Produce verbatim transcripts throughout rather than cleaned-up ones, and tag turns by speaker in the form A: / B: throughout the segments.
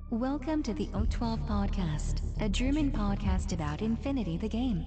A: Welcome to the O twelve Podcast, a German podcast about Infinity the game.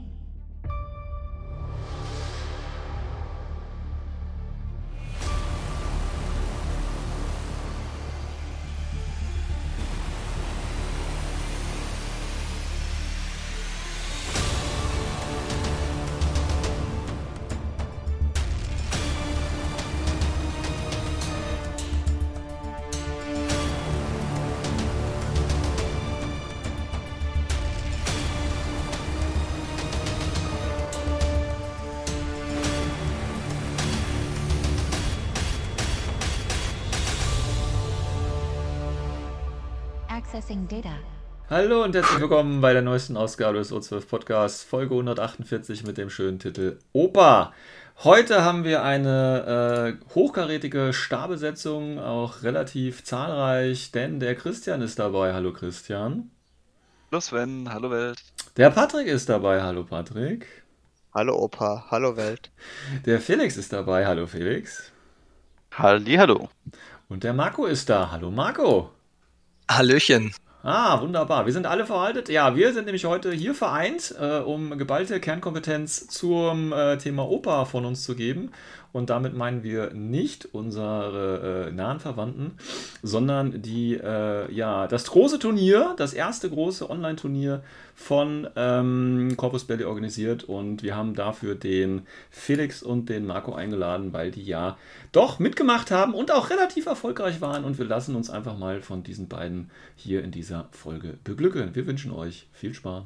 A: Accessing data.
B: Hallo und herzlich willkommen bei der neuesten Ausgabe des O zwölf Podcasts, Folge hundertachtundvierzig mit dem schönen Titel Opa. Heute haben wir eine äh, hochkarätige Starbesetzung, auch relativ zahlreich, denn der Christian ist dabei. Hallo Christian.
C: Hallo Sven, hallo Welt.
B: Der Patrick ist dabei. Hallo Patrick.
D: Hallo Opa, hallo Welt.
B: Der Felix ist dabei. Hallo Felix.
C: Hallihallo.
B: Und der Marco ist da. Hallo Marco.
E: Hallöchen.
B: Ah, wunderbar. Wir sind alle veraltet. Ja, wir sind nämlich heute hier vereint, äh, um geballte Kernkompetenz zum äh, Thema Opa von uns zu geben. Und damit meinen wir nicht unsere äh, nahen Verwandten, sondern die, äh, ja, das große Turnier, das erste große Online-Turnier von ähm, Corpus Belli organisiert. Und wir haben dafür den Felix und den Marco eingeladen, weil die ja doch mitgemacht haben und auch relativ erfolgreich waren. Und wir lassen uns einfach mal von diesen beiden hier in dieser Folge beglücken. Wir wünschen euch viel Spaß.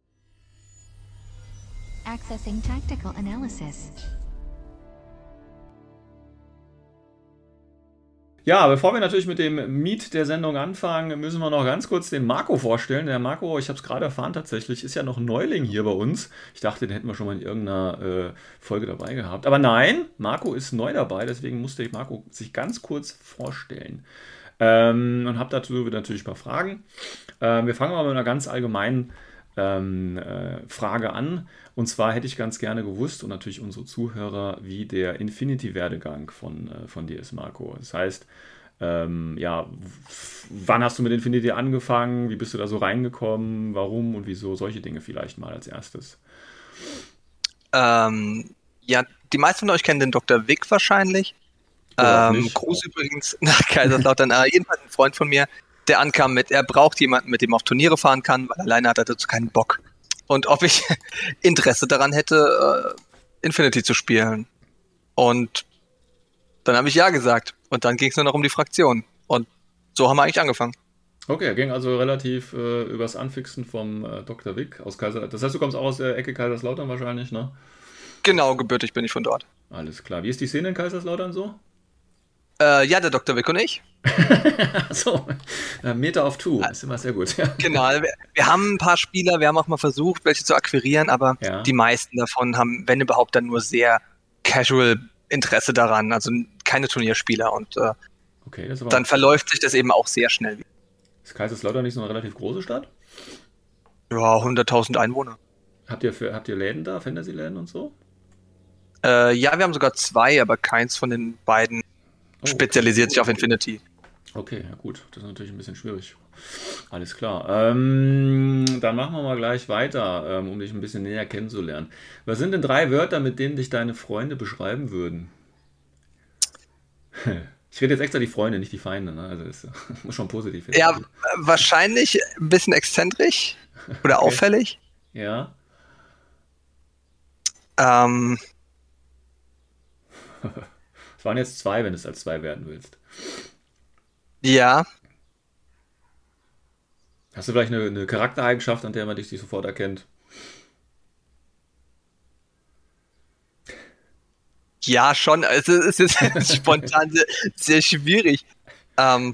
A: Accessing tactical analysis.
B: Ja, bevor wir natürlich mit dem Meet der Sendung anfangen, müssen wir noch ganz kurz den Marco vorstellen. Der Marco, ich habe es gerade erfahren tatsächlich, ist ja noch Neuling hier bei uns. Ich dachte, den hätten wir schon mal in irgendeiner äh, Folge dabei gehabt. Aber nein, Marco ist neu dabei, deswegen musste ich Marco sich ganz kurz vorstellen. Ähm, und habe dazu natürlich ein paar Fragen. Ähm, wir fangen mal mit einer ganz allgemeinen ähm, äh, Frage an. Und zwar hätte ich ganz gerne gewusst und natürlich unsere Zuhörer, wie der Infinity-Werdegang von, äh, von dir ist, Marco. Das heißt, ähm, ja, w- wann hast du mit Infinity angefangen? Wie bist du da so reingekommen? Warum und wieso? Solche Dinge vielleicht mal als erstes.
E: Ähm, ja, die meisten von euch kennen den Doktor Wick wahrscheinlich.
B: Oder auch
E: Ähm,
B: nicht.
E: Gruß übrigens nach Kaiserslautern. äh, jedenfalls ein Freund von mir, der ankam mit, er braucht jemanden, mit dem er auf Turniere fahren kann, weil alleine hat er dazu keinen Bock. Und ob ich Interesse daran hätte, äh, Infinity zu spielen. Und dann habe ich ja gesagt. Und dann ging es nur noch um die Fraktion. Und so haben wir eigentlich angefangen.
B: Okay, ging also relativ äh, übers Anfixen vom äh, Doktor Wick aus Kaiserslautern. Das heißt, du kommst auch aus der Ecke Kaiserslautern wahrscheinlich, ne?
E: Genau, gebürtig bin ich von dort.
B: Alles klar. Wie ist die Szene in Kaiserslautern so?
E: Äh, ja, der Doktor Wick und ich.
B: so, äh, Meter of Two, ist immer sehr gut. Ja.
E: Genau, wir, wir haben ein paar Spieler, wir haben auch mal versucht, welche zu akquirieren, aber
B: Ja.
E: die meisten davon haben, wenn überhaupt, dann nur sehr casual Interesse daran, also keine Turnierspieler und äh,
B: Okay, das ist aber,
E: dann verläuft sich das eben auch sehr schnell.
B: ist Kaiserslautern nicht so eine relativ große Stadt?
E: Ja, hunderttausend Einwohner.
B: Habt ihr, für, habt ihr Läden da, Fantasy-Läden und so?
E: Äh, ja, wir haben sogar zwei, aber keins von den beiden
B: Oh,
E: spezialisiert sich auf Infinity.
B: Okay, ja gut, das ist natürlich ein bisschen schwierig. Alles klar. Ähm, dann machen wir mal gleich weiter, ähm, um dich ein bisschen näher kennenzulernen. Was sind denn drei Wörter, mit denen dich deine Freunde beschreiben würden? Ich rede jetzt extra die Freunde, nicht die Feinde, ne? Also das muss schon positiv sein.
E: Ja, wahrscheinlich ein bisschen exzentrisch oder
B: Okay.
E: auffällig.
B: Ja.
E: Ähm,
B: Es waren jetzt zwei, wenn du es als zwei werden willst.
E: ja,
B: Hast du vielleicht eine, eine Charaktereigenschaft, an der man dich sofort erkennt?
E: ja, schon. Also, es ist jetzt spontan sehr, sehr schwierig. Ähm,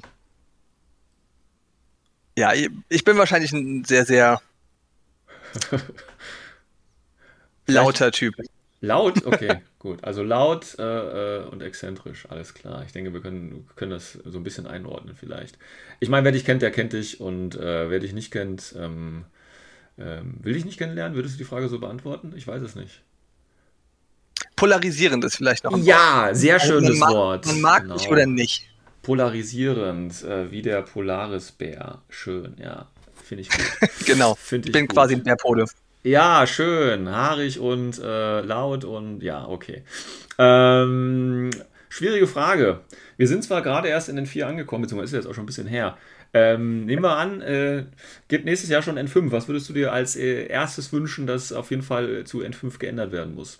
E: ja, ich, ich bin wahrscheinlich ein sehr, sehr lauter Typ.
B: Laut? Okay, gut. Also laut äh, äh, und exzentrisch, alles klar. Ich denke, wir können, können das so ein bisschen einordnen vielleicht. Ich meine, wer dich kennt, der kennt dich und äh, wer dich nicht kennt, ähm, ähm, will dich nicht kennenlernen? Würdest du die Frage so beantworten? Ich weiß es nicht.
E: Polarisierend ist vielleicht noch ein Wort.
B: Ja, sehr
E: Also
B: schönes
E: man mag,
B: Wort.
E: Man mag
B: Genau.
E: dich oder nicht.
B: polarisierend, äh, wie der Polarisbär. Schön, ja. Finde ich gut.
E: Genau.
B: Find
E: Ich
B: ich
E: bin
B: gut.
E: quasi ein Bärpole.
B: Ja, schön. Haarig und äh, laut und ja, okay. Ähm, schwierige Frage. Wir sind zwar gerade erst in den vier angekommen, beziehungsweise ist jetzt auch schon ein bisschen her. Ähm, nehmen wir an, äh, gibt nächstes Jahr schon N fünf. Was würdest du dir als äh, erstes wünschen, dass auf jeden Fall zu N fünf geändert werden muss?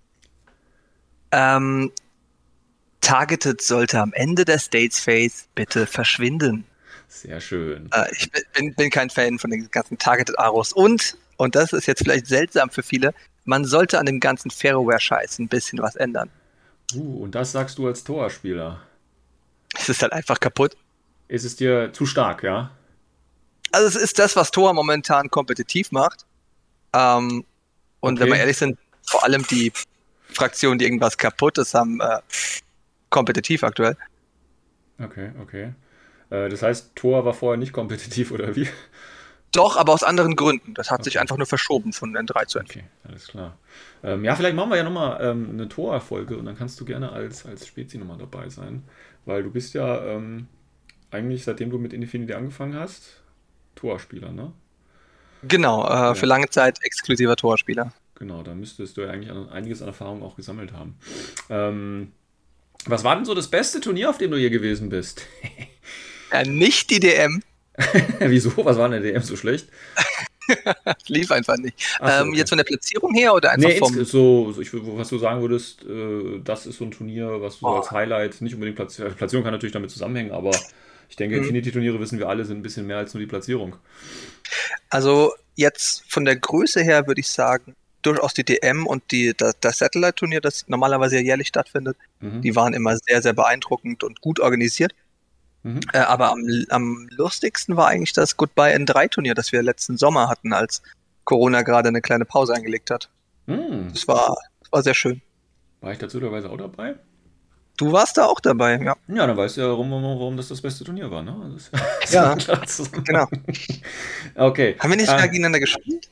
E: Ähm, Targeted sollte am Ende der States Phase bitte verschwinden.
B: Sehr schön.
E: Äh, ich bin, bin kein Fan von den ganzen Targeted Aros. Und, und das ist jetzt vielleicht seltsam für viele, man sollte an dem ganzen Ferroware-Scheiß ein bisschen was ändern.
B: Uh, und das sagst du als Tor-Spieler.
E: Es ist halt einfach kaputt.
B: Ist es dir zu stark, ja?
E: Also es ist das, was Tor momentan kompetitiv macht. Ähm, und
B: Okay.
E: wenn wir ehrlich sind, vor allem die Fraktionen, die irgendwas Kaputtes haben, äh, kompetitiv aktuell.
B: Okay, okay. Äh, das heißt, Tor war vorher nicht kompetitiv, oder wie?
E: Doch, aber aus anderen Gründen. Das hat
B: Okay.
E: sich einfach nur verschoben von N drei zu N vier.
B: Okay, alles klar. Ähm, ja, vielleicht machen wir ja nochmal ähm, eine Tor-Folge und dann kannst du gerne als, als Spezi nochmal dabei sein. Weil du bist ja ähm, eigentlich, seitdem du mit Infinity angefangen hast, Torspieler, ne?
E: Genau, äh,
B: Ja.
E: für lange Zeit exklusiver Torspieler.
B: Genau, da müsstest du ja eigentlich an, einiges an Erfahrung auch gesammelt haben. Ähm, was war denn so das beste Turnier, auf dem du je gewesen bist?
E: Äh, nicht die D M,
B: Wieso? Was war denn der D M so schlecht?
E: lief einfach nicht.
B: Ach so,
E: ähm,
B: okay.
E: Jetzt von der Platzierung her oder einfach
B: Nee,
E: vom...
B: ins, so, so ich, was du sagen würdest, äh, das ist so ein Turnier, was du so
E: Oh.
B: als Highlight, nicht unbedingt Platzierung, Platzierung kann natürlich damit zusammenhängen, aber ich denke,
E: Mhm.
B: Infinity-Turniere, wissen wir alle, sind ein bisschen mehr als nur die Platzierung.
E: Also jetzt von der Größe her würde ich sagen, durchaus die D M und die, das, das Satellite-Turnier, das normalerweise ja jährlich stattfindet,
B: Mhm.
E: die waren immer sehr, sehr beeindruckend und gut organisiert.
B: Mhm.
E: Äh, aber am, am lustigsten war eigentlich das Goodbye N drei Turnier, das wir letzten Sommer hatten, als Corona gerade eine kleine Pause eingelegt hat.
B: Hm.
E: Das war, das war sehr schön.
B: War ich dazu teilweise auch dabei?
E: Du warst da auch dabei, ja.
B: Ja, dann weißt du ja, warum, warum das das beste Turnier war, ne? Das ist
E: Ja,
B: klar zu sagen.
E: genau.
B: Okay.
E: Haben wir nicht
B: Ah,
E: sogar gegeneinander gespielt?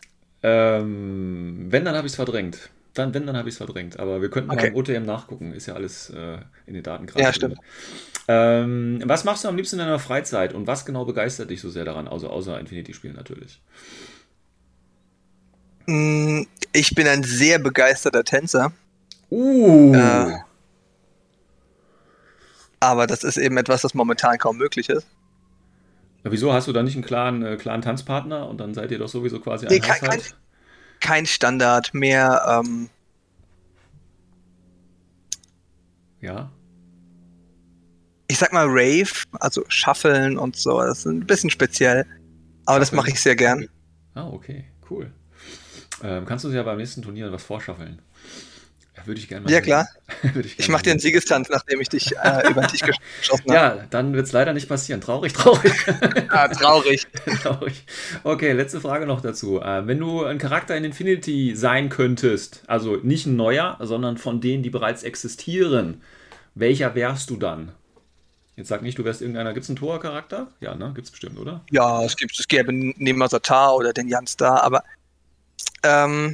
B: Ähm, wenn, dann habe ich es verdrängt. Dann, wenn, dann habe ich es verdrängt. Aber wir könnten
E: Okay.
B: mal im O T M nachgucken. Ist ja alles äh, in den Daten gerade
E: Ja,
B: drin.
E: stimmt.
B: Ähm, was machst du am liebsten in deiner Freizeit und was genau begeistert dich so sehr daran? Also außer Infinity-Spielen natürlich.
E: Mm, Ich bin ein sehr begeisterter Tänzer,
B: Uh.
E: Äh. aber das ist eben etwas, das momentan kaum möglich ist.
B: Ja, wieso hast du da nicht einen klaren, äh, klaren Tanzpartner und dann seid ihr doch sowieso quasi
E: Nee,
B: ein
E: kein-
B: Haushalt?
E: Kein Standard mehr. Ähm,
B: Ja.
E: ich sag mal Rave, also Shuffeln und so, das ist ein bisschen speziell. Aber das
B: Shuffeln?
E: mache ich sehr gern.
B: Ah, okay, cool. Ähm, kannst du dir ja beim nächsten Turnier was vorschaffeln? Ja, würde ich gerne mal
E: Ja,
B: sehen.
E: klar.
B: Würde ich
E: Ich
B: gerne
E: mache dir
B: mal
E: einen Siegestanz, nachdem ich dich äh, über den Tisch geschossen habe.
B: Ja, dann wird es leider nicht passieren. Traurig, traurig.
E: Ah, traurig.
B: traurig. Okay, letzte Frage noch dazu. Äh, wenn du ein Charakter in Infinity sein könntest, also nicht ein neuer, sondern von denen, die bereits existieren, welcher wärst du dann? Jetzt sag nicht, du wärst irgendeiner. Gibt es einen Tor-Charakter? Ja, ne? Gibt es bestimmt, oder?
E: Ja, es gibt, es gäbe neben Satar oder den Jans da, aber ähm,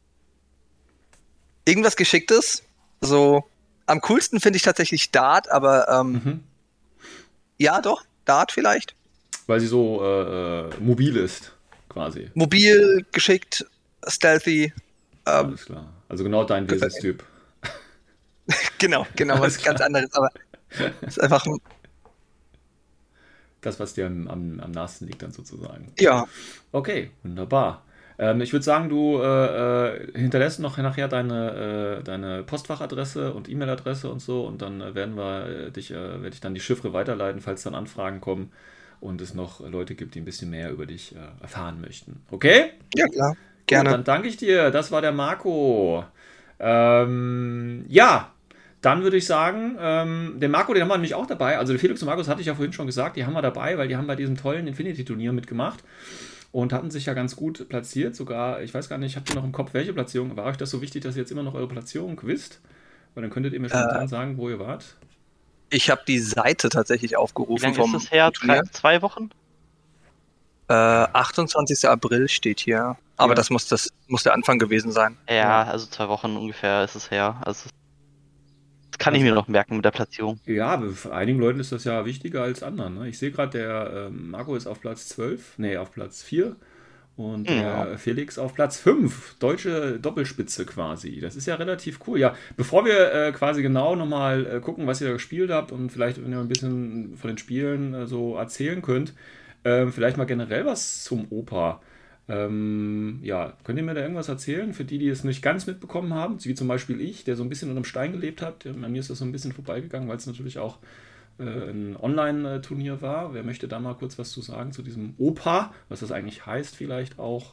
E: irgendwas Geschicktes. So, am coolsten finde ich tatsächlich Dart, aber ähm,
B: Mhm.
E: ja, doch, Dart vielleicht.
B: Weil sie so äh, äh, mobil ist, quasi.
E: Mobil, geschickt, stealthy. Ähm,
B: Alles klar. Also genau dein
E: gefällt
B: Wesenstyp.
E: genau, genau,
B: Alles
E: was ganz anderes, aber es ist einfach, ein-
B: Das, was dir am, am, am nahesten liegt, dann sozusagen.
E: ja,
B: Okay, wunderbar. Ähm, ich würde sagen, du äh, äh, hinterlässt noch nachher deine, äh, deine Postfachadresse und E-Mail-Adresse und so und dann äh, werden wir äh, dich, äh, werde ich dann die Chiffre weiterleiten, falls dann Anfragen kommen und es noch Leute gibt, die ein bisschen mehr über dich äh, erfahren möchten. Okay?
E: ja klar,
B: Gut,
E: gerne.
B: dann danke ich dir. Das war der Marco. Ähm, ja, dann würde ich sagen, ähm, den Marco, den haben wir nämlich auch dabei. Also den Felix und Markus hatte ich ja vorhin schon gesagt, die haben wir dabei, weil die haben bei diesem tollen Infinity-Turnier mitgemacht und hatten sich ja ganz gut platziert. Sogar, ich weiß gar nicht, habt ihr noch im Kopf, welche Platzierung? War euch das so wichtig, dass ihr jetzt immer noch eure Platzierung wisst? Weil dann könntet ihr mir spontan
E: Äh,
B: sagen, wo ihr wart.
E: Ich habe die Seite tatsächlich
C: Wie
E: aufgerufen
C: lange
E: vom
C: ist es her?
E: Turnier.
C: Drei, zwei Wochen?
E: Äh, achtundzwanzigster April steht hier. Aber
B: Ja.
E: das muss das muss der Anfang gewesen sein.
C: Ja, also zwei Wochen ungefähr ist es her. Also es Das kann ich mir noch merken mit der Platzierung.
B: Ja, für einigen Leuten ist das ja wichtiger als anderen. Ne? Ich sehe gerade, der ähm, Marco ist auf Platz zwölf, nee, auf Platz vier und
C: Ja.
B: der Felix auf Platz fünf. Deutsche Doppelspitze quasi. Das ist ja relativ cool. Ja, bevor wir äh, quasi genau nochmal äh, gucken, was ihr da gespielt habt und vielleicht, wenn ihr ein bisschen von den Spielen äh, so erzählen könnt, ähm, vielleicht mal generell was zum Opa. Ähm, ja, könnt ihr mir da irgendwas erzählen für die, die es nicht ganz mitbekommen haben? Wie zum Beispiel ich, der so ein bisschen unterm Stein gelebt hat. An mir ist das so ein bisschen vorbeigegangen, weil es natürlich auch äh, ein Online-Turnier war. Wer möchte da mal kurz was zu sagen zu diesem Opa? Was das eigentlich heißt vielleicht auch?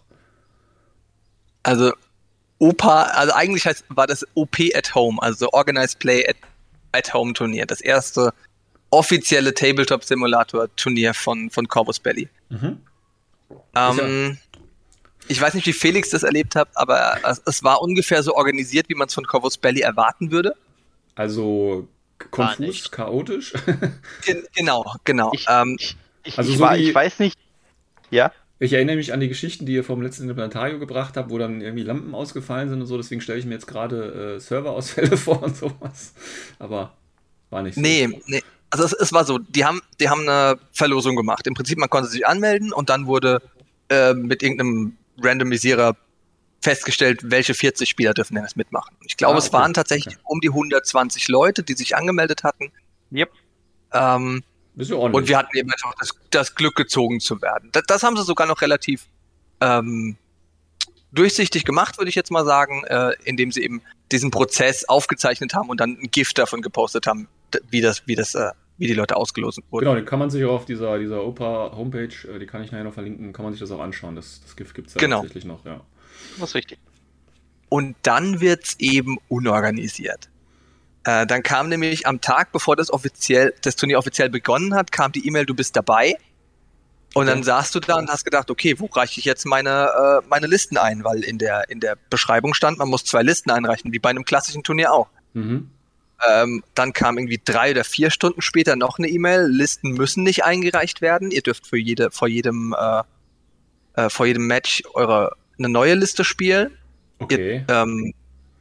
E: Also Opa, also eigentlich heißt, war das O P at Home, also Organized Play at, at Home Turnier. Das erste offizielle Tabletop-Simulator-Turnier von, von Corvus Belly.
B: Mhm.
E: Ähm, ich weiß nicht, wie Felix das erlebt hat, aber es, es war ungefähr so organisiert, wie man es von Corvus Belly erwarten würde.
B: Also
D: Gar
B: konfus,
D: nicht.
B: chaotisch.
E: Gen genau, genau.
C: Ich,
E: ähm,
C: ich, ich,
B: also
C: ich,
B: so
C: war,
B: wie-
C: ich weiß nicht. Ja?
B: Ich erinnere mich an die Geschichten, die ihr vom letzten Implantario gebracht habt, wo dann irgendwie Lampen ausgefallen sind und so. Deswegen stelle ich mir jetzt gerade äh, Serverausfälle vor und sowas. Aber war nicht so.
E: nee, nee. Also es, es war so, die haben, die haben eine Verlosung gemacht. Im Prinzip, man konnte sich anmelden und dann wurde äh, mit irgendeinem Randomisierer festgestellt, welche vierzig Spieler dürfen denn das mitmachen. Ich glaube,
B: Ah,
E: es
B: okay.
E: waren tatsächlich
B: Okay.
E: um die hundertzwanzig Leute, die sich angemeldet hatten.
C: Yep.
E: Ähm,
B: Bist du ordentlich.
E: und wir hatten eben einfach das, das Glück, gezogen zu werden. Das, das haben sie sogar noch relativ ähm, durchsichtig gemacht, würde ich jetzt mal sagen, äh, indem sie eben diesen Prozess aufgezeichnet haben und dann ein GIF davon gepostet haben, d- wie das, wie das, äh, wie die Leute ausgelost wurden.
B: Genau, den kann man sich auch auf dieser, dieser Opa-Homepage, äh, die kann ich nachher noch verlinken, kann man sich das auch anschauen. Das, das GIF gibt es ja
E: Genau.
B: tatsächlich noch, ja.
C: Das ist richtig.
E: Und dann wird's eben unorganisiert. Äh, dann kam nämlich am Tag, bevor das offiziell, das Turnier offiziell begonnen hat, kam die E-Mail, du bist dabei. Und dann
B: Okay.
E: saßt du da und hast gedacht, okay, wo reiche ich jetzt meine, äh, meine Listen ein? Weil in der, in der Beschreibung stand, man muss zwei Listen einreichen, wie bei einem klassischen Turnier auch.
B: Mhm.
E: Ähm, dann kam irgendwie drei oder vier Stunden später noch eine E-Mail, Listen müssen nicht eingereicht werden. Ihr dürft für jede, vor jedem, äh, äh, vor jedem Match eure, eine neue Liste spielen.
B: Okay.
E: Ihr, ähm,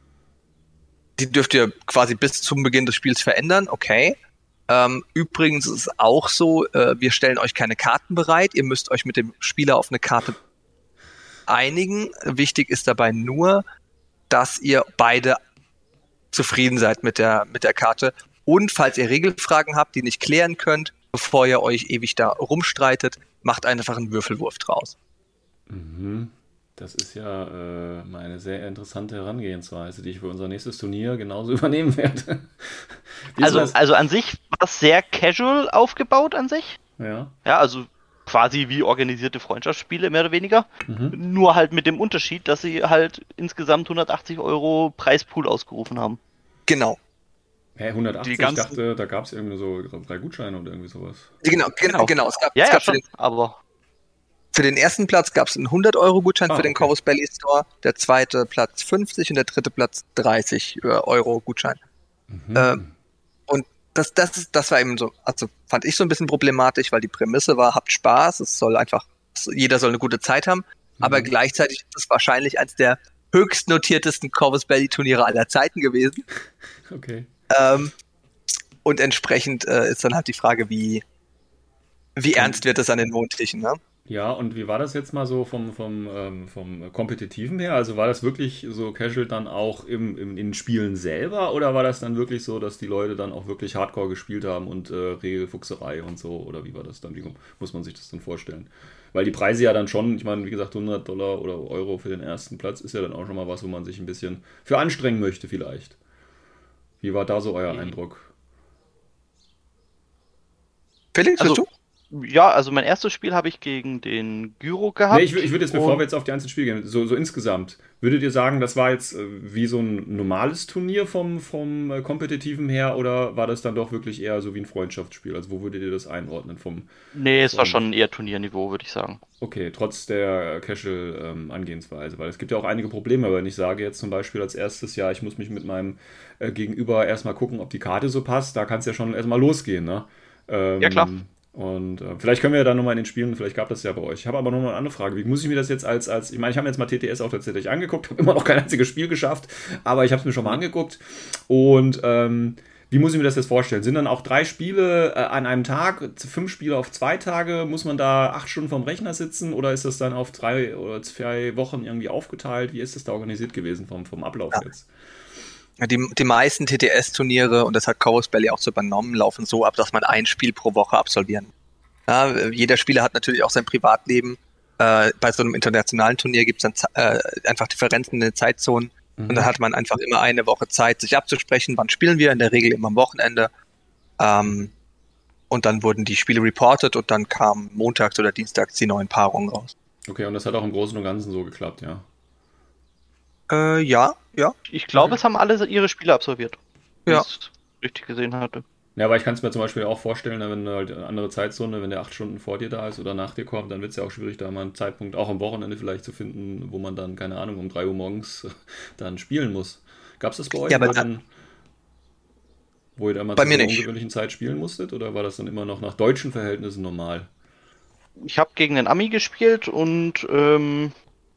E: die dürft ihr quasi bis zum Beginn des Spiels verändern, okay. Ähm, übrigens ist es auch so, äh, wir stellen euch keine Karten bereit, ihr müsst euch mit dem Spieler auf eine Karte einigen. Wichtig ist dabei nur, dass ihr beide zufrieden seid mit der, mit der Karte. Und falls ihr Regelfragen habt, die nicht klären könnt, bevor ihr euch ewig da rumstreitet, macht einfach einen Würfelwurf draus.
B: Mhm. Das ist ja äh, mal eine sehr interessante Herangehensweise, die ich für unser nächstes Turnier genauso übernehmen werde. Wie ist
C: Also,
B: das?
C: also an sich war es sehr casual aufgebaut an sich.
B: Ja.
C: Ja, also quasi wie organisierte Freundschaftsspiele, mehr oder weniger.
B: Mhm.
C: Nur halt mit dem Unterschied, dass sie halt insgesamt hundertachtzig Euro Preispool ausgerufen haben.
E: Genau.
B: Hä, hundertachtzig?
C: Die
B: Ich
C: ganzen-
B: dachte, da gab es irgendwie so drei Gutscheine oder irgendwie sowas.
E: Genau, genau,
C: Genau.
E: genau. Es gab,
C: Ja,
E: es
C: ja,
E: gab für
C: schon,
E: den
C: aber
E: Für den ersten Platz gab es einen hundert-Euro-Gutschein
B: Ah,
E: für den
B: okay.
E: Corvus Belly Store, der zweite Platz fünfzig und der dritte Platz dreißig Euro Gutschein.
B: Mhm.
E: Ähm, Und das, das, ist, das war eben so, also fand ich so ein bisschen problematisch, weil die Prämisse war, habt Spaß, es soll einfach, es, jeder soll eine gute Zeit haben, aber
B: Mhm.
E: gleichzeitig ist es wahrscheinlich eines der höchst notiertesten Corvus Belly Turniere aller Zeiten gewesen.
B: Okay.
E: Ähm, und entsprechend äh, ist dann halt die Frage, wie, wie ernst wird es an den Mondtischen, ne?
B: Ja, und wie war das jetzt mal so vom, vom, ähm, vom Kompetitiven her? Also war das wirklich so casual dann auch im, im, in den Spielen selber oder war das dann wirklich so, dass die Leute dann auch wirklich Hardcore gespielt haben und äh, Regelfuchserei und so? Oder wie war das dann? Wie muss man sich das dann vorstellen? Weil die Preise ja dann schon, ich meine, wie gesagt, hundert Dollar oder Euro für den ersten Platz ist ja dann auch schon mal was, wo man sich ein bisschen für anstrengen möchte vielleicht. Wie war da so euer Eindruck?
E: Felix,
C: Also-
E: willst du?
C: ja, also mein erstes Spiel habe ich gegen den Gyro gehabt.
B: Nee, ich, wür- ich würde jetzt, bevor
C: und-
B: wir jetzt auf die einzelnen Spiele gehen, so, so insgesamt, würdet ihr sagen, das war jetzt äh, wie so ein normales Turnier vom, vom äh, Kompetitiven her oder war das dann doch wirklich eher so wie ein Freundschaftsspiel? Also wo würdet ihr das einordnen vom,
C: Nee, es war
B: Und-
C: schon eher Turnierniveau, würde ich sagen.
B: okay, trotz der Casual-Angehensweise, weil es gibt ja auch einige Probleme, wenn ich sage jetzt zum Beispiel als erstes, ja, ich muss mich mit meinem äh, Gegenüber erstmal gucken, ob die Karte so passt, da kann es ja schon erstmal losgehen, ne? Ähm,
C: Ja, klar.
B: Und äh, vielleicht können wir ja dann nochmal in den Spielen, vielleicht gab das ja bei euch. Ich habe aber nochmal eine andere Frage. Wie muss ich mir das jetzt als, als ich meine, ich habe mir jetzt mal T T S auch tatsächlich angeguckt, habe immer noch kein einziges Spiel geschafft, aber ich habe es mir schon mal angeguckt. Und ähm, wie muss ich mir das jetzt vorstellen? Sind dann auch drei Spiele äh, an einem Tag, fünf Spiele auf zwei Tage? Muss man da acht Stunden vorm Rechner sitzen oder ist das dann auf drei oder zwei Wochen irgendwie aufgeteilt? Wie ist das da organisiert gewesen vom, vom Ablauf
E: Ja.
B: jetzt?
E: Ja, die, die meisten T T S-Turniere, und das hat Chorus Belly auch so übernommen, laufen so ab, dass man ein Spiel pro Woche absolvieren. Ja, jeder Spieler hat natürlich auch sein Privatleben. Äh, bei so einem internationalen Turnier gibt es dann äh, einfach Differenzen in den Zeitzonen.
B: Mhm.
E: Und dann hat man einfach immer eine Woche Zeit, sich abzusprechen, wann spielen wir, in der Regel immer am Wochenende. Ähm, und dann wurden die Spiele reported und dann kamen montags oder dienstags die neuen Paarungen raus.
B: Okay, und das hat auch im Großen und Ganzen so geklappt, ja?
E: Äh, ja, ja.
C: Ich glaube,
B: Okay.
C: es haben alle ihre Spiele absolviert. Wenn
E: Ja.
C: ich es richtig gesehen hatte.
B: Ja, aber ich kann es mir zum Beispiel auch vorstellen, wenn du halt eine andere Zeitzone, wenn der acht Stunden vor dir da ist oder nach dir kommt, dann wird es ja auch schwierig, da mal einen Zeitpunkt auch am Wochenende vielleicht zu finden, wo man dann, keine Ahnung, um drei Uhr morgens dann spielen muss. Gab es das bei euch,
E: Ja, aber
B: wo, ihr
E: da-
B: dann, wo ihr dann mal
E: Bei
B: zu
E: mir
B: so einer
E: nicht.
B: ungewöhnlichen Zeit spielen musstet oder war das dann immer noch nach deutschen Verhältnissen normal?
C: Ich habe gegen den Ami gespielt und ähm,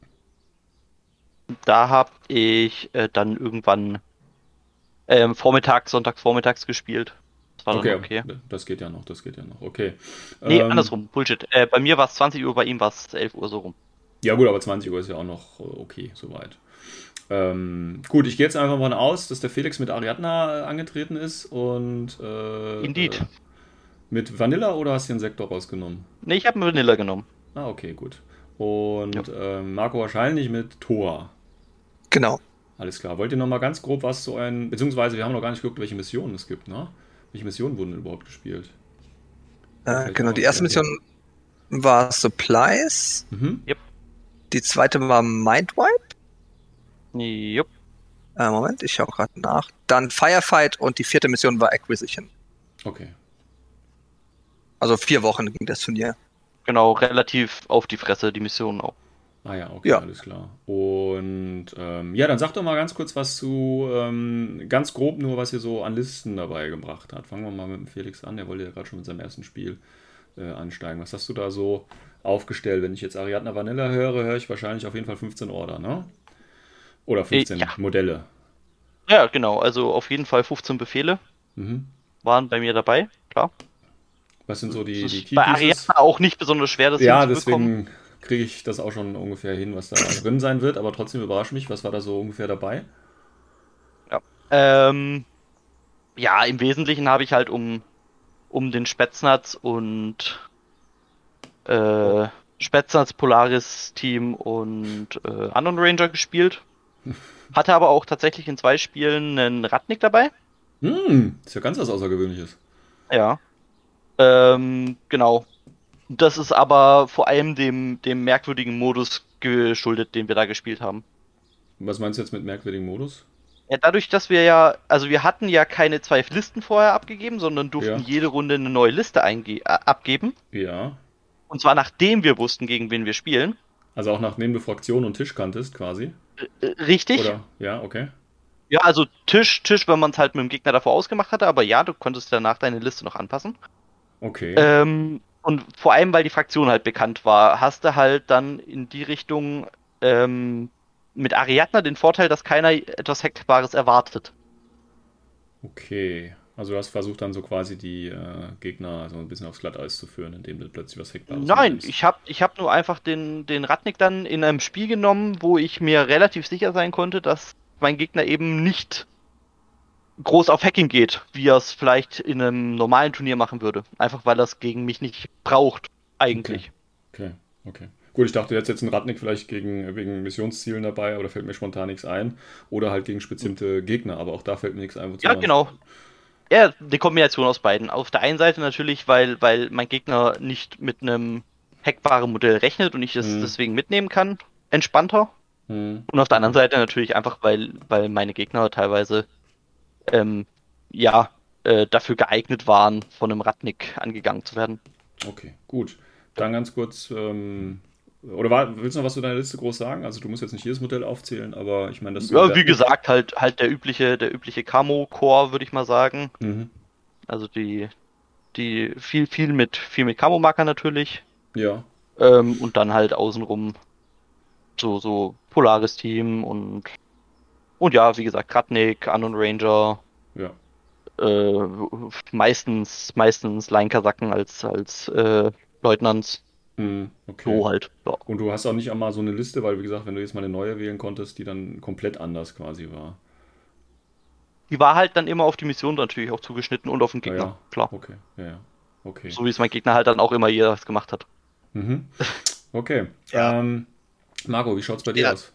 C: da habe ich äh, dann irgendwann ähm, vormittags, sonntags vormittags gespielt. Das war dann okay.
B: Das geht ja noch, das geht ja noch, okay.
C: Nee,
B: Ähm,
C: andersrum, Bullshit. Äh, bei mir war es zwanzig Uhr, bei ihm war es elf Uhr so rum.
B: Ja gut, aber zwanzig Uhr ist ja auch noch äh, okay, soweit. Ähm, gut, ich gehe jetzt einfach mal aus, dass der Felix mit Ariadna äh, angetreten ist und äh,
C: Indeed.
B: Äh, mit Vanilla oder hast du den Sektor rausgenommen?
C: Nee, ich habe Vanilla genommen.
B: Ah, okay, gut. Und ähm, Marco wahrscheinlich mit Thor.
E: Genau.
B: Alles klar. Wollt ihr noch mal ganz grob was so ein, beziehungsweise wir haben noch gar nicht geguckt, welche Missionen es gibt, ne? Welche Missionen wurden denn überhaupt gespielt?
E: Äh,
B: Vielleicht
E: genau,
B: auch
E: die
B: mal
E: erste
B: erklären.
E: Mission war Supplies,
B: Mhm.
E: die zweite war Mindwipe.
C: Jupp.
E: Äh, Moment, ich schaue gerade nach. Dann Firefight und die vierte Mission war Acquisition.
B: Okay.
E: Also vier Wochen ging das Turnier.
C: Genau, relativ auf die Fresse, die Mission auch.
B: Ah ja, okay,
E: Ja.
B: alles klar. Und ähm, ja, dann sag doch mal ganz kurz was zu, ähm, ganz grob nur, was ihr so an Listen dabei gebracht habt. Fangen wir mal mit dem Felix an, der wollte ja gerade schon mit seinem ersten Spiel äh, ansteigen. Was hast du da so aufgestellt? Wenn ich jetzt Ariadna Vanilla höre, höre ich wahrscheinlich auf jeden Fall fünfzehn Order, ne? Oder fünfzehn
C: Äh, ja.
B: Modelle.
C: Ja, genau, also auf jeden Fall fünfzehn Befehle
B: Mhm.
C: waren bei mir dabei, klar.
B: Was sind so die,
C: Das
B: die
C: ist bei
B: Keypieces?
C: Ariadna auch nicht besonders schwer, das
B: Ja,
C: hinzubekommen.
B: deswegen kriege ich das auch schon ungefähr hin, was da drin sein wird, aber trotzdem überrascht mich, was war da so ungefähr dabei?
C: Ähm, ja, im Wesentlichen habe ich halt um, um den Spätznaz und äh, Spätznaz, Polaris Team und äh, Unknown Ranger gespielt. Hatte aber auch tatsächlich in zwei Spielen einen Ratnik dabei.
B: Hm, ist ja ganz was Außergewöhnliches.
C: Ja. Ähm, genau. Das ist aber vor allem dem, dem merkwürdigen Modus geschuldet, den wir da gespielt haben.
B: Was meinst du jetzt mit merkwürdigem Modus?
C: Ja, dadurch, dass wir ja, also wir hatten ja keine zwei Listen vorher abgegeben, sondern durften
B: Ja.
C: jede Runde eine neue Liste einge äh, abgeben.
B: Ja.
C: Und zwar nachdem wir wussten, gegen wen wir spielen.
B: Also auch nachdem du Fraktion und Tisch kanntest, quasi?
C: Äh, richtig?
B: Oder? Ja, okay.
C: Ja, also Tisch, Tisch, wenn man es halt mit dem Gegner davor ausgemacht hatte, aber ja, du konntest danach deine Liste noch anpassen.
B: Okay.
C: Ähm, und vor allem, weil die Fraktion halt bekannt war, hast du halt dann in die Richtung ähm, mit Ariadna den Vorteil, dass keiner etwas Hackbares erwartet.
B: Okay. Also du hast versucht dann so quasi die äh, Gegner so ein bisschen aufs Glatteis zu führen, indem du plötzlich was Hackbares
C: Nein,
B: mitnimmst.
C: ich habe ich hab nur einfach den, den Ratnik dann in einem Spiel genommen, wo ich mir relativ sicher sein konnte, dass mein Gegner eben nicht groß auf Hacking geht, wie er es vielleicht in einem normalen Turnier machen würde. Einfach weil er es gegen mich nicht braucht, eigentlich.
B: Okay, okay. Gut, ich dachte, jetzt jetzt ein Ratnik vielleicht gegen, wegen Missionszielen dabei, oder fällt mir spontan nichts ein. Oder halt gegen bestimmte Gegner, aber auch da fällt mir nichts ein. wozu
C: Ja,
B: man-
C: genau. Ja, die Kombination aus beiden. Auf der einen Seite natürlich, weil, weil mein Gegner nicht mit einem hackbaren Modell rechnet und ich es
B: Mhm.
C: deswegen mitnehmen kann. Entspannter.
B: Hm.
C: Und auf der anderen Seite natürlich einfach, weil, weil meine Gegner teilweise ähm, ja äh, dafür geeignet waren, von einem Ratnik angegangen zu werden.
B: Okay, gut. Dann ganz kurz, ähm, oder war, willst du noch was zu deiner Liste groß sagen? Also du musst jetzt nicht jedes Modell aufzählen, aber ich meine, das
C: Ja, wie gesagt, halt halt der übliche, der übliche Camo-Core, würde ich mal sagen.
B: Mhm.
C: Also die, die viel, viel mit viel mit Camo-Marker natürlich.
B: Ja,
C: Ähm, und dann halt außenrum so, so Polaris-Team und und ja, wie gesagt, Ratnik, Unknown Ranger,
B: ja.
C: äh, meistens, meistens Leinkasaken als, als äh, Leutnants.
B: Hm, okay.
C: So halt. Ja.
B: Und du hast auch nicht einmal so eine Liste, weil, wie gesagt, wenn du jetzt mal eine neue wählen konntest, die dann komplett anders quasi war.
C: Die war halt dann immer auf die Mission natürlich auch zugeschnitten und auf den
B: Ja,
C: Gegner,
B: ja.
C: klar.
B: Okay, ja, ja. Okay.
C: So wie es mein Gegner halt dann auch immer jedes gemacht hat.
B: Mhm. Okay.
D: Ja.
B: Ähm, Marco, wie schaut's bei dir
D: Ja.
B: aus?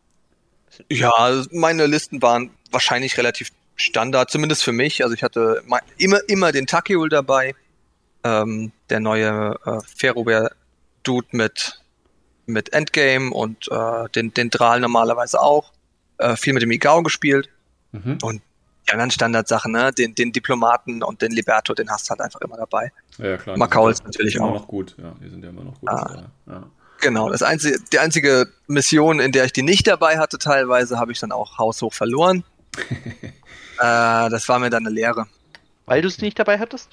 E: Ja, meine Listen waren wahrscheinlich relativ Standard, zumindest für mich. Also ich hatte ma- immer, immer den Takeul dabei, ähm, der neue äh, Ferrowehr-Dude mit, mit Endgame und äh, den, den Dral normalerweise auch. Äh, viel mit dem Igao gespielt
B: Mhm.
E: und die anderen Standardsachen, ne? Den, den Diplomaten und den Liberto, den hast du halt einfach immer dabei.
B: Ja, ja, klar. die
E: Macau
B: sind
E: ist natürlich
B: immer
E: auch.
B: noch gut. Ja, die sind ja immer noch gut.
E: Ah.
B: Ja.
E: Genau, das einzige, die einzige Mission, in der ich die nicht dabei hatte teilweise, habe ich dann auch haushoch verloren. äh, das war mir dann eine Lehre.
C: Weil du es nicht dabei hattest?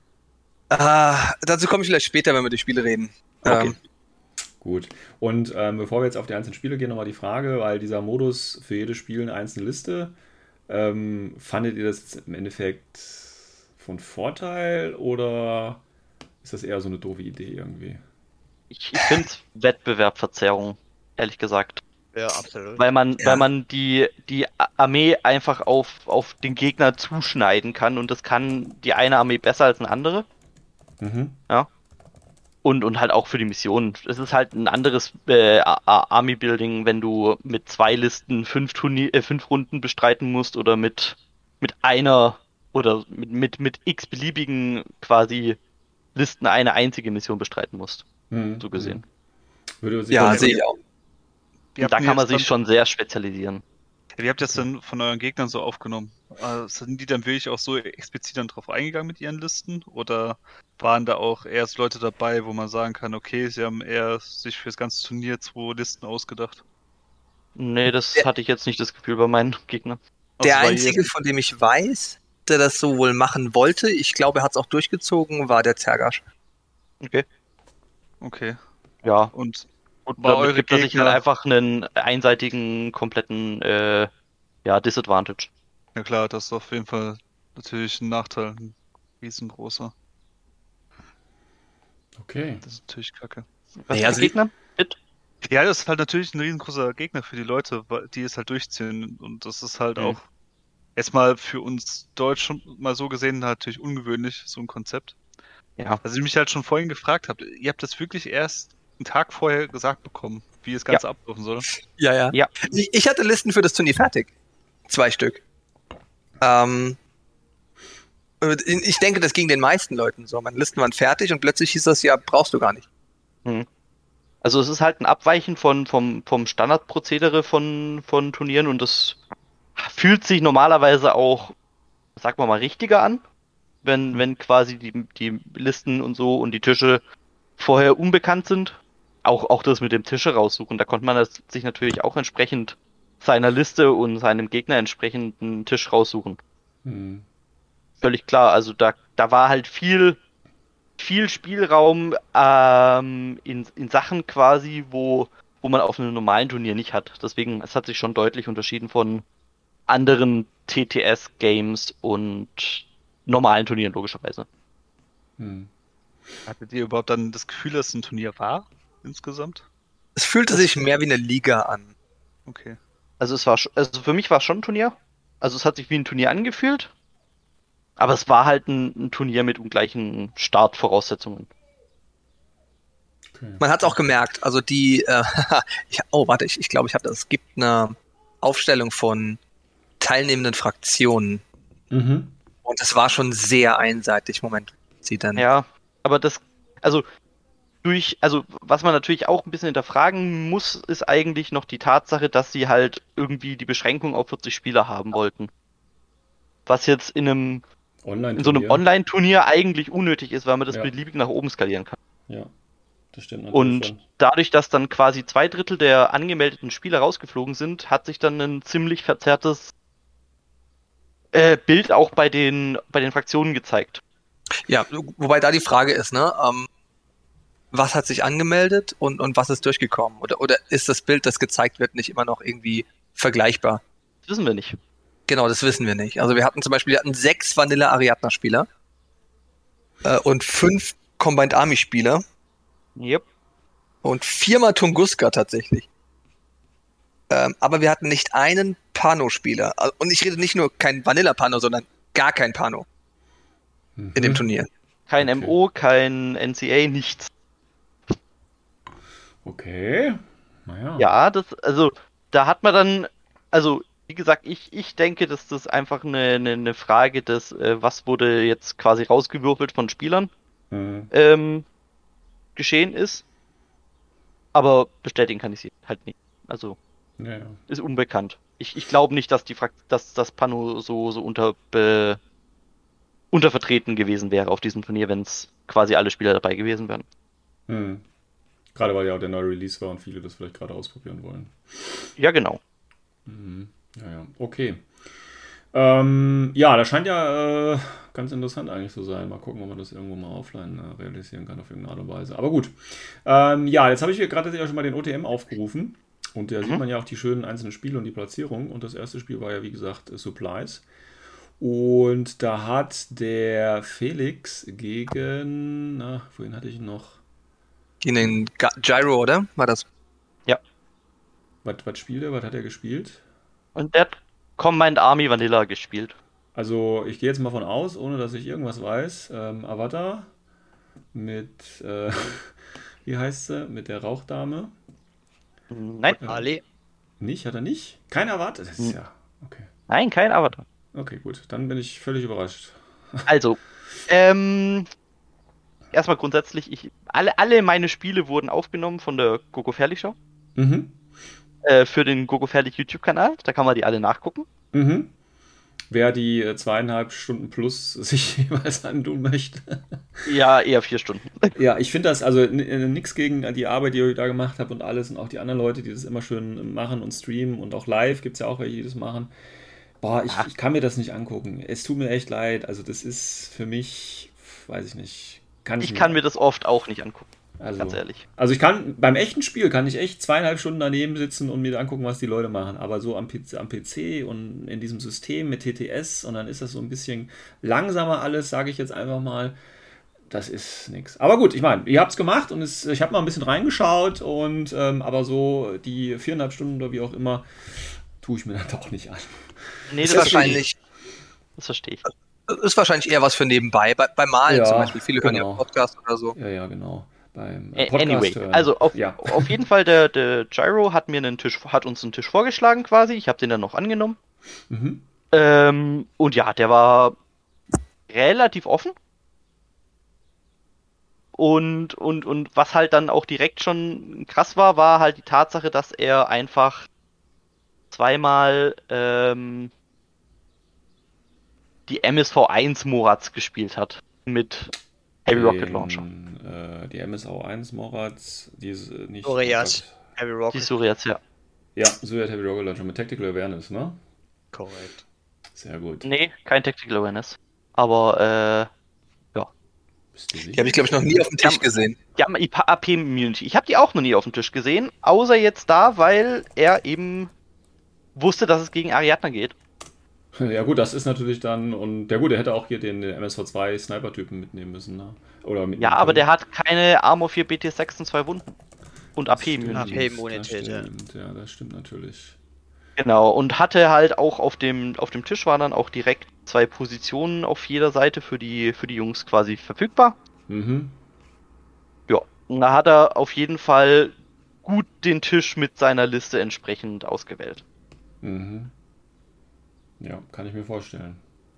E: Äh, dazu komme ich vielleicht später, wenn wir die Spiele reden.
C: Okay.
E: Ähm,
B: Gut. Und ähm, bevor wir jetzt auf die einzelnen Spiele gehen, nochmal die Frage, weil dieser Modus für jedes Spiel eine einzelne Liste, ähm, fandet ihr das im Endeffekt von Vorteil oder ist das eher so eine doofe Idee irgendwie?
C: Ich, ich finde es Wettbewerbverzerrung, ehrlich gesagt.
D: Ja, absolut.
C: Weil man,
E: Ja.
C: weil man die, die Armee einfach auf, auf den Gegner zuschneiden kann und das kann die eine Armee besser als eine andere.
B: Mhm.
C: Und, und halt auch für die Mission. Es ist halt ein anderes äh, Army-Building, wenn du mit zwei Listen fünf, Turnier, äh, fünf Runden bestreiten musst oder mit, mit einer oder mit, mit, mit x beliebigen quasi Listen eine einzige Mission bestreiten musst.
B: Mhm.
C: So gesehen.
B: Würde sich
E: ja,
B: dann-
E: sehe ich auch.
F: Wie
C: Und da
F: habt ihr
C: kann man
F: jetzt
C: sich
F: dann-
C: schon sehr spezialisieren.
F: Wie habt ihr das denn von euren Gegnern so aufgenommen? Äh, sind die dann wirklich auch so explizit dann drauf eingegangen mit ihren Listen? Oder waren da auch erst Leute dabei, wo man sagen kann, okay, sie haben eher sich für das ganze Turnier zwei Listen ausgedacht?
C: Nee, das
E: Der-
C: hatte ich jetzt nicht das Gefühl bei meinen Gegnern.
E: Der
F: Also war
E: einzige, von dem ich weiß, der das so wohl machen wollte, ich glaube, er hat es auch durchgezogen, war der Zergasch.
C: Okay.
F: Okay.
C: Ja.
F: Und
C: Und
F: War
C: damit
F: eure
C: gibt er sich halt
F: Gegner-
C: einfach einen einseitigen, kompletten äh, ja, Disadvantage.
F: ja klar, das ist auf jeden Fall natürlich ein Nachteil, ein riesengroßer.
B: Okay.
F: Das ist natürlich kacke.
C: Was
E: Ja,
C: für
E: also die-
C: Gegner? Mit?
F: Ja, das ist halt natürlich ein riesengroßer Gegner für die Leute, weil- die es halt durchziehen. Und das ist halt
C: Mhm.
F: auch erstmal für uns Deutschen mal so gesehen natürlich ungewöhnlich, so ein Konzept.
C: Ja.
F: Also ich mich halt schon vorhin gefragt habe, ihr habt das wirklich erst einen Tag vorher gesagt bekommen, wie das Ganze ablaufen soll.
E: Ja, ja.
C: Ja.
E: Ich, ich hatte Listen für das Turnier fertig. Zwei Stück. Ähm, und ich denke, das ging den meisten Leuten so. Meine Listen waren fertig und plötzlich hieß das ja, brauchst du gar nicht.
C: Also es ist halt ein Abweichen von, vom, vom Standardprozedere von, von Turnieren und das fühlt sich normalerweise auch, sagen wir mal, richtiger an, wenn, wenn quasi die, die Listen und so und die Tische vorher unbekannt sind. Auch, auch das mit dem Tische raussuchen, da konnte man das sich natürlich auch entsprechend seiner Liste und seinem Gegner entsprechend einen Tisch raussuchen.
B: Hm.
C: Völlig klar, also da, da war halt viel, viel Spielraum ähm, in, in Sachen quasi, wo, wo man auf einem normalen Turnier nicht hat. Deswegen, es hat sich schon deutlich unterschieden von anderen T T S-Games und normalen Turnieren, logischerweise.
B: Hm.
F: Hattet ihr überhaupt dann das Gefühl, dass es ein Turnier war, insgesamt?
E: Es fühlte sich mehr wie eine Liga an.
F: Okay.
C: Also es war, sch- also für mich war es schon ein Turnier. Also es hat sich wie ein Turnier angefühlt. Aber es war halt ein, ein Turnier mit ungleichen Startvoraussetzungen.
B: Okay.
E: Man hat es auch gemerkt. Also die, äh, ich, oh warte, ich, ich glaube, ich habe das. Es gibt eine Aufstellung von teilnehmenden Fraktionen
B: Mhm.
E: und es war schon sehr einseitig. Moment, sie dann.
C: Ja, aber das, also durch, also was man natürlich auch ein bisschen hinterfragen muss, ist eigentlich noch die Tatsache, dass sie halt irgendwie die Beschränkung auf vierzig Spieler haben wollten. Was jetzt in einem,
B: Online
C: in so einem Online-Turnier eigentlich unnötig ist, weil man das
B: Ja.
C: beliebig nach oben skalieren kann.
B: Ja, das stimmt natürlich
C: Und
B: schon.
C: dadurch, dass dann quasi zwei Drittel der angemeldeten Spieler rausgeflogen sind, hat sich dann ein ziemlich verzerrtes äh, Bild auch bei den, bei den Fraktionen gezeigt.
E: Ja, wobei da die Frage ist, ne, ähm, was hat sich angemeldet und, und was ist durchgekommen? Oder, oder ist das Bild, das gezeigt wird, nicht immer noch irgendwie vergleichbar?
C: Das wissen wir nicht.
E: Genau, das wissen wir nicht. Also wir hatten zum Beispiel, wir hatten sechs Vanilla-Ariadna-Spieler äh, und fünf Combined Army-Spieler
C: Yep.
E: und viermal Tunguska tatsächlich. Ähm, aber wir hatten nicht einen Pano-Spieler. Also, und ich rede nicht nur kein Vanilla-Pano, sondern gar kein Pano
B: Mhm.
E: in dem Turnier.
C: Kein
B: Okay.
C: M O, kein N C A, nichts.
B: Okay. Naja.
C: Ja, das, also, da hat man dann, also, wie gesagt, ich, ich denke, dass das einfach eine, eine, eine Frage des, äh, was wurde jetzt quasi rausgewürfelt von Spielern,
B: Mhm.
C: ähm, geschehen ist. Aber bestätigen kann ich sie halt nicht. Also,
B: Ja, ja.
C: ist unbekannt. Ich, ich glaube nicht, dass die Frakt dass das Pano so, so unter, be untervertreten gewesen wäre auf diesem Turnier, wenn es quasi alle Spieler dabei gewesen wären.
B: Mhm. Gerade weil ja auch der neue Release war und viele das vielleicht gerade ausprobieren wollen.
C: Ja, genau.
B: Mhm. Ja, ja, okay. Ähm, ja, das scheint ja äh, ganz interessant eigentlich zu sein. Mal gucken, ob man das irgendwo mal offline äh, realisieren kann auf irgendeine Art und Weise. Aber gut. Ähm, ja, jetzt habe ich hier gerade tatsächlich auch schon mal den O T M aufgerufen. Und da sieht man ja auch die schönen einzelnen Spiele und die Platzierung. Und das erste Spiel war ja, wie gesagt, äh, Supplies. Und da hat der Felix gegen, na, wohin hatte ich ihn noch?
E: Gegen den Ga- Gyro, oder? War das?
B: Was, was spielt er? Was hat er gespielt?
C: Und der hat Combined Army Vanilla gespielt.
B: Also, ich gehe jetzt mal von aus, ohne dass ich irgendwas weiß. Ähm, Avatar mit, äh, wie heißt sie? Mit der Rauchdame.
C: Nein,
B: Ja.
D: Ali.
B: Nicht? Hat er nicht? Keiner erwartet? Das ist
C: Hm.
B: ja, okay.
C: nein, kein Avatar.
B: Okay, gut. Dann bin ich völlig überrascht.
C: Also, ähm, erstmal grundsätzlich, ich, alle, alle meine Spiele wurden aufgenommen von der Gogo Ferlich Show,
B: Mhm.
C: äh, für den Gogo Ferlich YouTube-Kanal. Da kann man die alle nachgucken.
B: Mhm. Wer die äh, zweieinhalb Stunden plus sich jeweils antun möchte.
C: Ja, eher vier Stunden.
B: Ja, ich finde das, also nichts gegen die Arbeit, die ihr da gemacht habt und alles und auch die anderen Leute, die das immer schön machen und streamen und auch live gibt es ja auch welche, die das machen. Boah, ich,
C: Ja.
B: ich kann mir das nicht angucken. Es tut mir echt leid. Also das ist für mich, weiß ich nicht, kann ich
C: Ich
B: nicht.
C: kann mir das oft auch nicht angucken,
B: also,
C: ganz ehrlich.
B: Also ich kann, beim echten Spiel kann ich echt zweieinhalb Stunden daneben sitzen und mir angucken, was die Leute machen. Aber so am P C, am P C und in diesem System mit T T S und dann ist das so ein bisschen langsamer alles, sage ich jetzt einfach mal. Das ist nix. Aber gut, ich meine, ihr habt es gemacht und es, ich habe mal ein bisschen reingeschaut und ähm, aber so die viereinhalb Stunden oder wie auch immer tue ich mir dann doch nicht an.
C: Nee,
E: Ist
C: das verstehe ich.
E: wahrscheinlich,
C: Das verstehe ich.
E: ist wahrscheinlich eher was für nebenbei. Bei, bei Malen
B: Ja,
E: zum Beispiel. Viele hören ja
B: genau.
E: auch Podcasts oder so.
B: Ja, ja, genau. Beim
C: Äh,
B: Podcast
C: Anyway,
B: hören.
C: also auf,
B: ja.
C: auf jeden Fall, der, der Gyro hat mir einen Tisch, hat uns einen Tisch vorgeschlagen quasi. Ich habe den dann noch angenommen.
B: Mhm.
C: Ähm, und ja, der war relativ offen. Und, und, und was halt dann auch direkt schon krass war, war halt die Tatsache, dass er einfach zweimal ähm, die M S V eins Morats gespielt hat. Mit Heavy Rocket
B: Den,
C: Launcher.
B: Äh, die M S V eins Morats, die ist äh, nicht.
D: Orias. Heavy
C: Die
D: Rocket.
C: Suriats, ja.
B: Ja, Suriat Heavy Rocket Launcher mit Tactical Awareness, ne?
D: Korrekt.
B: Sehr gut.
C: Nee, kein Tactical Awareness. Aber,
B: Bist du sicher?
E: Die habe ich, glaube ich, noch nie auf dem Tisch gesehen.
C: äh, die haben A P-Immunity. Ich habe die auch noch nie auf dem Tisch gesehen, außer jetzt da, weil er eben wusste, dass es gegen Ariadna geht.
B: Ja gut, das ist natürlich dann, und der gut, der hätte auch hier den, den M S V zwei Sniper-Typen mitnehmen müssen, ne? Oder mitnehmen
C: Ja, aber
B: können.
C: der hat keine Armor vier B T sechs und zwei Wunden. Und
B: Das stimmt,
C: A P-Immunity.
D: A P-Immunität,
B: das
D: ja.
B: stimmt, ja, das stimmt natürlich.
C: Genau, und hatte halt auch auf dem, auf dem Tisch waren dann auch direkt zwei Positionen auf jeder Seite für die, für die Jungs quasi verfügbar.
B: Mhm.
C: Ja, und da hat er auf jeden Fall gut den Tisch mit seiner Liste entsprechend ausgewählt.
B: Mhm. Ja, kann ich mir vorstellen.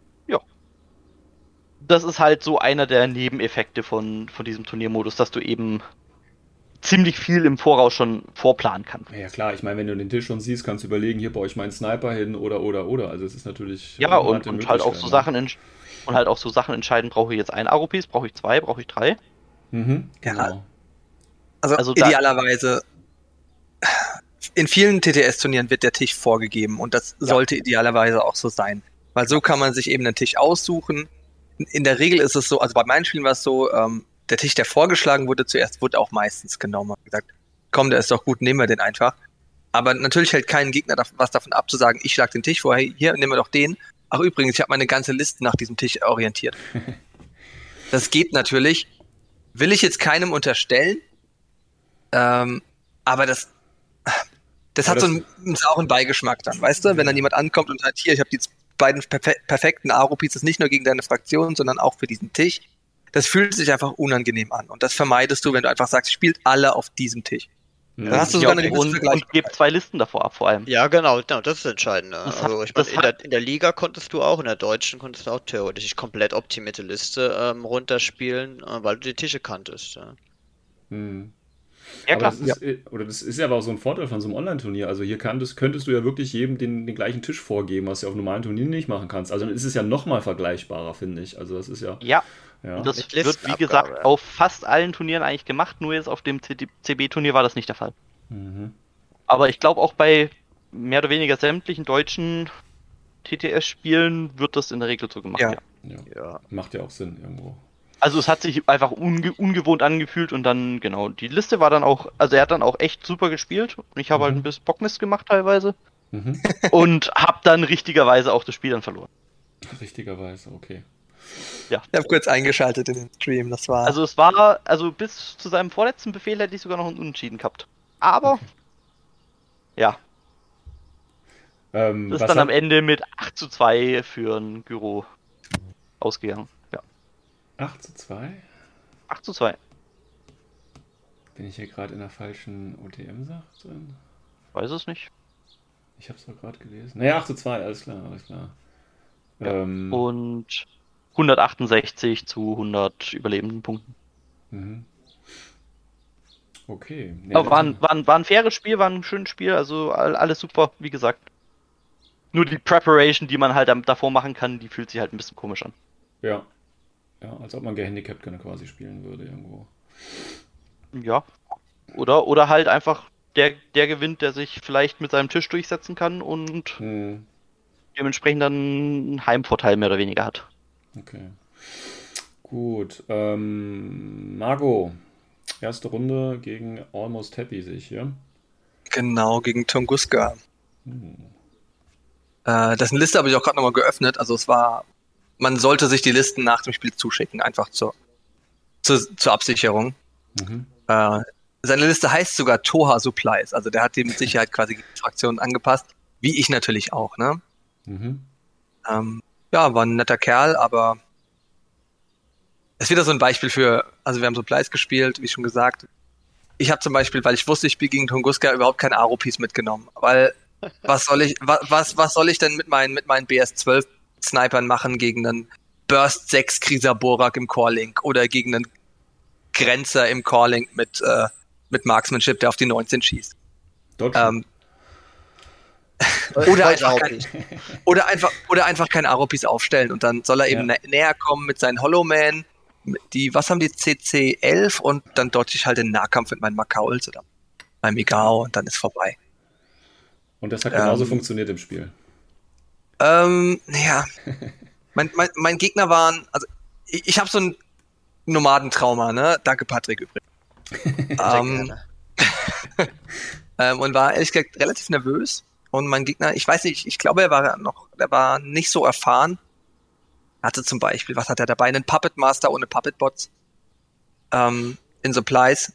C: Das ist halt so einer der Nebeneffekte von, von diesem Turniermodus, dass du eben ziemlich viel im Voraus schon vorplanen kannst.
B: Ja klar, ich meine, wenn du den Tisch schon siehst, kannst du überlegen, hier baue ich meinen Sniper hin oder oder oder. Also es ist natürlich.
C: Ja,
B: man
C: und,
B: hat die
C: und halt auch so
B: Möglichkeit,
C: Sachen entsch- und halt auch so Sachen entscheiden, brauche ich jetzt ein A R O Ps, brauche ich zwei, brauche ich drei.
B: Ne? Mhm.
E: Ja.
B: Genau.
E: Also,
C: Also da-
E: idealerweise, in vielen T T S-Turnieren wird der Tisch vorgegeben und das sollte idealerweise auch so sein. Weil so kann man sich eben einen Tisch aussuchen. In der Regel ist es so, also bei meinen Spielen war es so, ähm, der Tisch, der vorgeschlagen wurde zuerst, wurde auch meistens genommen. Man hat gesagt, komm, der ist doch gut, nehmen wir den einfach. Aber natürlich hält kein Gegner was davon ab, zu sagen, ich schlag den Tisch vor, hey, hier, nehmen wir doch den. Ach übrigens, ich habe meine ganze Liste nach diesem Tisch orientiert. Das geht natürlich. Will ich jetzt keinem unterstellen, ähm, aber das, das hat
B: das,
E: so einen, einen sauren Beigeschmack dann, weißt du? Wenn dann jemand ankommt und sagt, hier, ich habe die beiden perfe- perfekten Aro-Pieces nicht nur gegen deine Fraktion, sondern auch für diesen Tisch. Das fühlt sich einfach unangenehm an. Und das vermeidest du, wenn du einfach sagst, spielt alle auf diesem Tisch.
B: Mhm.
E: Dann hast du
C: Ja,
E: sogar eine
C: und,
E: gewisse
C: und
E: Vergleichbarkeit.
C: gebt zwei Listen davor ab, vor allem.
D: Ja, genau, genau, das ist entscheidend. Ne?
C: Das
D: Also
C: hat-
D: ich meine,
C: das
D: in der, in der Liga konntest du auch, in der deutschen konntest du auch theoretisch die komplett optimierte Liste ähm, runterspielen, äh, weil du die Tische kanntest. Ja.
B: Hm.
C: Ja,
B: Aber
C: klar.
B: das ist, oder das ist ja aber auch so ein Vorteil von so einem Online-Turnier. Also hier kanntest, könntest du ja wirklich jedem den, den gleichen Tisch vorgeben, was du auf normalen Turnieren nicht machen kannst. Also dann ist es ja nochmal vergleichbarer, finde ich. Also das ist ja...
C: Ja,
B: ja.
C: und das
D: Mit
C: wird, wie
D: Listenabgabe,
C: gesagt,
D: ja.
C: auf fast allen Turnieren eigentlich gemacht, nur jetzt auf dem C B-Turnier war das nicht der Fall.
B: Mhm.
C: Aber ich glaube auch bei mehr oder weniger sämtlichen deutschen T T S-Spielen wird das in der Regel so gemacht,
E: Ja.
C: ja.
B: Ja.
D: Ja.
B: Macht ja auch Sinn irgendwo.
C: Also es hat sich einfach unge ungewohnt angefühlt und dann, genau, die Liste war dann auch, also er hat dann auch echt super gespielt und ich habe
B: Mhm.
C: halt ein bisschen Bockmist gemacht teilweise
B: Mhm.
C: und habe dann richtigerweise auch das Spiel dann verloren.
B: Richtigerweise, okay.
E: Ich habe kurz eingeschaltet in den Stream, das war...
C: Also es war, also bis zu seinem vorletzten Befehl hätte ich sogar noch einen Unentschieden gehabt. Aber,
B: Okay.
C: ja,
B: Ähm,
C: das ist
B: was
C: dann am
B: hat-
C: Ende mit acht zu zwei für ein Gyro ausgegangen. Ja,
B: acht zu zwei?
C: acht zu zwei.
B: Bin ich hier gerade in der falschen O T M-Sache drin?
C: Weiß es nicht.
B: Ich habe es doch gerade gelesen. Naja, acht zu zwei, alles klar, alles klar.
C: Ja.
B: Ähm,
C: Und hundertachtundsechzig zu hundert überlebenden Punkten.
B: mhm. Okay. Nee,
C: Aber war
B: das-
C: ein, war, ein, war ein faires Spiel, war ein schönes Spiel, also all- alles super, wie gesagt. Nur die Preparation, die man halt am- davor machen kann, die fühlt sich halt ein bisschen komisch an.
B: Ja. Ja, als ob man gehandicapt quasi spielen würde irgendwo.
C: Ja. Oder, oder halt einfach der, der gewinnt, der sich vielleicht mit seinem Tisch durchsetzen kann und
B: Hm,
C: dementsprechend dann einen Heimvorteil mehr oder weniger hat.
B: okay. Gut. Ähm, Margot. Erste Runde gegen Almost Happy, sehe ich hier.
E: Genau, gegen Tunguska.
B: Hm.
E: Äh, dessen Liste habe ich auch gerade nochmal geöffnet. Also es war, man sollte sich die Listen nach dem Spiel zuschicken, einfach zur, zur, zur Absicherung.
B: Mhm.
E: Äh, seine Liste heißt sogar Toha Supplies, also der hat die mit Sicherheit quasi die Fraktionen angepasst, wie ich natürlich auch, ne?
B: Mhm.
E: Ähm, ja, war ein netter Kerl, aber es ist wieder so ein Beispiel für, also wir haben Supplies gespielt, wie schon gesagt. Ich habe zum Beispiel, weil ich wusste, ich spiele gegen Tunguska, überhaupt kein Aro-Piece mitgenommen, weil was soll ich, wa, was, was soll ich denn mit meinen, mit meinen B S zwölf Snipern machen gegen einen Burst sechs Krisaborak im Core-Link oder gegen einen Grenzer im Core-Link mit, äh, mit Marksmanship, der auf die neunzehn schießt.
B: Dodge.
E: Ähm,
D: Äh,
E: Oder
D: weiß
E: einfach
D: auch
E: kein-
D: nicht.
E: Oder einfach, oder einfach kein Aro-Piece aufstellen und dann soll er eben
B: Ja.
E: nä näher kommen mit seinen Hollow-Man, mit die, was haben die, C C elf und dann dodge ich halt den Nahkampf mit meinen Makauls oder meinem Migao und dann ist vorbei.
B: Und das hat genauso
E: ähm,
B: funktioniert im Spiel.
E: Ähm, naja, mein, mein, mein Gegner waren, also ich, ich habe so ein Nomadentrauma, ne? Danke Patrick übrigens.
D: Sehr
E: ähm,
D: gerne.
E: ähm, und war ehrlich gesagt relativ nervös. Und mein Gegner, ich weiß nicht, ich glaube, er war noch, er war nicht so erfahren. Er hatte zum Beispiel, was hat er dabei? Einen Puppet Master ohne Puppet Bots. Ähm, in Supplies.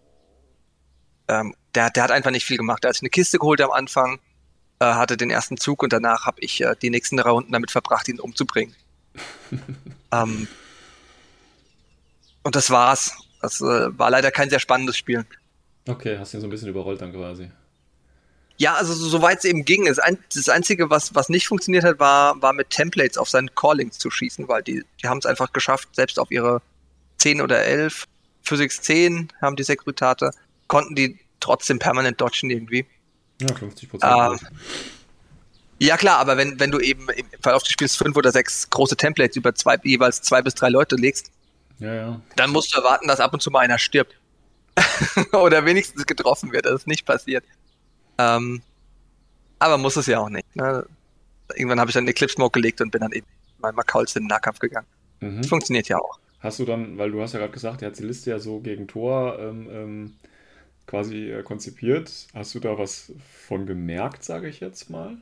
E: Ähm, der, der hat einfach nicht viel gemacht. Er hat sich eine Kiste geholt am Anfang, äh, hatte den ersten Zug und danach habe ich äh, die nächsten drei Runden damit verbracht, ihn umzubringen. ähm, und das war's. Das äh, war leider kein sehr spannendes Spiel.
B: Okay, hast ihn so ein bisschen überrollt dann quasi.
E: Ja, also so- soweit es eben ging. Das, ein, das Einzige, was, was nicht funktioniert hat, war, war mit Templates auf seinen Callings zu schießen, weil die, die haben es einfach geschafft, selbst auf ihre zehn oder elf, Physics zehn haben die Sekuritate, konnten die trotzdem permanent dodgen irgendwie.
B: Ja, fünfzig Prozent.
E: Ähm, Ja klar, aber wenn, wenn du eben im Verlauf des Spiels fünf oder sechs große Templates über zwei, jeweils zwei bis drei Leute legst,
B: ja, ja.
E: dann musst du erwarten, dass ab und zu mal einer stirbt. Oder wenigstens getroffen wird. Das ist nicht passiert. Ähm, aber muss es ja auch nicht. Ne? Irgendwann habe ich dann Eclipse Smoke gelegt und bin dann eben mal Makauls in den Nahkampf gegangen.
B: Mhm.
E: Funktioniert ja auch.
B: Hast du dann, weil du hast ja gerade gesagt, er hat die Liste ja so gegen Tor ähm, ähm, quasi äh, konzipiert. Hast du da was von gemerkt, sage ich jetzt mal?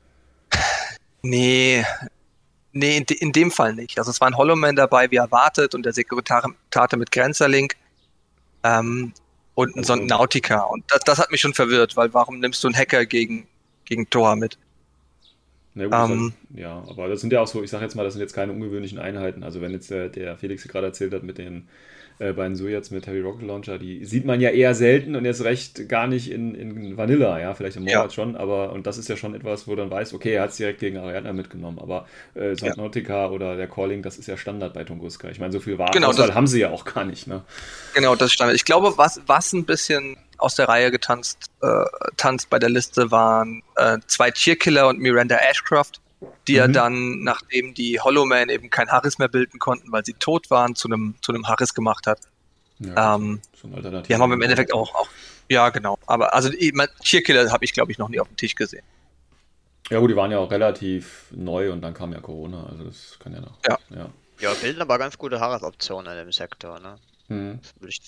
E: Nee, nee, in, de- in dem Fall nicht. Also es war ein Hollow-Man dabei, wie erwartet, und der Sekuritate mit Grenzerlink ähm, und ein
B: Also-
E: Sondenautica. Und das, das hat mich schon verwirrt, weil warum nimmst du einen Hacker gegen, gegen Thor mit?
B: Na gut, das
E: Ähm.
B: halt, ja, aber das sind ja auch so, ich sage jetzt mal, das sind jetzt keine ungewöhnlichen Einheiten. Also wenn jetzt der, der Felix hier gerade erzählt hat mit den äh, beiden Sojats mit Heavy Rocket Launcher, die sieht man ja eher selten und jetzt recht gar nicht in, in Vanilla, ja, vielleicht im Monat
E: Ja.
B: schon, aber und das ist ja schon etwas, wo dann weiß, okay, er hat es direkt gegen Ariadna mitgenommen, aber äh, Subnautica oder der Calling, das ist ja Standard bei Tunguska. Ich meine, so viel war
E: Genau,
B: Auswahl
E: das-
B: haben sie ja auch gar nicht, ne?
E: Genau, das stand. Ich glaube, was, was ein bisschen aus der Reihe getanzt äh, tanzt bei der Liste waren äh, zwei Tierkiller und Miranda Ashcroft, die er
B: Mhm.
E: dann, nachdem die Hollow-Man eben kein Harris mehr bilden konnten, weil sie tot waren, zu einem zu einem Harris gemacht hat.
B: Ja,
E: Ähm,
B: so ein Alternativ.
E: Die haben aber im Endeffekt auch, auch ja genau. Aber also die- mein Tierkiller habe ich, glaube ich, noch nie auf dem Tisch gesehen.
B: Ja gut, die waren ja auch relativ neu und dann kam ja Corona, also das kann ja noch.
E: Ja.
B: ja.
D: Ja, bilden aber ganz gute Harris-Optionen in dem Sektor, ne?
B: Mhm.
D: Das würde ich.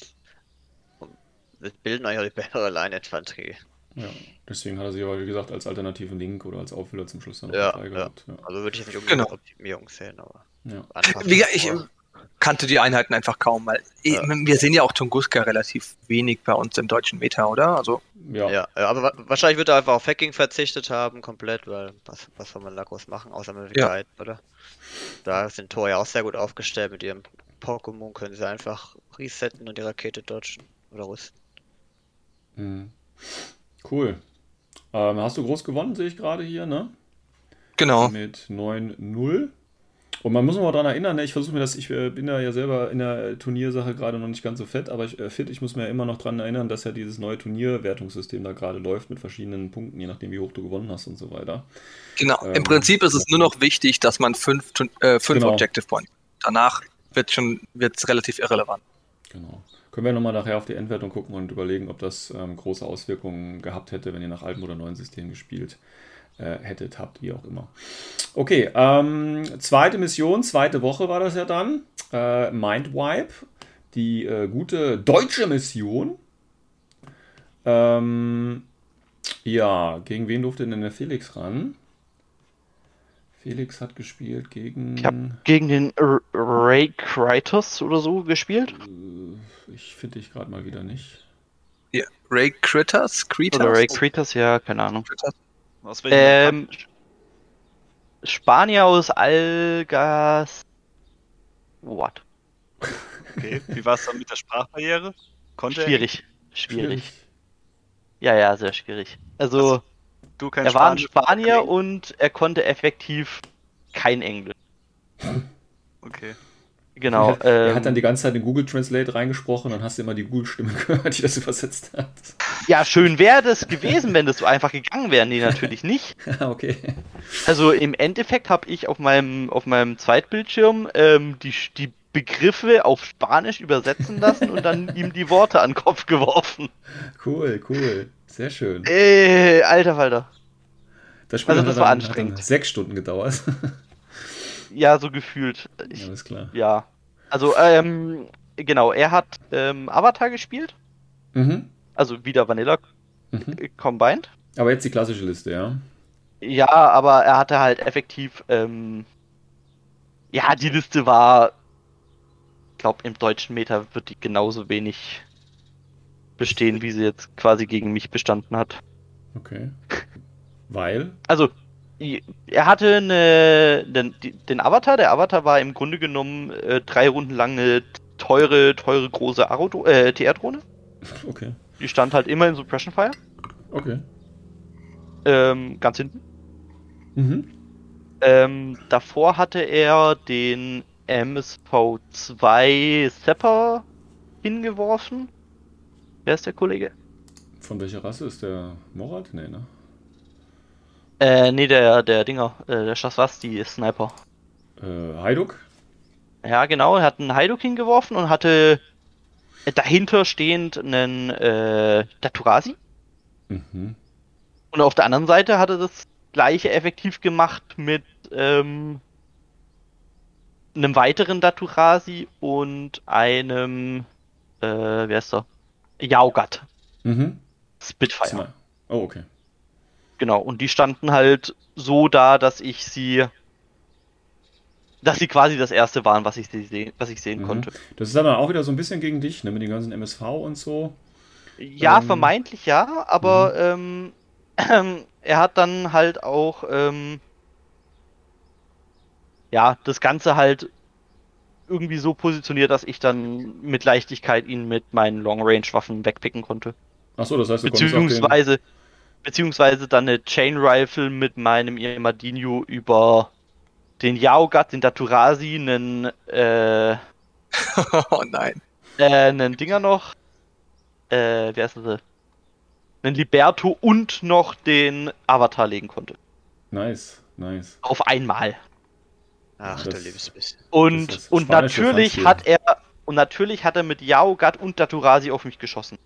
D: Wir bilden eigentlich auch die bessere Line-Infanterie.
B: Ja, deswegen hat er sich aber, wie gesagt, als alternativen Link oder als Auffüller zum Schluss dann noch
D: Ja,
B: dabei
D: ja.
B: gehabt. Ja.
D: Also würde ich jetzt nicht unbedingt
E: Genau.
D: als Optimierung sehen, aber.
B: Ja.
D: Anpassung
E: Wie gesagt, ich
D: vor.
E: kannte die Einheiten einfach kaum, weil eh,
D: Ja.
E: wir sehen ja auch Tunguska relativ wenig bei uns im deutschen Meta, oder? Also
B: Ja.
D: Ja, ja, aber wa wahrscheinlich wird er einfach auf Hacking verzichtet haben, komplett, weil was, was soll man da groß machen, außer mit
E: Ja.
D: Guide, oder? Da sind Tor ja auch sehr gut aufgestellt mit ihrem Pokémon, können sie einfach resetten und die Rakete dodgen oder rüsten.
B: Mhm. Cool. Ähm, hast du groß gewonnen, sehe ich gerade hier, ne?
E: genau.
B: Mit neun null. Und man muss noch mal daran erinnern, ne, ich versuche mir das, ich äh, bin da ja selber in der Turniersache gerade noch nicht ganz so fett, aber ich, äh, fit, ich muss mir ja immer noch daran erinnern, dass ja dieses neue Turnierwertungssystem da gerade läuft mit verschiedenen Punkten, je nachdem wie hoch du gewonnen hast und so weiter.
E: Genau.
B: Ähm,
E: Im Prinzip ist es nur noch wichtig, dass man fünf, Tun- äh, fünf
B: Genau.
E: Objective Points. Danach wird schon wird's relativ irrelevant.
B: Genau. Können wir nochmal nachher auf die Endwertung gucken und überlegen, ob das ähm, große Auswirkungen gehabt hätte, wenn ihr nach altem oder neuen System gespielt äh, hättet, habt, wie auch immer. Okay, ähm, zweite Mission, zweite Woche war das ja dann. Äh, Mindwipe, die äh, gute deutsche Mission. Ähm, ja, gegen wen durfte denn der Felix ran? Felix hat gespielt gegen...
C: Ich habe gegen den R Ray Kratos oder so gespielt.
B: Äh, ich finde dich gerade mal wieder nicht.
E: Ja. Ray Critters? Critters?
C: Oder Ray Kratos, ja, keine Ahnung.
E: Critters?
F: Aus welchem Land?
C: Ähm, Spanier aus Algas. What?
F: Okay, wie war es dann mit der Sprachbarriere? Konnte
C: Schwierig. Schwierig. Ja, ja, sehr schwierig. Also,
F: er? Du kein
C: er war ein
F: Spanisch?
C: Spanier
F: Okay.
C: und er konnte effektiv kein Englisch.
F: Okay.
C: Genau.
B: er, er
C: ähm,
B: hat dann die ganze Zeit in Google Translate reingesprochen, dann hast du immer die Google-Stimme gehört, die das übersetzt hat.
C: ja, schön wäre das gewesen, wenn das so einfach gegangen wäre. Nee, natürlich nicht.
B: Ja, okay.
C: Also im Endeffekt habe ich auf meinem, auf meinem Zweitbildschirm ähm, die, die Begriffe auf Spanisch übersetzen lassen und dann ihm die Worte an den Kopf geworfen.
B: Cool, cool. Sehr schön.
C: Äh, alter Falter.
B: Das Spiel
C: also
B: hat,
C: das
B: dann,
C: war
B: hat dann
C: anstrengend.
B: sechs Stunden gedauert.
C: Ja, so gefühlt.
B: Ja,
C: Ich,
B: alles klar.
C: ja. Also, ähm, genau, er hat ähm, Avatar gespielt.
B: Mhm.
C: Also wieder Vanilla
B: Mhm.
C: äh, Combined.
B: Aber jetzt die klassische Liste, ja?
C: Ja, aber er hatte halt effektiv, ähm, ja, die Liste war, ich glaube, im deutschen Meta wird die genauso wenig bestehen, wie sie jetzt quasi gegen mich bestanden hat.
B: Okay. Weil?
C: Also, i- er hatte eine, den, die- den Avatar, der Avatar war im Grunde genommen äh, drei Runden lang eine teure, teure, große Aro äh, T R-Drohne.
B: Okay.
C: Die stand halt immer in Suppression Fire,
B: Okay.
C: ähm, ganz hinten.
B: Mhm.
C: Ähm, davor hatte er den M S V zwei Sepper hingeworfen. Wer ist der Kollege?
B: Von welcher Rasse ist der Morat? Nee, ne?
C: Äh, nee, der, der Dinger, äh, der Shaswasti Sniper.
B: Äh, Haiduk?
C: Ja, genau, er hat einen Haiduk hingeworfen und hatte dahinter stehend einen äh, Daturasi.
B: Mhm.
C: Und auf der anderen Seite hat er das gleiche effektiv gemacht mit ähm, einem weiteren Daturasi und einem, äh, wer ist der? Yaugat.
B: Mhm.
C: Spitfire.
B: Zwei. Oh, okay.
C: Genau, und die standen halt so da, dass ich sie, dass sie quasi das erste waren, was ich, sie seh, was ich sehen
B: Mhm.
C: konnte.
B: Das ist dann auch wieder so ein bisschen gegen dich, ne, mit den ganzen M S V und so.
C: Ja,
B: Ähm,
C: vermeintlich ja, aber ähm, er hat dann halt auch ähm, ja, das Ganze halt irgendwie so positioniert, dass ich dann mit Leichtigkeit ihn mit meinen Long-Range-Waffen wegpicken konnte.
B: Achso, das heißt, du konntest auch den...
C: Beziehungsweise, beziehungsweise dann eine Chain-Rifle mit meinem Irmadinho über den Yaogat, den Daturasi, einen, äh,
E: Oh nein.
C: äh, einen Dinger noch, äh, wer ist das? Einen Liberto und noch den Avatar legen konnte.
B: Nice, nice.
C: Auf einmal.
D: Ach,
B: Das-
D: du liebes bisschen.
C: Und,
B: Das ist das
C: und
B: spanische
C: natürlich
B: Fangspiel.
C: hat er und natürlich hat er mit Yaogat und Daturasi auf mich geschossen.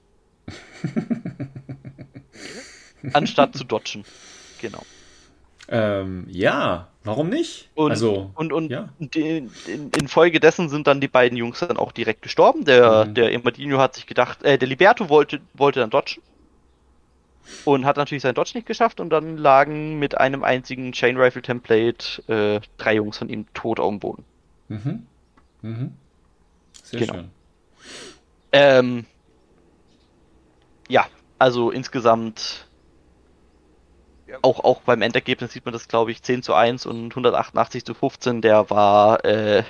C: Anstatt zu dodgen. Genau.
B: Ähm, ja, warum nicht?
C: Und,
B: also,
C: und, und
B: ja.
C: die, in, infolgedessen sind dann die beiden Jungs dann auch direkt gestorben. Der,
B: Mhm.
C: der Irmadinho hat sich gedacht, äh, der Liberto wollte, wollte dann dodgen. Und hat natürlich seinen Dodge nicht geschafft und dann lagen mit einem einzigen Chain Rifle Template äh, drei Jungs von ihm tot auf dem Boden.
B: Mhm. Mhm. Sehr
C: Genau.
B: schön.
C: Ähm, ja, also insgesamt auch, auch beim Endergebnis sieht man das, glaube ich, zehn zu eins und hundertachtundachtzig zu fünfzehn, der war äh,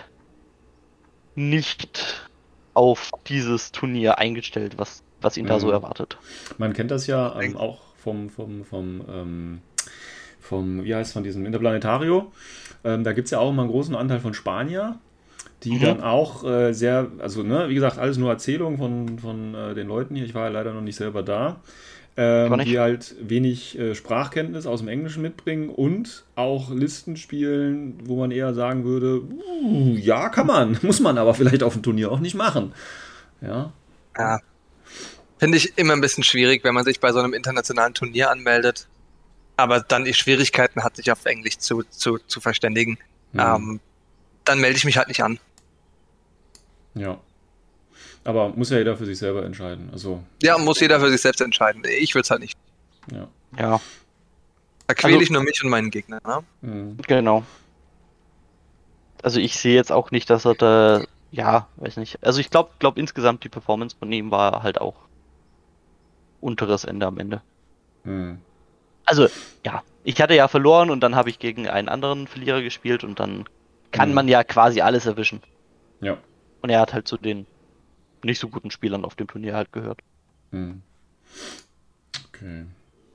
C: nicht auf dieses Turnier eingestellt, was, was ihn da so
B: Mhm.
C: erwartet.
B: Man kennt das ja ähm, auch vom, vom, vom, ähm, vom, wie heißt von diesem Interplanetario. Ähm, da gibt es ja auch immer einen großen Anteil von Spanier, die
C: Mhm.
B: dann auch äh, sehr, also ne, wie gesagt, alles nur Erzählungen von, von äh, den Leuten hier. Ich war ja leider noch nicht selber da. Ähm,
C: War nicht.
B: die halt wenig äh, Sprachkenntnis aus dem Englischen mitbringen und auch Listen spielen, wo man eher sagen würde, uh, ja, kann man, muss man aber vielleicht auf dem Turnier auch nicht machen. Ja.
E: Ja. Finde ich immer ein bisschen schwierig, wenn man sich bei so einem internationalen Turnier anmeldet, aber dann die Schwierigkeiten hat, sich auf Englisch zu, zu, zu verständigen.
B: Mhm.
E: Ähm, dann melde ich mich halt nicht an.
B: Ja. Aber muss ja jeder für sich selber entscheiden. Also,
E: Ja, muss jeder für sich selbst entscheiden. Ich würde es halt nicht.
B: ja.
C: Ja,
E: Da quäle
C: Also-
E: ich nur mich und meinen Gegner. Ne?
B: Mhm.
C: genau. Also ich sehe jetzt auch nicht, dass er da, ja, weiß nicht. Also ich glaube, glaub insgesamt die Performance von ihm war halt auch unteres Ende am Ende.
B: Mhm.
C: Also, ja, ich hatte ja verloren und dann habe ich gegen einen anderen Verlierer gespielt und dann kann
B: Mhm.
C: man ja quasi alles erwischen.
B: Ja.
C: Und er hat halt zu den nicht so guten Spielern auf dem Turnier halt gehört.
B: Mhm. Okay.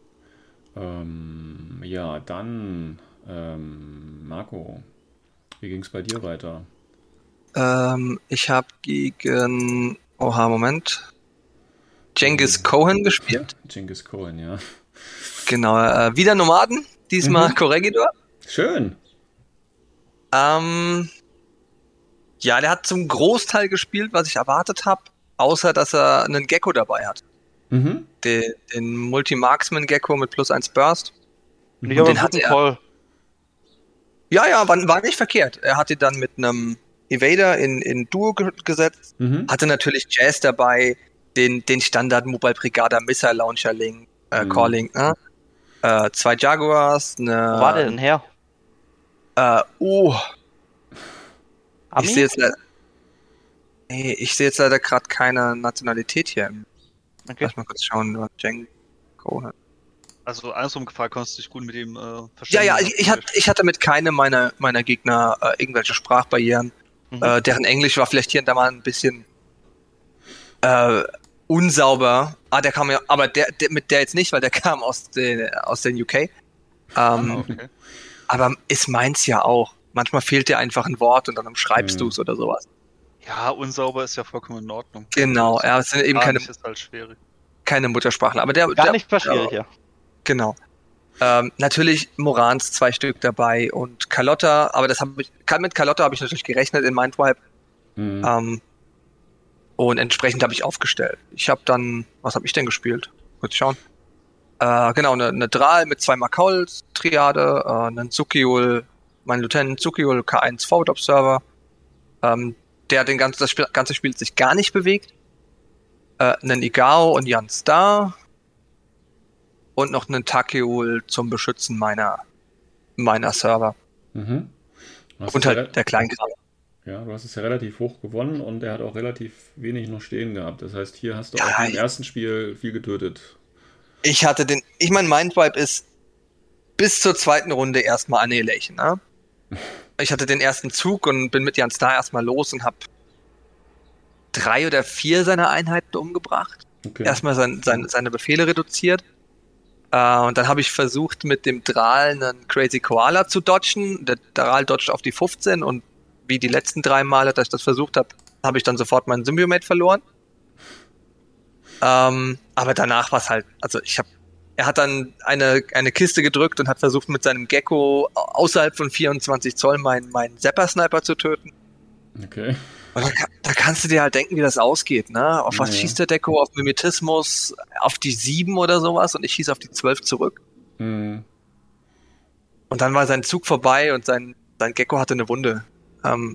B: Ähm, ja, dann, ähm, Marco, wie ging es bei dir weiter?
E: Ähm, ich habe gegen, oha, Moment, Genghis Cohen gespielt.
B: Genghis Cohen, ja.
E: Genau, äh, wieder Nomaden, diesmal
B: Mhm.
E: Corregidor.
B: Schön.
E: Ähm, ja, der hat zum Großteil gespielt, was ich erwartet habe, außer dass er einen Gecko dabei hat.
B: Mhm.
E: Den, den Multi-Marksman-Gecko mit plus eins Burst.
C: Und ich habe
E: Den
C: einen
E: hat
C: guten
E: er.
C: Call.
E: Ja, ja, war, war nicht verkehrt. Er hat ihn dann mit einem Evader in, in Duo ge gesetzt,
B: Mhm.
E: hatte natürlich Jazz dabei, den, den Standard Mobile Brigada Missile Launcher Link, äh,
B: Mhm.
E: Calling, ne? äh, zwei Jaguars, eine.
C: Wo war der denn her?
E: Äh, oh,
C: Ami?
E: ich sehe jetzt, le- nee, ich sehe jetzt leider gerade keine Nationalität hier.
C: Okay.
E: Lass mal kurz schauen, was Genghis Cohen.
F: Also andersrum gefragt, konntest du dich gut mit ihm äh,
E: Ja,
F: verständigen?
E: ja, ich, ich, hatte, ich hatte mit keinem meiner, meiner Gegner äh, irgendwelche Sprachbarrieren.
C: Mhm.
E: Äh, deren Englisch war vielleicht hier und da mal ein bisschen äh, unsauber. Ah, der kam ja, aber der, der mit der jetzt nicht, weil der kam aus den, aus den U K. Ähm,
F: Ah, okay.
E: Aber ist meins ja auch. Manchmal fehlt dir einfach ein Wort und dann schreibst
B: Mhm.
E: du es oder sowas.
F: Ja, unsauber ist ja vollkommen in Ordnung.
E: Genau, ja, es sind eben keine,
F: Das ist halt schwierig.
E: keine Muttersprachler. Aber der,
C: Gar
E: der,
C: nicht schwierig, ja.
E: Genau. Ähm, natürlich Morans zwei Stück dabei und Carlotta, aber das habe ich, mit Carlotta habe ich natürlich gerechnet in Mindwipe.
B: Mhm.
E: Ähm, und entsprechend habe ich aufgestellt. Ich habe dann, was habe ich denn gespielt? Kurz schauen. Äh, genau, eine, eine Dral mit zwei Makauls, Triade, äh, einen Zukiul, mein Lieutenant Zukiul K eins Forward Observer. Ähm, der den ganzen, das Spiel, ganze Spiel sich gar nicht bewegt. äh, einen Igao und Jan Star und noch einen Takeul zum Beschützen meiner, meiner Server.
B: Mhm. Du hast
E: Und
B: es ja
E: halt
B: re-
E: der Kleinkram.
B: Ja, du hast es ja relativ hoch gewonnen und er hat auch relativ wenig noch stehen gehabt. Das heißt, hier hast du
E: Ja,
B: auch im
E: ich-
B: ersten Spiel viel getötet.
E: Ich hatte den, ich mein Mindwipe ist bis zur zweiten Runde erstmal Annihilation, ne? Ich hatte den ersten Zug und bin mit Jan Star erstmal los und hab drei oder vier seiner Einheiten umgebracht.
B: Okay.
E: Erstmal sein, sein, seine Befehle reduziert. Äh, und dann habe ich versucht, mit dem Dral einen Crazy Koala zu dodgen. Der Dral dodgt auf die fünfzehn und wie die letzten drei Male, dass ich das versucht habe, habe ich dann sofort meinen Symbiomate verloren. Ähm, aber danach war es halt, also ich habe, er hat dann eine, eine Kiste gedrückt und hat versucht, mit seinem Gecko außerhalb von vierundzwanzig Zoll meinen, meinen Zapper-Sniper zu töten.
B: Okay.
E: Und da, da kannst du dir halt denken, wie das ausgeht, ne? Auf was
B: Ja, ja.
E: schießt der Deko? Auf Mimetismus, auf die sieben oder sowas und ich schieße auf die zwölf zurück.
B: Mhm.
E: Und dann war sein Zug vorbei und sein, sein Gecko hatte eine Wunde. Ähm,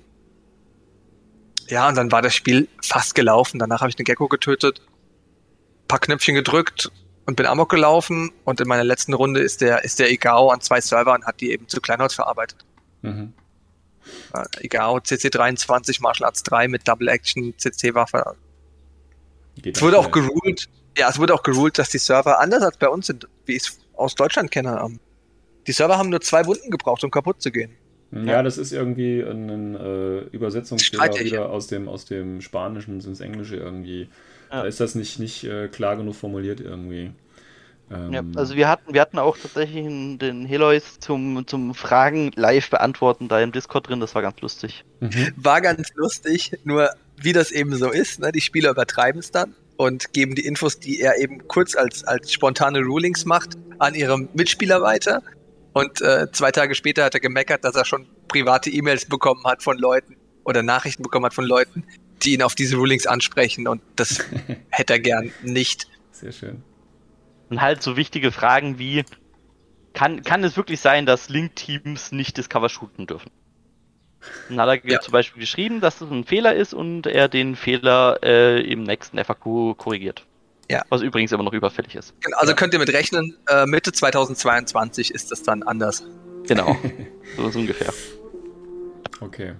E: ja, und dann war das Spiel fast gelaufen. Danach habe ich den Gecko getötet, paar Knöpfchen gedrückt und bin Amok gelaufen. Und in meiner letzten Runde ist der, ist der Igao an zwei Servern und hat die eben zu Kleinholz verarbeitet.
B: Mhm.
E: Äh, Igao C C dreiundzwanzig, Martial Arts drei mit Double Action, C C-Waffe.
B: Geht
E: Es wurde
B: dann
E: auch
B: schnell.
E: geruled, ja, es wurde auch geruled, dass die Server anders als bei uns sind, wie ich es aus Deutschland kenne. ähm, Die Server haben nur zwei Wunden gebraucht, um kaputt zu gehen.
B: Ja, das ist irgendwie ein, ein äh, Übersetzungsfehler
E: Streitig.
B: wieder aus dem, aus dem Spanischen ins Englische irgendwie.
C: Ja.
B: Da ist das nicht, nicht äh, klar genug formuliert irgendwie. Ähm,
C: Ja, also wir hatten, wir hatten auch tatsächlich einen- den Helois zum, zum Fragen live beantworten da im Discord drin, das war ganz lustig.
B: mhm.
E: War ganz lustig, nur wie das eben so ist, ne? Die Spieler übertreiben es dann und geben die Infos, die er eben kurz als, als spontane Rulings macht, an ihre Mitspieler weiter. Und äh, zwei Tage später hat er gemeckert, dass er schon private E-Mails bekommen hat von Leuten oder Nachrichten bekommen hat von Leuten, die ihn auf diese Rulings ansprechen und das hätte er gern nicht.
B: Sehr schön.
C: Und halt so wichtige Fragen wie, kann, kann es wirklich sein, dass Link-Teams nicht Discover shooten dürfen? Dann hat er
E: Ja.
C: zum Beispiel geschrieben, dass das ein Fehler ist und er den Fehler äh, im nächsten F A Q korrigiert.
E: Ja.
C: Was übrigens immer noch überfällig ist.
E: Genau, also
B: Ja.
E: könnt ihr mit rechnen, äh, Mitte zweitausendzweiundzwanzig ist das dann anders.
C: Genau, so, so ungefähr.
B: Okay.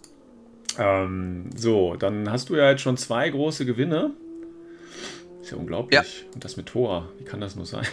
B: Ähm, so, dann hast du ja jetzt schon zwei große Gewinne. Ist ja unglaublich.
E: Ja.
B: Und das mit Tora. Wie kann das nur sein?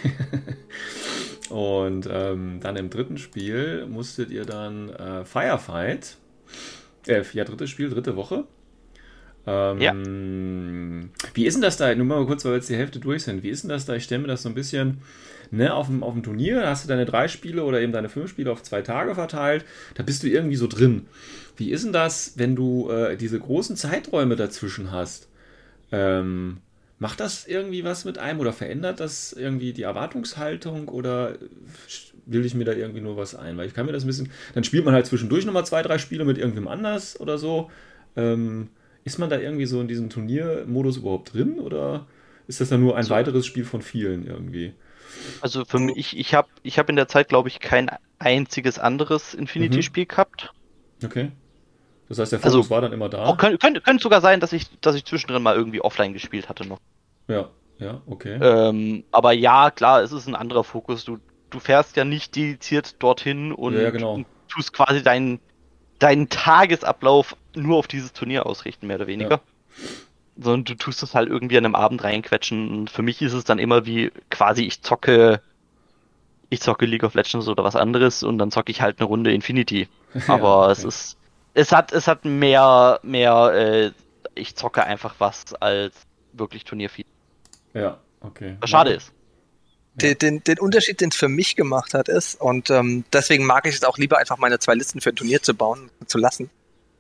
B: Und ähm, dann im dritten Spiel musstet ihr dann äh, Firefight. Äh, ja, drittes Spiel, dritte Woche. Ähm,
C: Ja.
B: Wie ist denn das da? Nur mal kurz, weil wir jetzt die Hälfte durch sind. Wie ist denn das da? Ich stelle mir das so ein bisschen, ne, auf dem, auf dem Turnier, da hast du deine drei Spiele oder eben deine fünf Spiele auf zwei Tage verteilt. Da bist du irgendwie so drin. Wie ist denn das, wenn du äh, diese großen Zeiträume dazwischen hast? Ähm, macht das irgendwie was mit einem oder verändert das irgendwie die Erwartungshaltung oder bilde ich mir da irgendwie nur was ein? Weil ich kann mir das ein bisschen, dann spielt man halt zwischendurch nochmal zwei, drei Spiele mit irgendwem anders oder so. Ähm, ist man da irgendwie so in diesem Turniermodus überhaupt drin oder ist das dann nur ein
C: So.
B: weiteres Spiel von vielen irgendwie?
C: Also für mich, ich, ich habe ich hab in der Zeit, glaube ich, kein einziges anderes Infinity-Spiel gehabt.
B: Okay. Das heißt, der
C: Also,
B: Fokus war dann immer da?
C: Auch könnte, könnte, könnte sogar sein, dass ich, dass ich zwischendrin mal irgendwie offline gespielt hatte noch.
B: Ja, ja, okay.
C: Ähm, aber ja, klar, es ist ein anderer Fokus. Du, du fährst ja nicht dediziert dorthin und,
B: Ja, ja, genau.
C: und tust quasi deinen, deinen Tagesablauf nur auf dieses Turnier ausrichten, mehr oder weniger.
B: Ja.
C: Sondern du tust es halt irgendwie an einem Abend reinquetschen. Und für mich ist es dann immer wie quasi, ich zocke, ich zocke League of Legends oder was anderes und dann zocke ich halt eine Runde Infinity. Aber
B: okay.
C: es ist, es hat, es hat mehr, mehr, äh, ich zocke einfach was als wirklich Turnierfeed.
B: Ja, okay.
C: Was schade ist.
E: Den, den, den Unterschied, den es für mich gemacht hat, ist, und ähm, deswegen mag ich es auch lieber, einfach meine zwei Listen für ein Turnier zu bauen, zu lassen.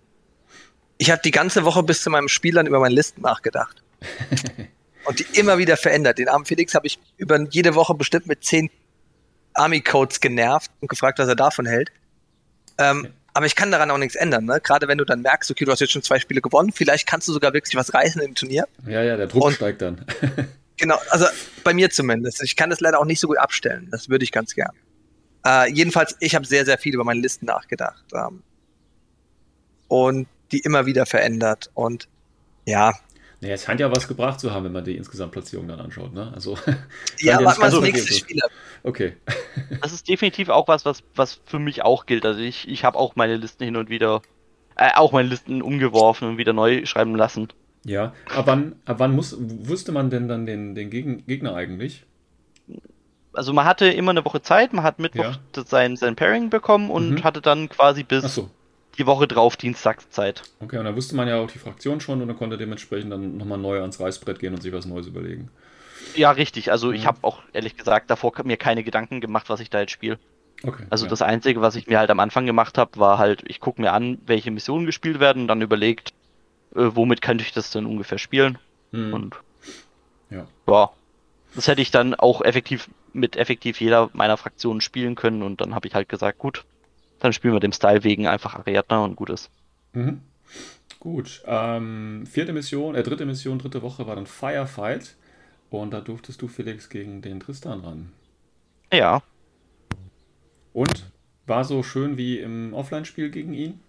E: Ich habe die ganze Woche bis zu meinem Spiel dann über meine Listen nachgedacht. Und die immer wieder verändert. Den armen Felix habe ich über jede Woche bestimmt mit zehn Army-Codes genervt und gefragt, was er davon hält. Ähm,
B: Ja.
E: Aber ich kann daran auch nichts ändern, ne? Gerade wenn du dann merkst, okay, du hast jetzt schon zwei Spiele gewonnen, vielleicht kannst du sogar wirklich was reißen im Turnier.
B: Ja, ja, der Druck
E: Und-
B: steigt dann.
E: Genau, also bei mir zumindest. Ich kann das leider auch nicht so gut abstellen. Das würde ich ganz gern. Äh, jedenfalls, ich habe sehr, sehr viel über meine Listen nachgedacht. Ähm, und die immer wieder verändert. Und ja,
B: Nee, es scheint ja was gebracht zu haben, wenn man die Insgesamtplatzierung dann anschaut, ne? Also,
E: Ja,
B: scheint
E: warte mal
B: nicht ganz
E: das
B: verkehrt
E: nächste
B: so.
E: Spiel ab.
B: Okay.
C: Das ist definitiv auch was, was, was für mich auch gilt. Also ich, ich habe auch meine Listen hin und wieder, äh, auch meine Listen umgeworfen und wieder neu schreiben lassen.
B: Ja, ab wann, ab wann muss, wusste man denn dann den, den Gegen, Gegner eigentlich?
C: Also man hatte immer eine Woche Zeit, man hat Mittwoch
B: Ja.
C: sein, sein Pairing bekommen und
B: Mhm.
C: hatte dann quasi bis
B: Ach so.
C: die Woche drauf Dienstagszeit.
B: Okay, und dann wusste man ja auch die Fraktion schon und dann konnte dementsprechend dann nochmal neu ans Reißbrett gehen und sich was Neues überlegen.
C: Ja, richtig. Also ich
B: Mhm.
C: habe auch ehrlich gesagt davor mir keine Gedanken gemacht, was ich da jetzt spiele.
B: Okay.
C: Also
B: ja.
C: das Einzige, was ich mir halt am Anfang gemacht habe, war halt, ich gucke mir an, welche Missionen gespielt werden und dann überlegt, äh, womit könnte ich das denn ungefähr spielen.
B: Mhm.
C: Und
B: Ja.
C: ja, das hätte ich dann auch effektiv mit effektiv jeder meiner Fraktionen spielen können und dann habe ich halt gesagt, gut, dann spielen wir dem Style wegen einfach Ariadna und gut ist.
B: Mhm. Gut. Ähm, vierte Mission, äh, dritte Mission, dritte Woche war dann Firefight. Und da durftest du, Felix, gegen den Tristan ran.
C: Ja,
B: Und war so schön wie im Offline-Spiel gegen ihn?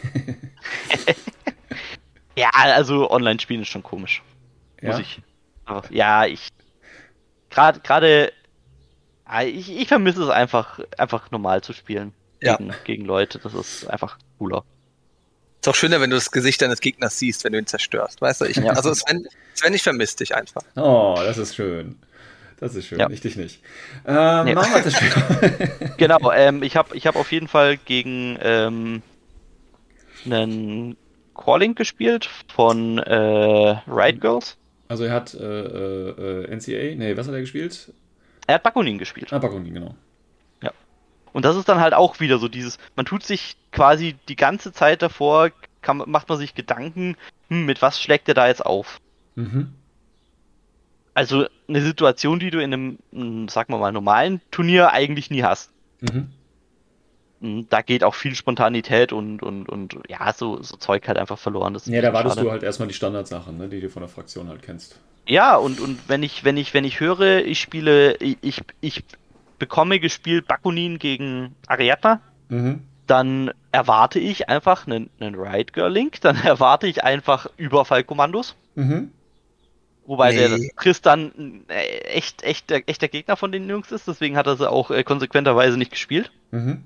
C: ja, also Online-Spielen ist schon komisch. Muss
B: Ja?
C: ich. Aber, ja, ich. Gerade, gerade. Ich, ich vermisse es einfach, einfach normal zu spielen.
E: Ja.
C: Gegen, gegen Leute. Das ist einfach cooler.
E: Ist auch schöner, wenn du das Gesicht deines Gegners siehst, wenn du ihn zerstörst. Weißt du, ich,
C: Ja.
E: also Sven, Sven, ich vermisse dich einfach.
B: Oh, das ist schön. Das ist schön.
C: Ja.
B: Ich dich nicht. Ähm,
C: Nee.
B: Machen wir das Spiel.
C: Genau, ähm, ich habe ich hab auf jeden Fall gegen ähm, einen Calling gespielt von äh, Riot Girls.
B: Also er hat äh, äh, N C A, nee, was hat er gespielt?
C: Er hat Bakunin gespielt.
B: Ah, Bakunin, genau.
C: Und das ist dann halt auch wieder so dieses, man tut sich quasi die ganze Zeit davor, kann, macht man sich Gedanken, hm, mit was schlägt er da jetzt auf?
B: Mhm.
C: Also eine Situation, die du in einem, hm, sagen wir mal, normalen Turnier eigentlich nie hast.
B: Mhm.
C: Hm, Da geht auch viel Spontanität und, und, und ja, so, so Zeug halt einfach verloren. Das ist
B: Ja, da
C: ein bisschen
B: wartest
C: schade.
B: du halt erstmal die Standardsachen, ne, die du von der Fraktion halt kennst.
C: Ja, und, und wenn ich, wenn ich, wenn ich höre, ich spiele, ich, ich, ich bekomme gespielt Bakunin gegen Ariadna,
B: Mhm.
C: dann erwarte ich einfach einen, einen Riot Girl Link, dann erwarte ich einfach Überfallkommandos,
B: Mhm.
C: wobei
E: Nee.
C: der Tristan äh, echt, echt, der, echt der Gegner von den Jungs ist, deswegen hat er sie auch äh, konsequenterweise nicht gespielt.
B: Mhm.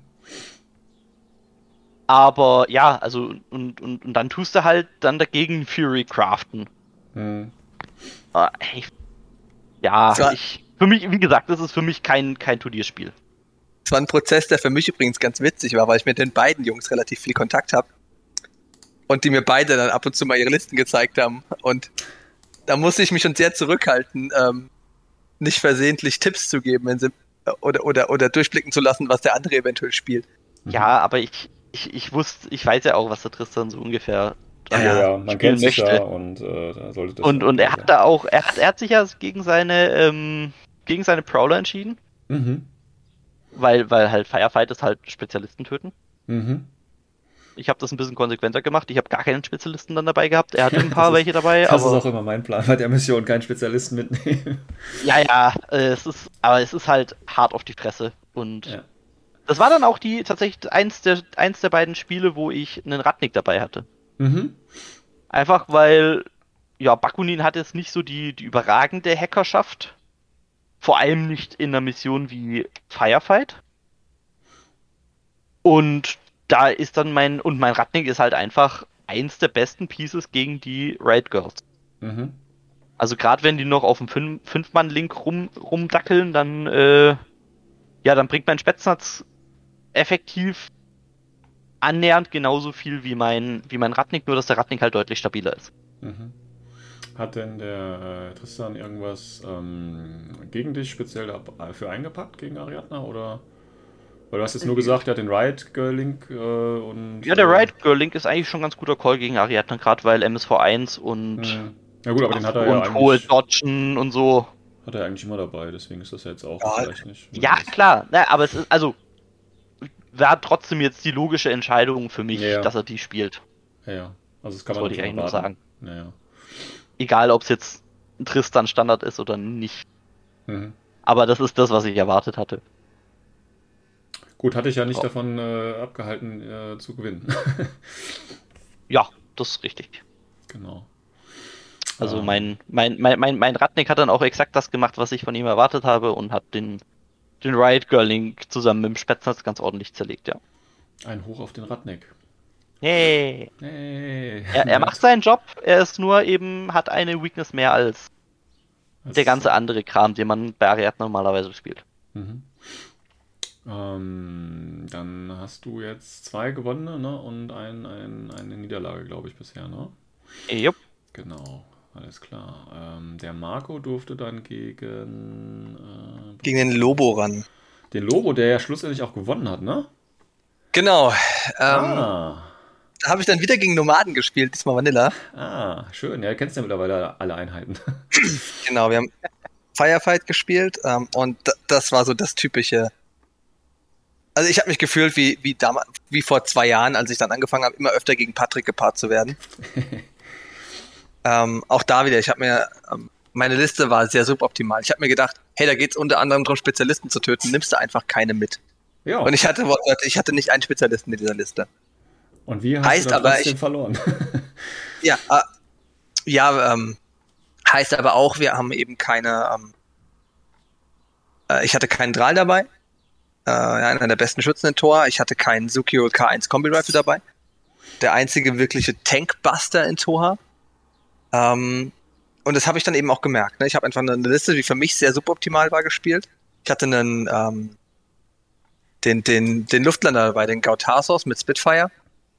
C: Aber ja, also und, und, und dann tust du halt dann dagegen Fury craften.
B: Mhm.
C: Ah, ey. Ja,
E: Das war-
C: ich, für mich, wie gesagt, das ist für mich kein, kein Turnierspiel.
E: Es war ein Prozess, der für mich übrigens ganz witzig war, weil ich mit den beiden Jungs relativ viel Kontakt habe. Und die mir beide dann ab und zu mal ihre Listen gezeigt haben. Und da musste ich mich schon sehr zurückhalten, ähm, nicht versehentlich Tipps zu geben, wenn sie, oder, oder, oder durchblicken zu lassen, was der andere eventuell spielt.
C: Ja, aber ich, ich, ich wusste, ich weiß ja auch, was der Tristan so ungefähr
B: Ja, ja, ja, man
C: spielen
B: kennt sich
C: möchte.
B: ja und äh, da sollte das
C: Und,
B: ja
C: und er
B: sein.
C: hat da auch, er hat, er hat sich ja gegen seine, ähm, gegen seine Prowler entschieden,
B: Mhm.
C: weil, weil halt Firefight ist halt Spezialisten töten.
B: Mhm.
C: Ich habe das ein bisschen konsequenter gemacht. Ich habe gar keinen Spezialisten dann dabei gehabt. Er hatte ein paar
B: Das ist-
C: welche dabei,
B: Das ist
C: aber
B: auch immer mein Plan, bei der Mission keinen Spezialisten mitnehmen.
C: ja, ja, äh, es ist, aber es ist halt hart auf die Fresse. Und
B: Ja.
C: das war dann auch die tatsächlich eins der, eins der beiden Spiele, wo ich einen Ratnik dabei hatte.
B: Mhm.
C: Einfach weil, ja, Bakunin hat jetzt nicht so die, die überragende Hackerschaft. Vor allem nicht in einer Mission wie Firefight. Und da ist dann mein, und mein Ratnik ist halt einfach eins der besten Pieces gegen die Riot Girls.
B: Mhm.
C: Also gerade wenn die noch auf dem Fün- Fünf-Mann-Link rum, rumdackeln, dann, äh, ja, dann bringt mein Spätznatz effektiv annähernd genauso viel wie mein, wie mein Ratnik, nur dass der Ratnik halt deutlich stabiler ist.
B: Mhm. Hat denn der äh, Tristan irgendwas ähm, gegen dich speziell dafür eingepackt, gegen Ariadna? Oder? Weil du hast jetzt nur gesagt, er hat den Riot Girl Link äh, und.
C: Ja, der
B: äh,
C: Riot Girl Link ist eigentlich schon ein ganz guter Call gegen Ariadna, gerade weil M S V eins und,
B: hm. Ja gut, aber den hat er ja
C: und Hohe
B: eigentlich,
C: Dodgen und so.
B: hat er eigentlich immer dabei, deswegen ist das jetzt auch
E: Ja,
B: vielleicht nicht.
C: Ja, klar, ne, aber es ist, also, war trotzdem jetzt die logische Entscheidung für mich,
B: Ja.
C: dass er die spielt.
B: Ja, ja. Also das kann
C: Das
B: man
C: wollte ich
B: nicht
C: eigentlich nur
B: erwarten.
C: sagen.
B: Ja, ja.
C: Egal, ob es jetzt ein Tristan Standard ist oder nicht.
B: Mhm.
C: Aber das ist das, was ich erwartet hatte.
B: Gut, hatte ich ja nicht
C: Oh.
B: davon äh, abgehalten äh, zu gewinnen.
C: Ja, das ist richtig.
B: Genau.
C: Also
B: Ah.
C: mein, mein, mein, mein, mein Ratnik hat dann auch exakt das gemacht, was ich von ihm erwartet habe und hat den, den Riot Girl Link zusammen mit dem Spätznatz ganz ordentlich zerlegt, ja.
B: Ein Hoch auf den Radneck.
C: Hey.
B: Hey.
C: Er, er macht seinen Job, er ist nur eben, hat eine Weakness mehr als der ganze andere Kram, den man bei Ariadne normalerweise spielt.
B: Mhm. Ähm, dann hast du jetzt zwei gewonnene, ne? Und ein, ein, eine Niederlage, glaube ich, bisher, ne?
C: Jupp.
B: Genau, alles klar. Ähm, der Marco durfte dann gegen äh,
E: Gegen den Lobo ran.
B: den Lobo, der ja schlussendlich auch gewonnen hat, ne?
E: Genau. Ähm,
B: Ah,
E: Da habe ich dann wieder gegen Nomaden gespielt, diesmal Vanilla.
B: ah, schön. Ja, du kennst ja mittlerweile alle Einheiten.
E: Genau, wir haben Firefight gespielt ähm, und d- das war so das typische. Also ich habe mich gefühlt wie, wie, damals, wie vor zwei Jahren, als ich dann angefangen habe, immer öfter gegen Patrick gepaart zu werden. ähm, auch da wieder, ich habe mir, ähm, meine Liste war sehr suboptimal. Ich habe mir gedacht, hey, da geht es unter anderem darum, Spezialisten zu töten, nimmst du einfach keine mit.
B: Ja,
E: Und ich hatte, ich hatte nicht einen Spezialisten in dieser Liste.
B: und wie hast
E: heißt
B: du dann
E: aber,
B: trotzdem
E: ich-
B: verloren?
E: Ja, äh, ja, ähm, heißt aber auch, wir haben eben keine, ähm, äh, ich hatte keinen Drahl dabei, äh, einer der besten Schützen in Tor, ich hatte keinen Sukio K eins Kombi Rifle dabei, der einzige wirkliche Tankbuster in Toha, ähm, und das habe ich dann eben auch gemerkt, ne? Ich habe einfach eine Liste, die für mich sehr suboptimal war, gespielt. Ich hatte einen, ähm, den, den, den Luftlander dabei, den Gautasos mit Spitfire,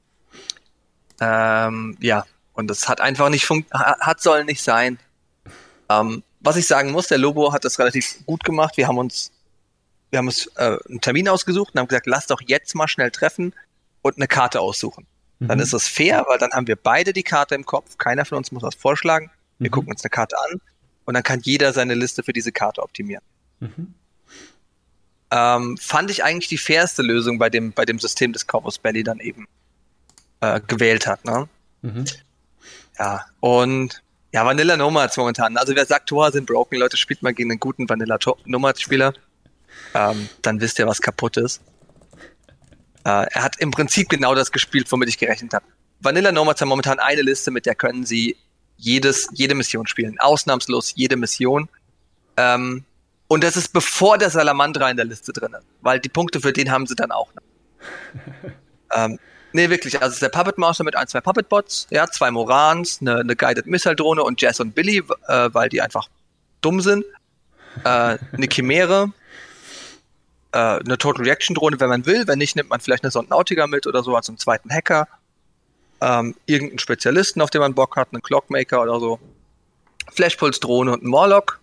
E: ähm, ja, und das hat einfach nicht funkt, hat sollen nicht sein. Ähm, was ich sagen muss, der Lobo hat das relativ gut gemacht. Wir haben uns, wir haben uns äh, einen Termin ausgesucht und haben gesagt, lass doch jetzt mal schnell treffen und eine Karte aussuchen. Dann
B: Mhm.
E: ist das fair, weil dann haben wir beide die Karte im Kopf. Keiner von uns muss was vorschlagen. Wir
B: Mhm.
E: gucken uns eine Karte an und dann kann jeder seine Liste für diese Karte optimieren.
B: Mhm.
E: Ähm, fand ich eigentlich die fairste Lösung bei dem, bei dem System, das Corvus Belli dann eben äh, gewählt hat. Ne?
B: Mhm.
E: Ja, und ja, Vanilla Nomads momentan. Also wer sagt, Tor sind broken, Leute, spielt mal gegen einen guten Vanilla Nomads-Spieler. Ähm, dann wisst ihr, was kaputt ist. Äh, er hat im Prinzip genau das gespielt, womit ich gerechnet habe. Vanilla Nomads haben momentan eine Liste, mit der können sie jedes, jede Mission spielen. Ausnahmslos jede Mission. Ähm, und das ist bevor der Salamandra in der Liste drin ist. Weil die Punkte für den haben sie dann auch noch. ähm, Nee, wirklich. Also es ist der Puppet Master mit ein, zwei Puppet Bots, ja, zwei Morans, eine, eine Guided Missile Drohne und Jess und Billy, äh, weil die einfach dumm sind. Äh, eine Chimäre, äh, eine Total Reaction Drohne, wenn man will. Wenn nicht, nimmt man vielleicht eine Sondenautica mit oder so als einen zweiten Hacker. Ähm, irgendeinen Spezialisten, auf den man Bock hat, einen Clockmaker oder so. Flashpulse Drohne und ein Morlock.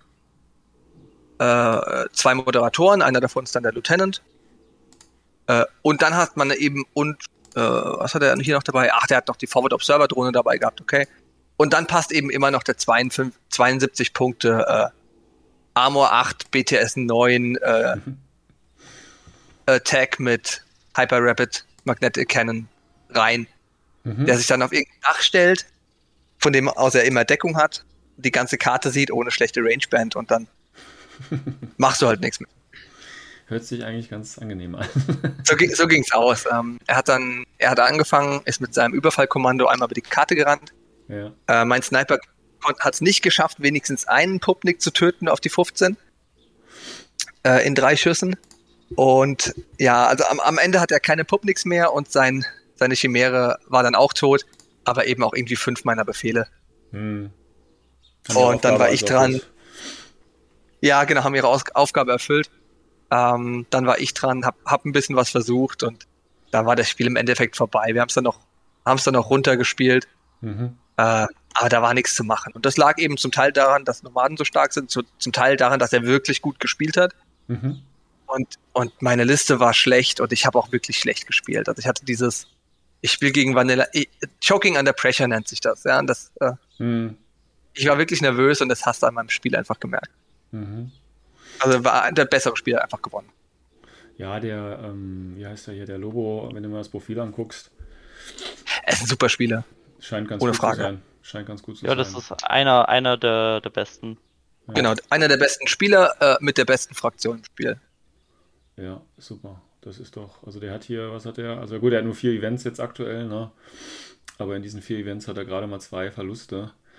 E: Äh, zwei Moderatoren, einer davon ist dann der Lieutenant. Äh, und dann hat man eben und äh, was hat er hier noch dabei? Ach, der hat noch die Forward Observer Drohne dabei gehabt, okay. Und dann passt eben immer noch der zweiundfünfzig, zweiundsiebzig Punkte äh, Armor acht, B T S neun, äh, äh, Tag mit Hyper Rapid Magnetic Cannon rein,
B: Mhm.
E: der sich dann auf irgendein Dach stellt, von dem aus er immer Deckung hat, die ganze Karte sieht ohne schlechte Rangeband und dann machst du halt nichts mehr.
B: Hört sich eigentlich ganz angenehm an.
E: So, ging, so ging's aus. Ähm, er hat dann, er hat angefangen, ist mit seinem Überfallkommando einmal über die Karte gerannt.
B: Ja.
E: Äh, mein Sniper hat es nicht geschafft, wenigstens einen Pupnik zu töten auf die fünfzehn. Äh, in drei Schüssen. Und ja, also am, am Ende hat er keine Pupniks mehr und sein, seine Chimäre war dann auch tot, aber eben auch irgendwie fünf meiner Befehle.
B: Hm.
E: Und dann war ich
B: also
E: dran.
B: erfüllt.
E: Ja, genau, haben ihre Aus Aufgabe erfüllt. Ähm, dann war ich dran, hab, hab ein bisschen was versucht und da war das Spiel im Endeffekt vorbei. Wir haben es dann noch, haben es dann noch runtergespielt,
B: Mhm.
E: äh, aber da war nichts zu machen. Und das lag eben zum Teil daran, dass Nomaden so stark sind, zu, zum Teil daran, dass er wirklich gut gespielt hat.
B: Mhm.
E: Und, und meine Liste war schlecht und ich habe auch wirklich schlecht gespielt. Also ich hatte dieses, ich spiele gegen Vanilla, ich, Choking under Pressure nennt sich das. Ja, und das äh,
B: Hm.
E: ich war wirklich nervös und das hast du an meinem Spiel einfach gemerkt.
B: Mhm.
E: Also war der bessere Spieler einfach gewonnen.
B: Ja, der, ähm, wie heißt der hier, der Lobo, wenn du mal das Profil anguckst,
E: Er ist ein super Spieler.
B: scheint ganz
E: Ohne
B: gut
E: Frage.
B: zu sein. Scheint ganz gut zu
C: Ja,
B: sein.
C: das ist einer, einer der, der besten.
B: Ja.
E: Genau, einer der besten Spieler äh, mit der besten Fraktion im Spiel.
B: Ja, super. Das ist doch, also der hat hier, was hat er? Also gut, er hat nur vier Events jetzt aktuell, ne? Aber in diesen vier Events hat er gerade mal zwei Verluste.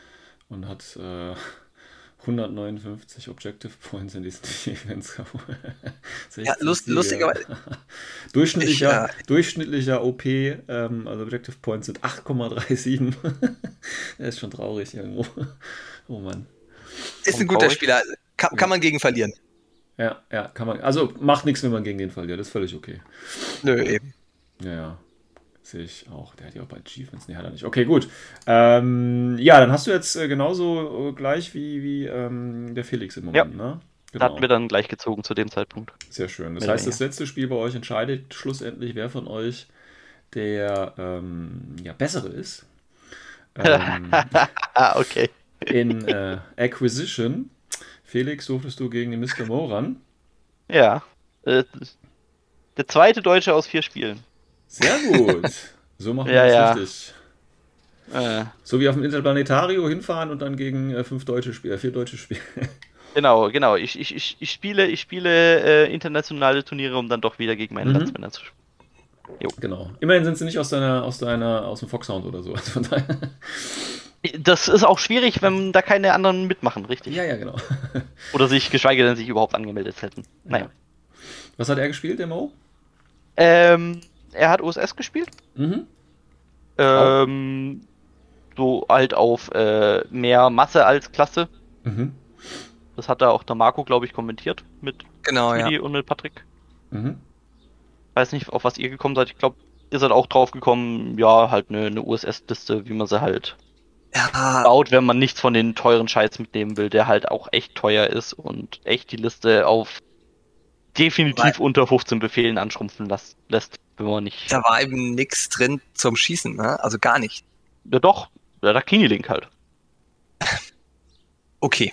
B: und hat äh, hundertneunundfünfzig Objective Points in diesen Events geholt.
E: Ja, lust, lustigerweise.
B: durchschnittlicher,
E: ich, äh,
B: durchschnittlicher O P, ähm, also Objective Points sind acht Komma siebenunddreißig. Der ist schon traurig irgendwo. Oh Mann.
E: Ist ein guter Spieler. Kann, kann man gegen verlieren.
B: Ja, ja, kann man. Also macht nichts, wenn man gegen den verliert. Das ist völlig okay.
E: Nö, eben.
B: Ja, ja. Sehe ich auch. Der hat ja auch bei Achievements. Nee, hat er nicht. Okay, gut. Ähm, ja, dann hast du jetzt äh, genauso äh, gleich wie, wie ähm, der Felix im Moment,
C: Ja.
B: ne?
C: Genau. Hatten wir dann gleich gezogen zu dem Zeitpunkt.
B: Sehr schön. Das
C: Mehr
B: heißt,
C: oder
B: das letzte Spiel bei euch entscheidet schlussendlich, wer von euch der ähm, ja, bessere ist. Ähm,
C: ah, okay.
B: in äh, Acquisition. Felix, durftest du gegen den Mister Mo ran?
C: Ja. Äh, der zweite Deutsche aus vier Spielen.
B: Sehr gut. So machen wir
C: Ja,
B: das
C: ja.
B: richtig.
C: Äh,
B: So wie auf dem Interplanetario hinfahren und dann gegen äh, fünf deutsche Spieler, vier deutsche Spieler.
C: genau, genau. Ich, ich, ich, ich spiele, ich spiele äh, internationale Turniere, um dann doch wieder gegen meine
B: Mhm.
C: Landsmänner zu spielen.
B: Genau. Immerhin sind sie nicht aus deiner, aus deiner, aus dem Foxhound oder so. Also von daher.
C: Das ist auch schwierig, wenn da keine anderen mitmachen, richtig?
B: Ja, ja, genau.
C: Oder sich, geschweige denn, sich überhaupt angemeldet hätten. Naja.
B: Ja. Was hat er gespielt, der Mo?
C: Ähm, er hat O S S gespielt.
B: Mhm.
C: Ähm, so halt auf äh, mehr Masse als Klasse.
B: Mhm.
C: Das hat da auch der Marco, glaube ich, kommentiert mit
E: Genau, ja.
C: Speedy und mit Patrick.
B: Mhm.
C: Weiß nicht, auf was ihr gekommen seid. Ich glaube, ihr seid auch drauf gekommen, ja, halt eine, eine O S S-Liste, wie man sie halt
E: Ja,
C: baut, wenn man nichts von den teuren Scheiß mitnehmen will, der halt auch echt teuer ist und echt die Liste auf definitiv
E: Weil-
C: unter fünfzehn Befehlen anschrumpfen las- lässt, wenn man nicht...
E: da war eben nichts drin zum Schießen, ne? Also gar nicht.
C: Ja doch, der Dakini-Link halt.
E: Okay.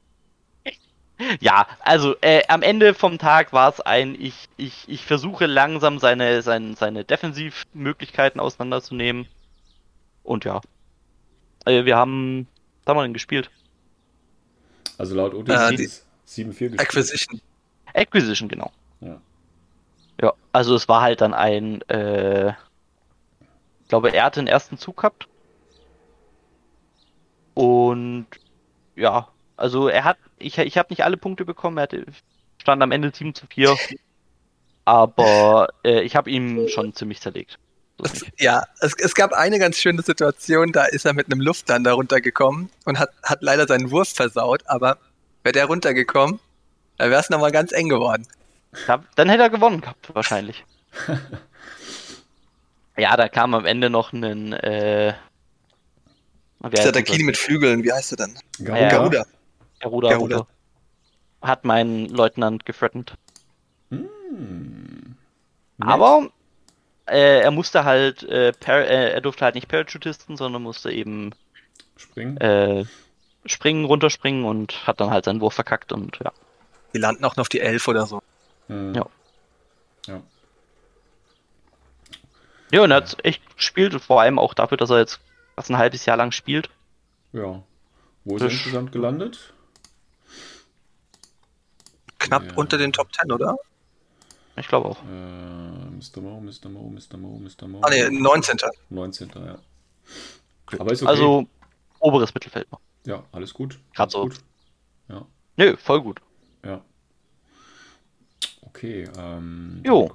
C: Ja, also äh, am Ende vom Tag war es ein, ich, ich, ich versuche langsam seine, seine, seine Defensivmöglichkeiten auseinanderzunehmen. Und ja. Äh, wir haben, was haben wir denn gespielt?
B: Also laut O T
E: Äh,
B: C
E: die-
B: ist sieben vier gespielt.
E: Acquisition.
C: Acquisition, genau.
B: Ja.
C: Ja, also es war halt dann ein, äh, ich glaube, er hatte den ersten Zug gehabt. Und ja, also er hat, ich, ich habe nicht alle Punkte bekommen, er hatte, stand am Ende sieben zu vier. Aber äh, ich habe ihn schon ziemlich zerlegt. So ist
E: Es,
C: nicht.
E: ja, es, es gab eine ganz schöne Situation, da ist er mit einem Luftlander runtergekommen und hat, hat leider seinen Wurf versaut, aber wäre der runtergekommen, da wäre es nochmal ganz eng geworden.
C: Ja, dann hätte er gewonnen gehabt, wahrscheinlich. Ja, da kam am Ende noch ein, äh, wie
E: Der
C: heißt
E: Dakini mit Flügeln, wie heißt er denn?
B: Garuda.
C: Ja.
E: Garuda.
C: Garuda,
E: Garuda.
C: Garuda. Hat meinen Leutnant gefrettend.
B: Hm.
C: Aber äh, er musste halt, äh, par äh, er durfte halt nicht Parachutisten, sondern musste eben
B: Springen.
C: äh, springen, runterspringen und hat dann halt seinen Wurf verkackt und ja.
E: Die landen auch noch auf die elf oder so.
B: Hm.
C: Ja.
B: Ja.
C: Ja, und er hat echt gespielt, vor allem auch dafür, dass er jetzt fast ein halbes Jahr lang spielt.
B: Ja. Wo ist er
C: Das-
B: insgesamt gelandet?
E: Knapp
B: Ja.
E: unter den Top Ten, oder?
C: Ich glaube auch.
B: Äh, Mister Mo, Mister Mo, Mister Mo, Mister Mo.
E: Ah ne, neunzehnter
B: neunzehnter ja. Aber ist okay.
C: Also oberes Mittelfeld noch.
B: ja, alles gut.
C: Grad
B: Alles
C: so.
B: gut. Ja,
C: Nö, voll gut.
B: ja. Okay, ähm.
C: Jo.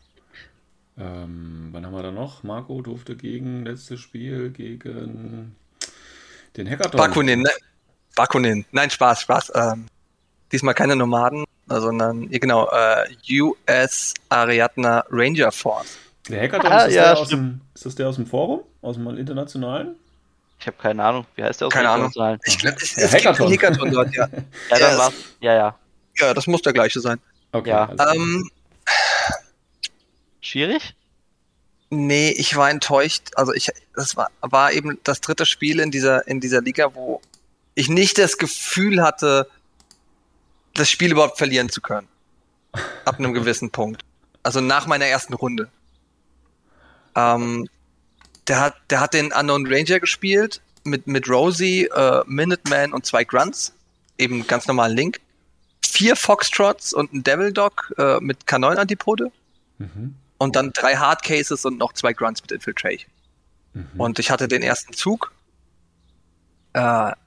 B: Ähm, wann haben wir da noch? Marco durfte gegen letztes Spiel gegen den Hackathon.
E: Bakunin, ne? Bakunin. Nein, Spaß, Spaß. Ähm, diesmal keine Nomaden, sondern, ja, genau, äh, U S Ariadna Ranger Force.
B: Der Hackathon,
C: Ah,
B: ist, das
C: ja,
B: der aus
C: stimmt.
B: dem, ist das der aus dem Forum? Aus dem internationalen?
C: Ich habe keine Ahnung. Wie heißt der aus
E: Keine
C: dem
E: Ahnung.
C: Internationalen?
E: Ich glaube, es,
B: Der
E: es gibt
B: Hackathon.
E: einen Hackathon dort, ja.
C: Ja,
E: Ja,
C: dann
E: es-
C: war's. Ja, ja.
E: Ja, das muss der gleiche sein.
B: Okay,
C: Ja.
B: alles klar.
E: Ähm,
C: Schwierig?
E: nee, ich war enttäuscht. Also ich, das war, war eben das dritte Spiel in dieser, in dieser Liga, wo ich nicht das Gefühl hatte, das Spiel überhaupt verlieren zu können. Ab einem gewissen Punkt. Also nach meiner ersten Runde. Ähm, der hat, der hat den Unknown Ranger gespielt mit, mit Rosie, äh, Minuteman und zwei Grunts. Eben ganz normalen Link. Vier Foxtrots und ein Devil Dog äh, mit K neun Antipode.
B: Mhm.
E: Und dann drei Hardcases und noch zwei Grunts mit Infiltration.
B: Mhm.
E: Und ich hatte den ersten Zug. Äh,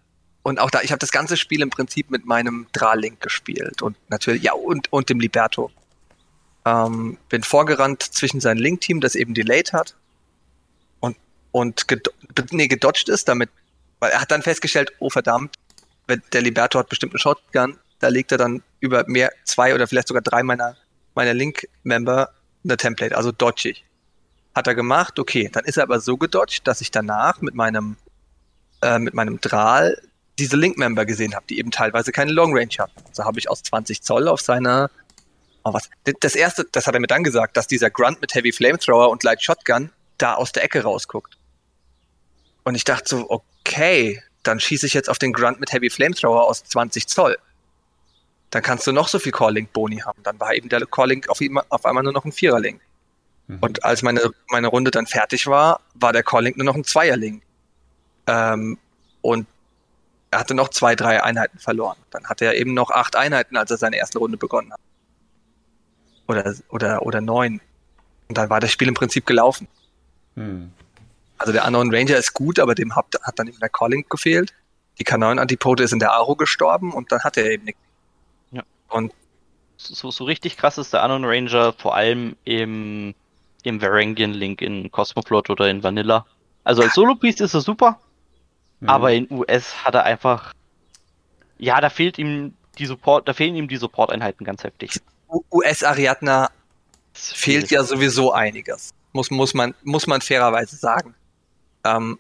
E: und auch da, ich habe das ganze Spiel im Prinzip mit meinem Dralink gespielt und natürlich, ja, und, und dem Liberto. Ähm, bin vorgerannt zwischen sein Link-Team, das eben delayed hat und, und gedo- nee, gedodged ist, damit, weil er hat dann festgestellt, oh verdammt, der Liberto hat bestimmt eine Shotgun, da legt er dann über mehr, zwei oder vielleicht sogar drei meiner, meiner Link-Member eine Template, also dodge ich. Hat er gemacht, okay, dann ist er aber so gedodged, dass ich danach mit meinem äh, mit meinem Dral diese Link-Member gesehen habe, die eben teilweise keine Long-Range hatten. Also habe ich aus zwanzig Zoll auf seiner oh, was? Das erste, das hat er mir dann gesagt, dass dieser Grunt mit Heavy Flamethrower und Light Shotgun da aus der Ecke rausguckt. Und ich dachte so, okay, dann schieße ich jetzt auf den Grunt mit Heavy Flamethrower aus zwanzig Zoll. Dann kannst du noch so viel Core-Link-Boni haben. Dann war eben der Core-Link auf, auf einmal nur noch ein Vierer-Link. Mhm. Und als meine, meine Runde dann fertig war, war der Core-Link nur noch ein Zweier-Link. Ähm, und er hatte noch zwei, drei Einheiten verloren. Dann hatte er eben noch acht Einheiten, als er seine erste Runde begonnen hat. Oder, oder, oder neun. Und dann war das Spiel im Prinzip gelaufen. Mhm. Also der Unknown Ranger ist gut, aber dem hat, hat dann eben der Core-Link gefehlt. Die K neun Antipote ist in der Aro gestorben und dann hatte er eben nichts.
C: Ja.
E: Und
C: so, so richtig krass ist der Unknown Ranger vor allem im, im Varangian Link in Cosmoflot oder in Vanilla. Also als Solo-Piece ist er super, mhm. aber in U S hat er einfach, ja, da fehlt ihm die Support, da fehlen ihm die Support-Einheiten ganz heftig.
E: U S-Ariadna fehlt ja sowieso einiges. Muss, muss man, muss man fairerweise sagen. Ähm,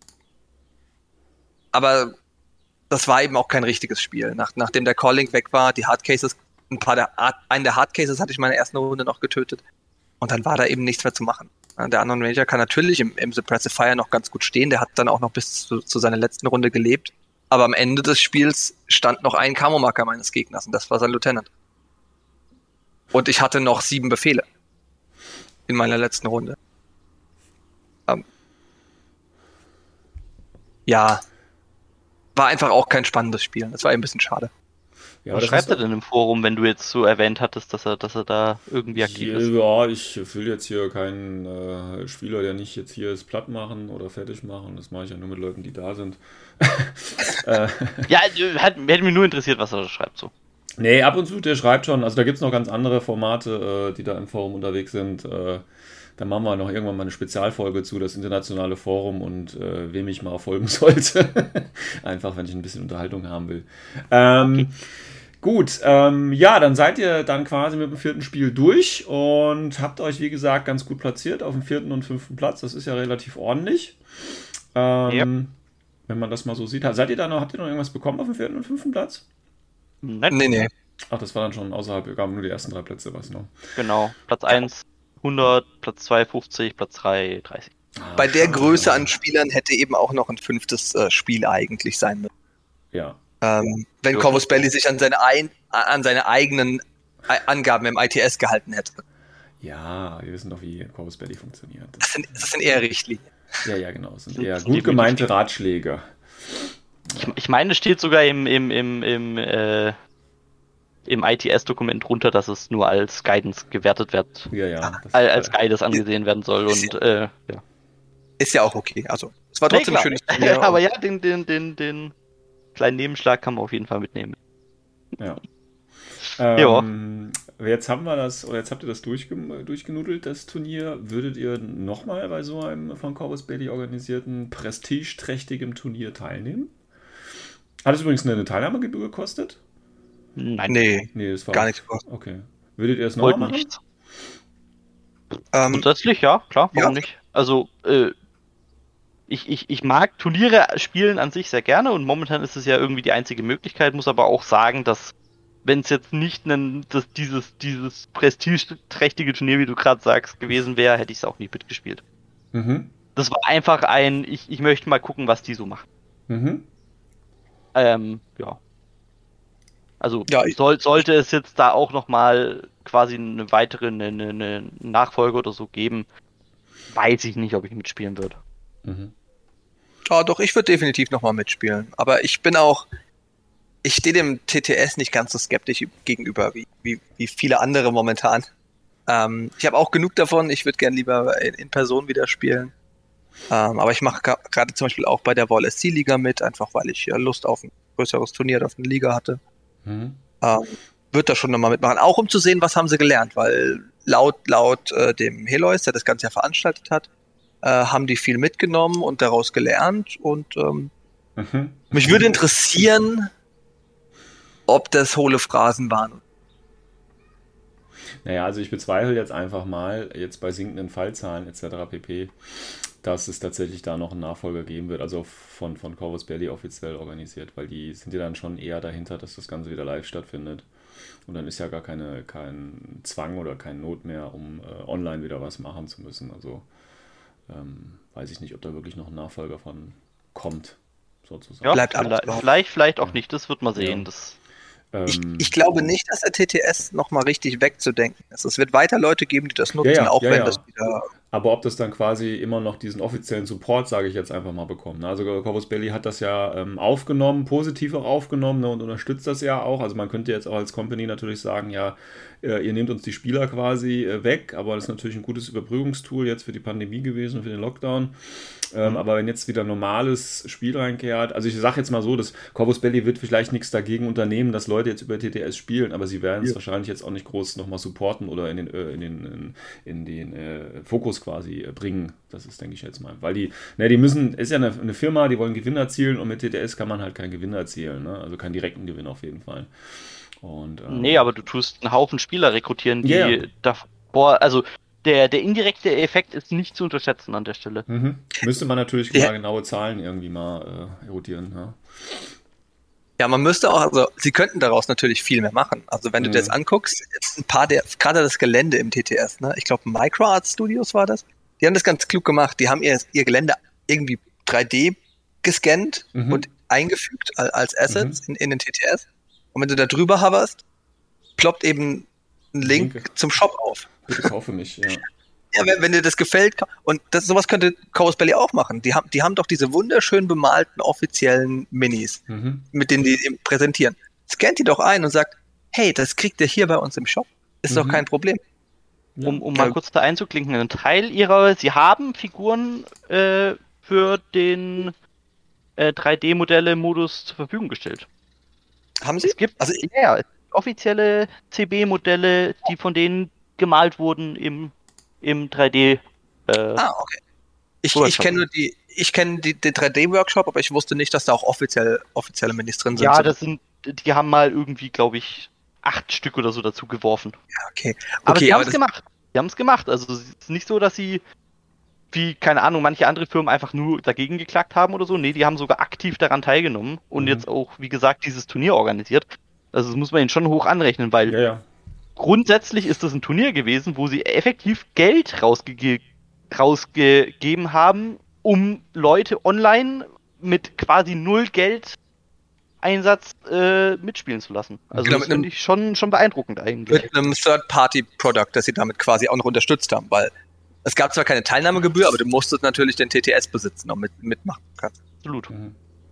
E: aber das war eben auch kein richtiges Spiel. Nach, nachdem der Core-Link weg war, die Hardcases, ein paar der, einen der Hardcases hatte ich in meiner ersten Runde noch getötet. Und dann war da eben nichts mehr zu machen. Der Unknown Ranger kann natürlich im, im Suppressive Fire noch ganz gut stehen. Der hat dann auch noch bis zu, zu seiner letzten Runde gelebt. Aber am Ende des Spiels stand noch ein Camo-Marker meines Gegners und das war sein Lieutenant. Und ich hatte noch sieben Befehle in meiner letzten Runde. Ähm, ja, war einfach auch kein spannendes Spiel. Das war ein bisschen schade.
B: Ja,
C: Was schreibt er denn im Forum, wenn du jetzt so erwähnt hattest, dass er, dass er da irgendwie aktiv
B: ja,
C: ist?
B: Ja, ich will jetzt hier keinen äh, Spieler, der nicht jetzt hier ist, platt machen oder fertig machen. Das mache ich ja nur mit Leuten, die da sind. äh,
C: ja, hat, hätte mich nur interessiert, was er da schreibt so.
B: Nee, ab und zu, der schreibt schon. Also da gibt es noch ganz andere Formate, äh, die da im Forum unterwegs sind. Äh, da machen wir noch irgendwann mal eine Spezialfolge zu, das internationale Forum und äh, wem ich mal folgen sollte. Einfach, wenn ich ein bisschen Unterhaltung haben will. Ähm, okay. Gut, ähm, ja, dann seid ihr dann quasi mit dem vierten Spiel durch und habt euch, wie gesagt, ganz gut platziert auf dem vierten und fünften Platz. Das ist ja relativ ordentlich. Ähm, yep. Wenn man das mal so sieht. Seid ihr da noch, habt ihr noch irgendwas bekommen auf dem vierten und fünften Platz?
C: Nein.
E: Nee, nee.
B: Ach, das war dann schon außerhalb, wir gaben nur die ersten drei Plätze, was noch.
C: Genau, Platz eins hundert, Platz zwei fünfzig, Platz drei dreißig.
B: Ah,
E: Bei der
B: schade.
E: Größe an Spielern hätte eben auch noch ein fünftes äh, Spiel eigentlich sein müssen.
B: Ja.
E: Ähm, wenn ja. Corvus Belli sich an seine, ein, an seine eigenen Angaben im I T S gehalten hätte.
B: Ja, wir wissen doch, wie Corvus Belli funktioniert.
E: Das sind, das sind eher Richtlinien.
B: Ja, ja, genau. Das sind eher gut gemeinte Ratschläge.
C: Ich, ich meine, es steht sogar im, im, im, im, äh, im I T S-Dokument drunter, dass es nur als Guidance gewertet wird.
B: Ja, ja.
C: Das als Guidance angesehen werden soll.
E: Ist,
C: und äh, ja.
E: Ist ja auch okay. Also, es war trotzdem
C: nee,
E: ein schönes Turnier.
C: Aber ja, den, den, den, den kleinen Nebenschlag kann man auf jeden Fall mitnehmen.
B: Ja. Ähm, jetzt haben wir das, oder jetzt habt ihr das durchge- durchgenudelt, das Turnier. Würdet ihr nochmal bei so einem von Corvus Belli organisierten, prestigeträchtigen Turnier teilnehmen? Hat es übrigens eine Teilnahmegebühr gekostet?
C: Nein.
E: Nee,
B: nee das war
E: gar
B: auch,
E: nichts gekostet.
B: Okay. Würdet ihr es nochmal machen?
C: Nichts.
E: Ähm,
C: Grundsätzlich, ja, klar, warum
E: ja.
C: nicht? Also, äh, ich, ich, ich mag Turniere spielen an sich sehr gerne und momentan ist es ja irgendwie die einzige Möglichkeit, muss aber auch sagen, dass wenn es jetzt nicht ein, dass dieses, dieses prestigeträchtige Turnier, wie du gerade sagst, gewesen wäre, hätte ich es auch nie mitgespielt.
B: Mhm.
C: Das war einfach ein, ich, ich möchte mal gucken, was die so machen.
B: Mhm.
C: Ähm, ja. Also
E: Ja, ich,
C: soll, sollte es jetzt da auch nochmal quasi eine weitere eine, eine, eine Nachfolge oder so geben, weiß ich nicht, ob ich mitspielen würde.
B: Mhm.
E: Ja, doch, ich würde definitiv nochmal mitspielen. Aber ich bin auch, ich stehe dem T T S nicht ganz so skeptisch gegenüber, wie, wie, wie viele andere momentan. Ähm, ich habe auch genug davon, ich würde gern lieber in, in Person wieder spielen. Ähm, aber ich mache gerade zum Beispiel auch bei der Wall S C-Liga mit, einfach weil ich ja Lust auf ein größeres Turnier, auf eine Liga hatte.
B: Mhm.
E: Ähm, wird da schon nochmal mitmachen, auch um zu sehen, was haben sie gelernt, weil laut, laut äh, dem Helois, der das Ganze ja veranstaltet hat, äh, haben die viel mitgenommen und daraus gelernt und ähm,
B: Mhm.
E: mich würde interessieren, ob das hohle Phrasen waren.
B: Naja, also ich bezweifle jetzt einfach mal, jetzt bei sinkenden Fallzahlen et cetera pp., dass es tatsächlich da noch einen Nachfolger geben wird, also von, von Corvus Belli offiziell organisiert, weil die sind ja dann schon eher dahinter, dass das Ganze wieder live stattfindet. Und dann ist ja gar keine, kein Zwang oder keine Not mehr, um äh, online wieder was machen zu müssen. Also ähm, weiß ich nicht, ob da wirklich noch ein Nachfolger von kommt, sozusagen.
C: Ja,
E: Bleibt
C: vielleicht,
E: abzuwarten.
C: vielleicht, vielleicht auch
B: Ja.
C: nicht, das wird man sehen.
B: Ja.
C: Das,
E: Ich,
B: Ähm,
E: ich glaube nicht, dass der T T S nochmal richtig wegzudenken ist. Es wird weiter Leute geben, die das nutzen,
B: Ja, ja,
E: auch
B: ja,
E: wenn
B: ja.
E: das wieder...
B: Aber ob das dann quasi immer noch diesen offiziellen Support, sage ich jetzt einfach mal, bekommt. Also Corvus Belli hat das ja ähm, aufgenommen, positiv auch aufgenommen, ne, und unterstützt das ja auch. Also man könnte jetzt auch als Company natürlich sagen, ja, äh, ihr nehmt uns die Spieler quasi äh, weg, aber das ist natürlich ein gutes Überbrückungstool jetzt für die Pandemie gewesen, für den Lockdown. Ähm,
C: Mhm.
B: Aber wenn jetzt wieder normales Spiel reinkehrt, also ich sage jetzt mal so, dass Corvus Belli wird vielleicht nichts dagegen unternehmen, dass Leute jetzt über T T S spielen, aber sie werden es
E: Ja.
B: wahrscheinlich jetzt auch nicht groß nochmal supporten oder in den, äh, in den, in, in den äh, Fokus quasi äh, bringen. Das ist, denke ich jetzt mal. Weil die, ne, die müssen, ist ja eine, eine Firma, die wollen Gewinn erzielen und mit T T S kann man halt keinen Gewinn erzielen, ne? Also keinen direkten Gewinn auf jeden Fall. Und, ähm,
C: nee, aber du tust einen Haufen Spieler rekrutieren, die
B: Ja, ja.
C: davor, also der, der indirekte Effekt ist nicht zu unterschätzen an der Stelle.
B: Mhm. Müsste man natürlich
E: Ja.
B: mal genaue Zahlen irgendwie mal äh, erodieren. Ja.
E: Ja, man müsste auch, also sie könnten daraus natürlich viel mehr machen. Also wenn du
B: Mhm.
E: dir das anguckst, ein paar der, gerade das Gelände im T T S, ne? Ich glaube Microart Studios war das. Die haben das ganz klug gemacht. Die haben ihr, ihr Gelände irgendwie drei D gescannt
B: Mhm.
E: und eingefügt al- als Assets in, in den T T S. Und wenn du da drüber hoverst, ploppt eben ein Link
B: Linke.
E: zum Shop auf.
B: Bitte kaufe mich. Ja.
E: Ja, wenn, wenn dir das gefällt. Und das, sowas könnte Corvus Belli auch machen. Die haben, die haben doch diese wunderschön bemalten offiziellen Minis,
B: Mhm.
E: mit denen die eben präsentieren. Scannt die doch ein und sagt, hey, das kriegt ihr hier bei uns im Shop. Ist doch
B: Mhm.
E: kein Problem.
B: Ja.
C: Um, um mal
E: Ja.
C: kurz da einzuklinken, ein Teil ihrer, sie haben Figuren äh, für den äh, drei D-Modelle-Modus zur Verfügung gestellt.
E: Haben sie?
C: Es gibt
E: Also,
C: ja, ja, es gibt offizielle C B-Modelle, die von denen gemalt wurden im, im drei D. Äh,
E: ah, okay. Ich, ich
C: Workshop.
E: kenne nur die, ich kenne die, den drei D-Workshop, aber ich wusste nicht, dass da auch offiziell, offizielle Minis drin sind.
C: ja,
E: So-
C: das sind, die haben mal irgendwie, glaube ich, acht Stück oder so dazu geworfen.
E: okay.
C: Aber
E: Okay,
C: sie haben
E: aber
C: es
E: das,
C: gemacht. Sie haben es gemacht. Also es ist nicht so, dass sie, wie, keine Ahnung, manche andere Firmen einfach nur dagegen geklagt haben oder so. Nee, die haben sogar aktiv daran teilgenommen und
B: Mhm.
C: jetzt auch, wie gesagt, dieses Turnier organisiert. Also das muss man ihnen schon hoch anrechnen, weil
B: Ja, ja.
C: grundsätzlich ist das ein Turnier gewesen, wo sie effektiv Geld rausgege rausgegeben haben, um Leute online mit quasi null Geld Einsatz äh, mitspielen zu lassen. Also
E: Genau,
C: das
E: mit einem-
C: finde ich schon, schon beeindruckend eigentlich.
E: mit einem Third-Party-Product, das sie damit quasi auch noch unterstützt haben, weil es gab zwar keine Teilnahmegebühr, aber du musstest natürlich den T T S besitzen, damit mitmachen kannst.
C: Absolut.
B: Mhm.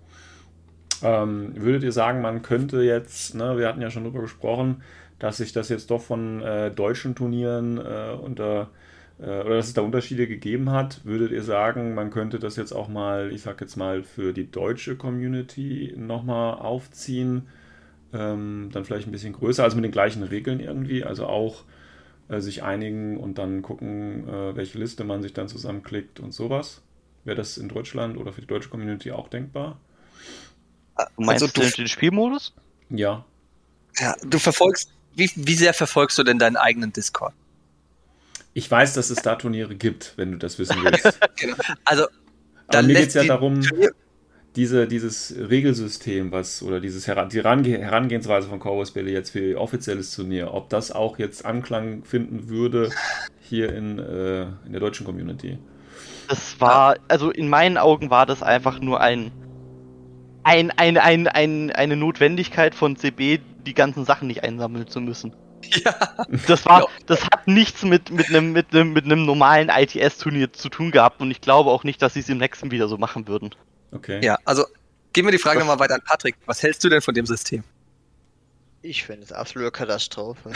B: Ähm, würdet ihr sagen, man könnte jetzt, ne, wir hatten ja schon drüber gesprochen, dass sich das jetzt doch von äh, deutschen Turnieren äh, unter, äh, oder dass es da Unterschiede gegeben hat, würdet ihr sagen, man könnte das jetzt auch mal, ich sag jetzt mal, für die deutsche Community nochmal aufziehen, ähm, dann vielleicht ein bisschen größer, also mit den gleichen Regeln irgendwie, also auch äh, sich einigen und dann gucken, äh, welche Liste man sich dann zusammenklickt und sowas. Wäre das in Deutschland oder für die deutsche Community auch denkbar?
C: Du meinst
E: Also du-
C: den, den Spielmodus?
B: Ja.
E: Ja, du verfolgst, wie, wie sehr verfolgst du denn deinen eigenen Discord?
B: Ich weiß, dass es da Turniere gibt, wenn du das wissen willst.
E: Genau. Also,
B: Aber mir geht es ja
E: die
B: darum,
E: Turnier-
B: diese, dieses Regelsystem, was oder dieses Heran die Herange Herangehensweise von Corvus Belli jetzt für ihr offizielles Turnier, ob das auch jetzt Anklang finden würde hier in, äh, in der deutschen Community.
C: Das war, also in meinen Augen war das einfach nur ein, ein, ein, ein, ein eine Notwendigkeit von C B, die ganzen Sachen nicht einsammeln zu müssen.
E: Ja,
C: Das war,
E: Ja.
C: das hat nichts mit, mit einem, mit einem, mit einem normalen I T S-Turnier zu tun gehabt und ich glaube auch nicht, dass sie es im nächsten wieder so machen würden.
B: Okay.
E: ja, also geben wir die Frage
C: Das-
E: nochmal weiter an Patrick. Was hältst du denn von dem System?
D: Ich finde es absolute Katastrophe.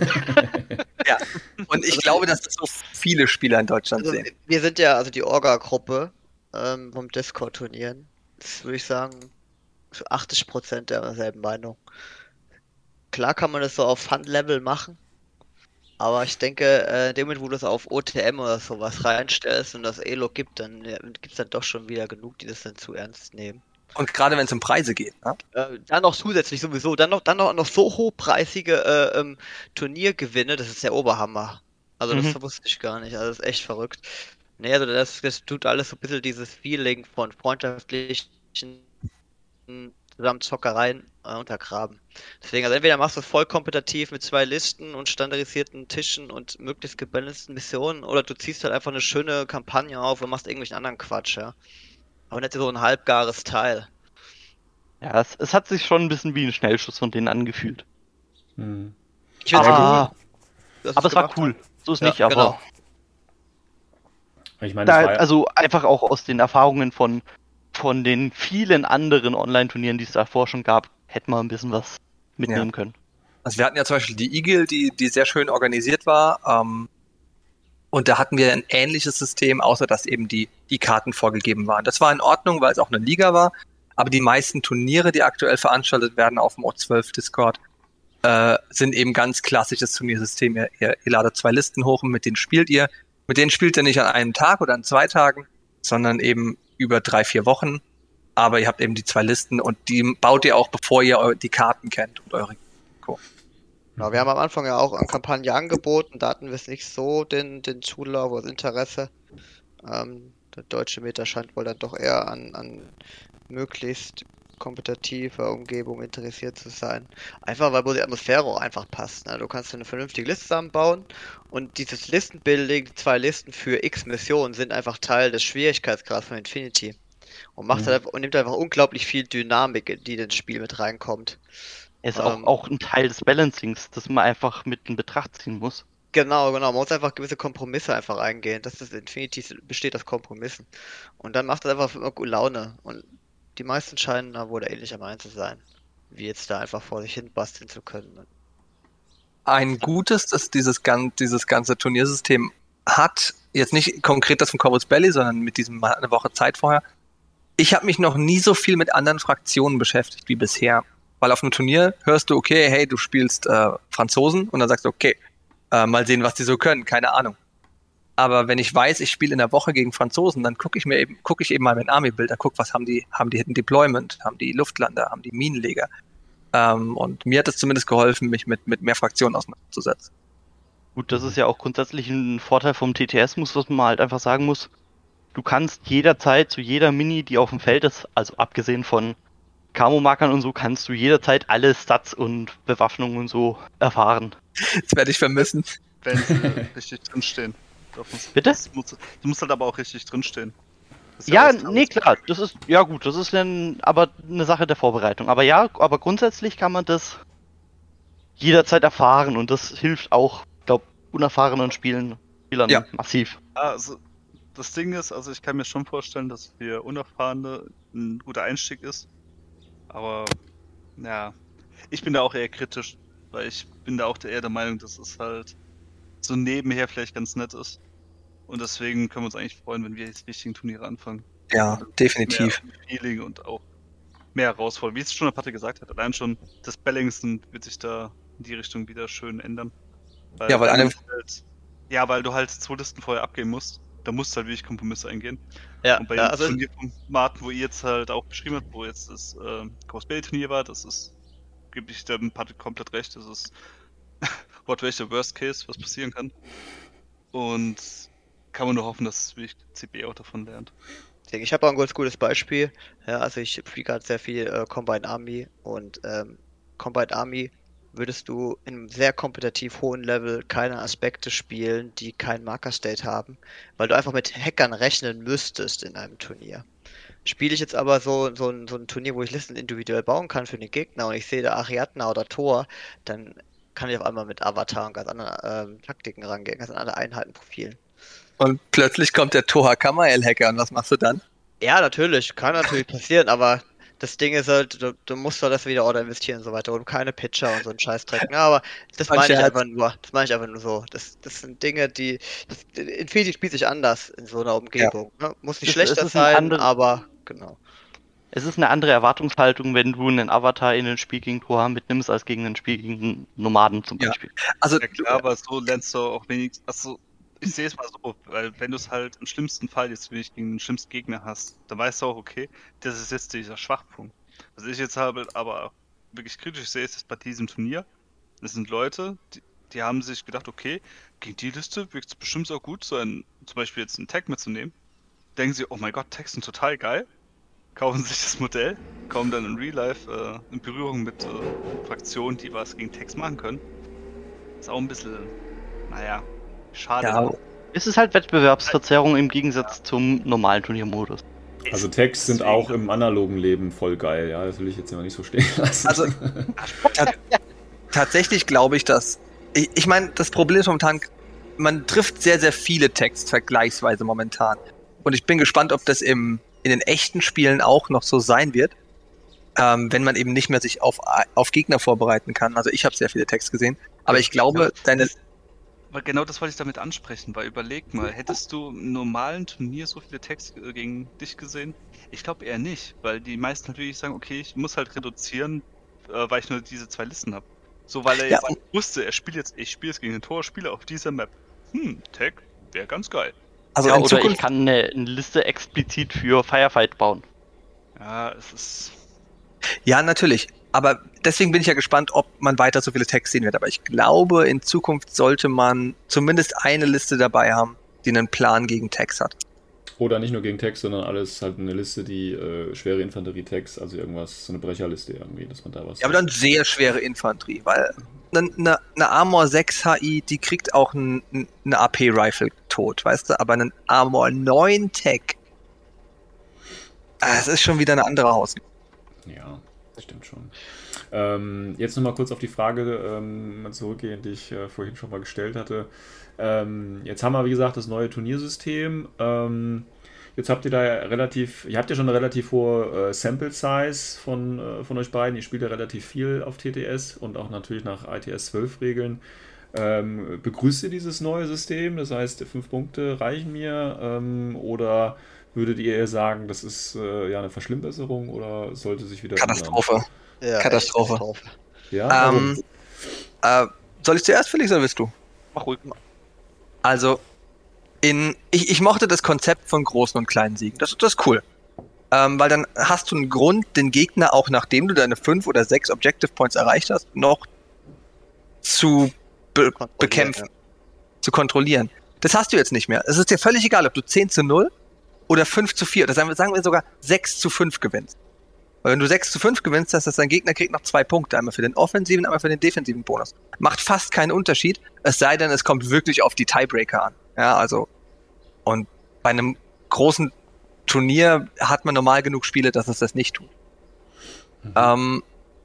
E: Ja, und ich glaube, dass das so viele Spieler in Deutschland
D: Also,
E: sehen.
D: wir sind ja, also die Orga-Gruppe ähm, vom Discord-Turnieren. Das würde ich sagen, so achtzig Prozent derselben Meinung. Klar kann man das so auf Fun-Level machen, aber ich denke, äh, in dem Moment, wo du es auf O T M oder sowas reinstellst und das Elo gibt, dann ja, gibt es dann doch schon wieder genug, die das dann zu ernst nehmen.
E: Und gerade wenn es um Preise geht, ne?
D: Äh, dann noch zusätzlich sowieso, dann noch, dann noch, noch so hochpreisige äh, ähm, Turniergewinne, das ist der Oberhammer. Also das
C: Mhm.
D: wusste ich gar nicht, also das ist echt verrückt. Nee, also das, das tut alles so ein bisschen dieses Feeling von freundschaftlichen Zusammenzockereien äh, untergraben. Deswegen, also entweder machst du es voll kompetitiv mit zwei Listen und standardisierten Tischen und möglichst gebalanceden Missionen, oder du ziehst halt einfach eine schöne Kampagne auf und machst irgendwelchen anderen Quatsch, ja. Aber nicht so ein halbgares Teil.
C: Ja, es, es hat sich schon ein bisschen wie ein Schnellschuss von denen angefühlt.
B: Hm.
D: Ich find's
C: Aber,
D: cool, dass
C: aber
D: sie
C: es war
D: gemacht
C: cool.
D: haben.
C: So ist
D: Ja,
C: nicht, aber
D: genau.
B: Ich meine,
C: da,
B: das war ja,
C: also einfach auch aus den Erfahrungen von, von den vielen anderen Online-Turnieren, die es davor schon gab, hätten wir ein bisschen was mitnehmen können.
E: Also wir hatten ja zum Beispiel die Eagle, die, die sehr schön organisiert war. Ähm, und da hatten wir ein ähnliches System, außer dass eben die, die Karten vorgegeben waren. Das war in Ordnung, weil es auch eine Liga war. Aber die meisten Turniere, die aktuell veranstaltet werden auf dem O zwölf Discord, äh, sind eben ganz klassisches Turniersystem. Ihr, ihr, ihr ladet zwei Listen hoch und mit denen spielt ihr. Mit denen spielt ihr nicht an einem Tag oder an zwei Tagen, sondern eben über drei, vier Wochen. Aber ihr habt eben die zwei Listen und die baut ihr auch, bevor ihr eu- die Karten kennt und eure.
D: Ja, wir haben am Anfang ja auch eine Kampagne angeboten, da hatten wir es nicht so den, den Zulauf oder das Interesse. Ähm, der deutsche Meta scheint wohl dann doch eher an, an möglichst kompetitiver Umgebung interessiert zu sein. Einfach weil wohl die Atmosphäre auch einfach passt. Ne? Du kannst eine vernünftige Liste zusammenbauen und dieses Listenbuilding, die zwei Listen für X Missionen sind einfach Teil des Schwierigkeitsgrads von Infinity. Und macht
B: Mhm.
D: halt einfach, und nimmt einfach unglaublich viel Dynamik, die ins Spiel mit reinkommt.
C: Es ist auch,
D: Ähm,
C: auch ein Teil des Balancings, das man einfach mit in Betracht ziehen muss.
D: Genau, genau. Man muss einfach gewisse Kompromisse einfach eingehen. Das ist Infinity besteht aus Kompromissen. Und dann macht es einfach immer gut Laune. Und die meisten scheinen da wohl ähnlicher Meinung zu sein. Wie jetzt da einfach vor sich hin basteln zu können.
E: Ein gutes, das dieses, gan- dieses ganze Turniersystem hat, jetzt nicht konkret das von Corvus Belli, sondern mit diesem mal eine Woche Zeit vorher. Ich habe mich noch nie so viel mit anderen Fraktionen beschäftigt wie bisher. Weil auf einem Turnier hörst du, okay, hey, du spielst äh, Franzosen und dann sagst du, okay, äh, mal sehen, was die so können, keine Ahnung. Aber wenn ich weiß, ich spiele in der Woche gegen Franzosen, dann gucke ich mir eben, gucke ich eben mal mein Army-Bilder, guck, was haben die, haben die Hidden Deployment, haben die Luftlander, haben die Minenleger. Ähm, und mir hat es zumindest geholfen, mich mit, mit mehr Fraktionen auseinanderzusetzen.
C: Gut, das ist ja auch grundsätzlich ein Vorteil vom T T S, muss, was man halt einfach sagen muss. Du kannst jederzeit zu jeder Mini, die auf dem Feld ist, also abgesehen von Camo-Markern und so, kannst du jederzeit alle Stats und Bewaffnungen und so erfahren.
E: Das werde ich vermissen.
F: Wenn sie richtig drinstehen.
C: Bitte?
F: Das muss, du musst halt aber auch richtig drinstehen. Das ist
C: Ja,
F: was
C: nee, klar, das ist, ja gut, das ist dann aber eine Sache der Vorbereitung. Aber ja, aber grundsätzlich kann man das jederzeit erfahren und das hilft auch, glaube unerfahrenen Spielen, Spielern
E: Ja.
C: massiv.
F: Also, das Ding ist, also ich kann mir schon vorstellen, dass für Unerfahrene ein guter Einstieg ist. Aber, ja, ich bin da auch eher kritisch, weil ich bin da auch eher der Meinung, dass es halt so nebenher vielleicht ganz nett ist. Und deswegen können wir uns eigentlich freuen, wenn wir jetzt richtigen Turniere anfangen.
E: Ja, definitiv.
F: Mehr Feeling und auch mehr herausfordern. Wie es schon der Patte gesagt hat, allein schon das Balancen wird sich da in die Richtung wieder schön ändern.
E: Ja, weil eine-
F: halt, ja, weil du halt zwei Listen vorher abgeben musst. Da musst du halt wirklich Kompromisse eingehen.
D: Ja,
F: Und bei
D: ja
F: den
D: also
F: Turnierformaten, wo ihr jetzt halt auch beschrieben habt, wo jetzt das äh, Corvus Belli Turnier war, das ist, gebe ich dem Patte komplett recht, das ist wortwörtlich der Worst Case, was passieren kann. Und kann man nur hoffen, dass wirklich C B auch davon lernt.
D: ich habe auch ein ganz gutes Beispiel. Ja, also ich spiele gerade sehr viel äh, Combined Army und ähm, Combined Army würdest du in einem sehr kompetitiv hohen Level keine Aspekte spielen, die kein Marker State haben, weil du einfach mit Hackern rechnen müsstest in einem Turnier. Spiele ich jetzt aber so, so, ein, so ein Turnier, wo ich Listen individuell bauen kann für den Gegner und ich sehe da Ariadna oder Thor, dann kann ich auf einmal mit Avatar und ganz anderen ähm, Taktiken rangehen, ganz andere Einheitenprofilen.
E: Und plötzlich kommt der Toha Kamael-Hacker und was machst du dann?
D: Ja, natürlich, kann natürlich passieren, aber das Ding ist halt, du, du musst halt das wieder Order investieren und so weiter und keine Pitcher und so ein Scheißdreck. Ja, aber das meine ich einfach nur, das meine ich einfach nur so. Das, das sind Dinge, die, das, Infinity spielt sich anders in so einer Umgebung. Ja. Ne? Muss nicht
C: Es-
D: schlechter
C: es ist ein
D: sein,
C: andere-
D: aber genau.
C: Es ist eine andere Erwartungshaltung, wenn du einen Avatar in ein Spiel gegen Toha mitnimmst, als gegen ein Spiel gegen einen Nomaden zum
E: Ja.
C: Beispiel.
E: Also,
F: Ja klar, aber so lernst du auch wenigstens, also ich sehe es mal so, weil wenn du es halt im schlimmsten Fall jetzt wirklich gegen den schlimmsten Gegner hast, dann weißt du auch, okay, das ist jetzt dieser Schwachpunkt. Was ich jetzt habe, aber wirklich kritisch sehe, ist jetzt bei diesem Turnier, das sind Leute, die, die haben sich gedacht, okay, gegen die Liste wirkt es bestimmt auch gut, so ein, zum Beispiel jetzt einen Tag mitzunehmen. Denken sie, oh mein Gott, Tags sind total geil, kaufen sich das Modell, kommen dann in Real Life äh, in Berührung mit äh, Fraktionen, die was gegen Tags machen können. Ist auch ein bisschen, naja, schade.
E: ja,
C: Es ist halt Wettbewerbsverzerrung im Gegensatz zum normalen Turniermodus.
B: Also Tags sind
F: Deswegen.
B: auch im analogen Leben voll geil, ja, das will ich jetzt immer nicht so stehen lassen.
E: Also, ta tatsächlich glaube ich, dass. Ich, ich meine, das Problem ist momentan, man trifft sehr, sehr viele Tags vergleichsweise momentan. Und ich bin gespannt, ob das im, in den echten Spielen auch noch so sein wird. Ähm, wenn man eben nicht mehr sich auf, auf Gegner vorbereiten kann. Also ich habe sehr viele Tags gesehen. Aber ich glaube, deine.
F: Das, weil genau das wollte ich damit ansprechen, weil überleg mal, hättest du im normalen Turnier so viele Tags äh, gegen dich gesehen? Ich glaube eher nicht, weil die meisten natürlich sagen, okay, ich muss halt reduzieren, äh, weil ich nur diese zwei Listen habe. So, weil er
E: Ja,
F: jetzt
E: und-
F: wusste, er spielt jetzt, ich spiele jetzt gegen den Tor, spiele auf dieser Map. Hm, Tag wäre ganz geil.
E: Also
C: Ja,
E: in
C: oder ich
E: Zukunft.
C: kann eine, eine Liste explizit für Firefight bauen.
F: Ja, es ist.
E: Ja, natürlich. Aber deswegen bin ich ja gespannt, ob man weiter so viele Tags sehen wird. Aber ich glaube, in Zukunft sollte man zumindest eine Liste dabei haben, die einen Plan gegen Tags hat.
B: Oder nicht nur gegen Tags, sondern alles halt eine Liste, die äh, schwere Infanterie-Tags, also irgendwas, so eine Brecherliste irgendwie, dass man da was.
E: Ja, aber dann sehr schwere Infanterie, weil eine, eine Armor sechs H I, die kriegt auch ein, eine A P-Rifle tot, weißt du? Aber einen Armor neun Tag, das ist schon wieder eine andere Hausnummer.
B: Ja, das stimmt schon. Ähm, jetzt nochmal kurz auf die Frage ähm, mal zurückgehen, die ich äh, vorhin schon mal gestellt hatte. Ähm, jetzt haben wir, wie gesagt, das neue Turniersystem. Ähm, jetzt habt ihr da ja relativ, ihr habt ja schon eine relativ hohe äh, Sample Size von, äh, von euch beiden. Ihr spielt ja relativ viel auf T T S und auch natürlich nach I T S zwölf Regeln. Ähm, begrüßt ihr dieses neue System? Das heißt, fünf Punkte reichen mir? Ähm, oder würdet ihr eher sagen, das ist äh, ja eine Verschlimmbesserung oder sollte sich wieder
E: Katastrophe.
D: Ja,
E: Katastrophe.
D: echt Katastrophe.
B: ändern? Ja, warum?
E: Ähm, äh, soll ich zuerst, Felix, oder willst du?
C: Mach ruhig.
E: Also, in, ich, ich mochte das Konzept von großen und kleinen Siegen. Das, das ist cool. Ähm, weil dann hast du einen Grund, den Gegner, auch nachdem du deine fünf oder sechs Objective Points erreicht hast, noch zu be
D: Kontrollieren,
E: bekämpfen, zu kontrollieren. Das hast du jetzt nicht mehr. Es ist dir völlig egal, ob du zehn zu null oder fünf zu vier oder sagen wir, sagen wir sogar sechs zu fünf gewinnst. Weil wenn du sechs zu fünf gewinnst, heißt das, dein Gegner kriegt noch zwei Punkte. Einmal für den offensiven, einmal für den defensiven Bonus. Macht fast keinen Unterschied, es sei denn, es kommt wirklich auf die Tiebreaker an. Ja, also, und bei einem großen Turnier hat man normal genug Spiele, dass es das nicht tut.
B: Mhm.
E: Ähm,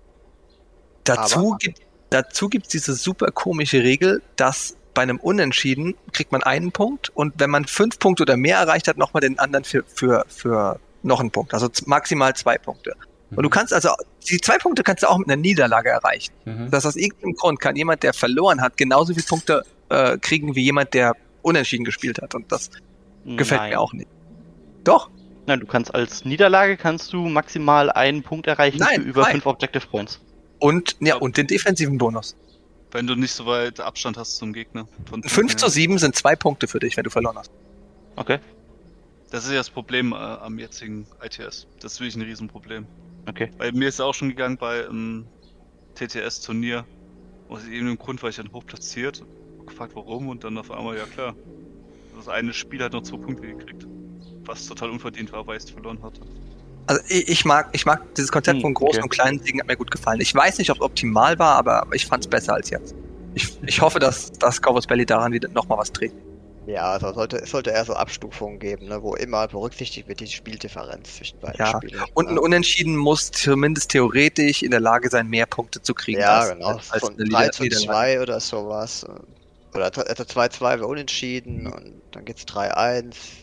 E: dazu
D: Aber-
E: gibt dazu gibt's diese super komische Regel, dass bei einem Unentschieden kriegt man einen Punkt und wenn man fünf Punkte oder mehr erreicht hat, nochmal den anderen für, für, für noch einen Punkt. Also z- maximal zwei Punkte. Und du kannst also, die zwei Punkte kannst du auch mit einer Niederlage erreichen.
B: Mhm.
E: Das aus irgendeinem Grund kann jemand, der verloren hat, genauso viele Punkte äh, kriegen wie jemand, der unentschieden gespielt hat. Und das gefällt
C: Nein.
E: mir auch nicht. Doch,
C: Nein, du kannst als Niederlage kannst du maximal einen Punkt erreichen
E: Nein,
C: für über
E: zwei.
C: fünf Objective Points.
E: und, ja, und den defensiven Bonus.
F: Wenn du nicht so weit Abstand hast zum Gegner. Von
E: fünf zu sieben sind zwei Punkte für dich, wenn du verloren hast.
C: Okay,
F: Das ist ja das Problem äh, am jetzigen I T S. Das ist wirklich ein Riesenproblem.
C: okay.
F: Weil mir ist ja auch schon gegangen bei einem T T S-Turnier. Aus irgendeinem Grund war ich dann hoch platziert. Gefragt warum und dann auf einmal, ja klar. Das eine Spiel hat noch zwei Punkte gekriegt. Was total unverdient war, weil ich es verloren hatte.
E: Also ich, ich mag, ich mag dieses Konzept
C: Hm,
E: von großen
C: okay.
E: und kleinen Siegen, hat mir gut gefallen. Ich weiß nicht, ob es optimal war, aber ich fand es besser als jetzt. Ich, ich hoffe, dass, dass Corvus Belli daran wieder nochmal was dreht.
D: Ja, also sollte, es sollte eher so Abstufungen geben, ne, wo immer berücksichtigt wird die Spieldifferenz zwischen beiden
E: Ja,
D: Spielern.
E: Und ein
D: ne?
E: Unentschieden muss zumindest theoretisch in der Lage sein, mehr Punkte zu kriegen.
D: Ja,
E: als-
D: genau.
E: als- als
D: Von
E: eine
D: drei
E: Nieder-
D: zu
E: Niederlage.
D: zwei oder sowas. Oder also zwei zwei wäre unentschieden und dann geht's drei eins.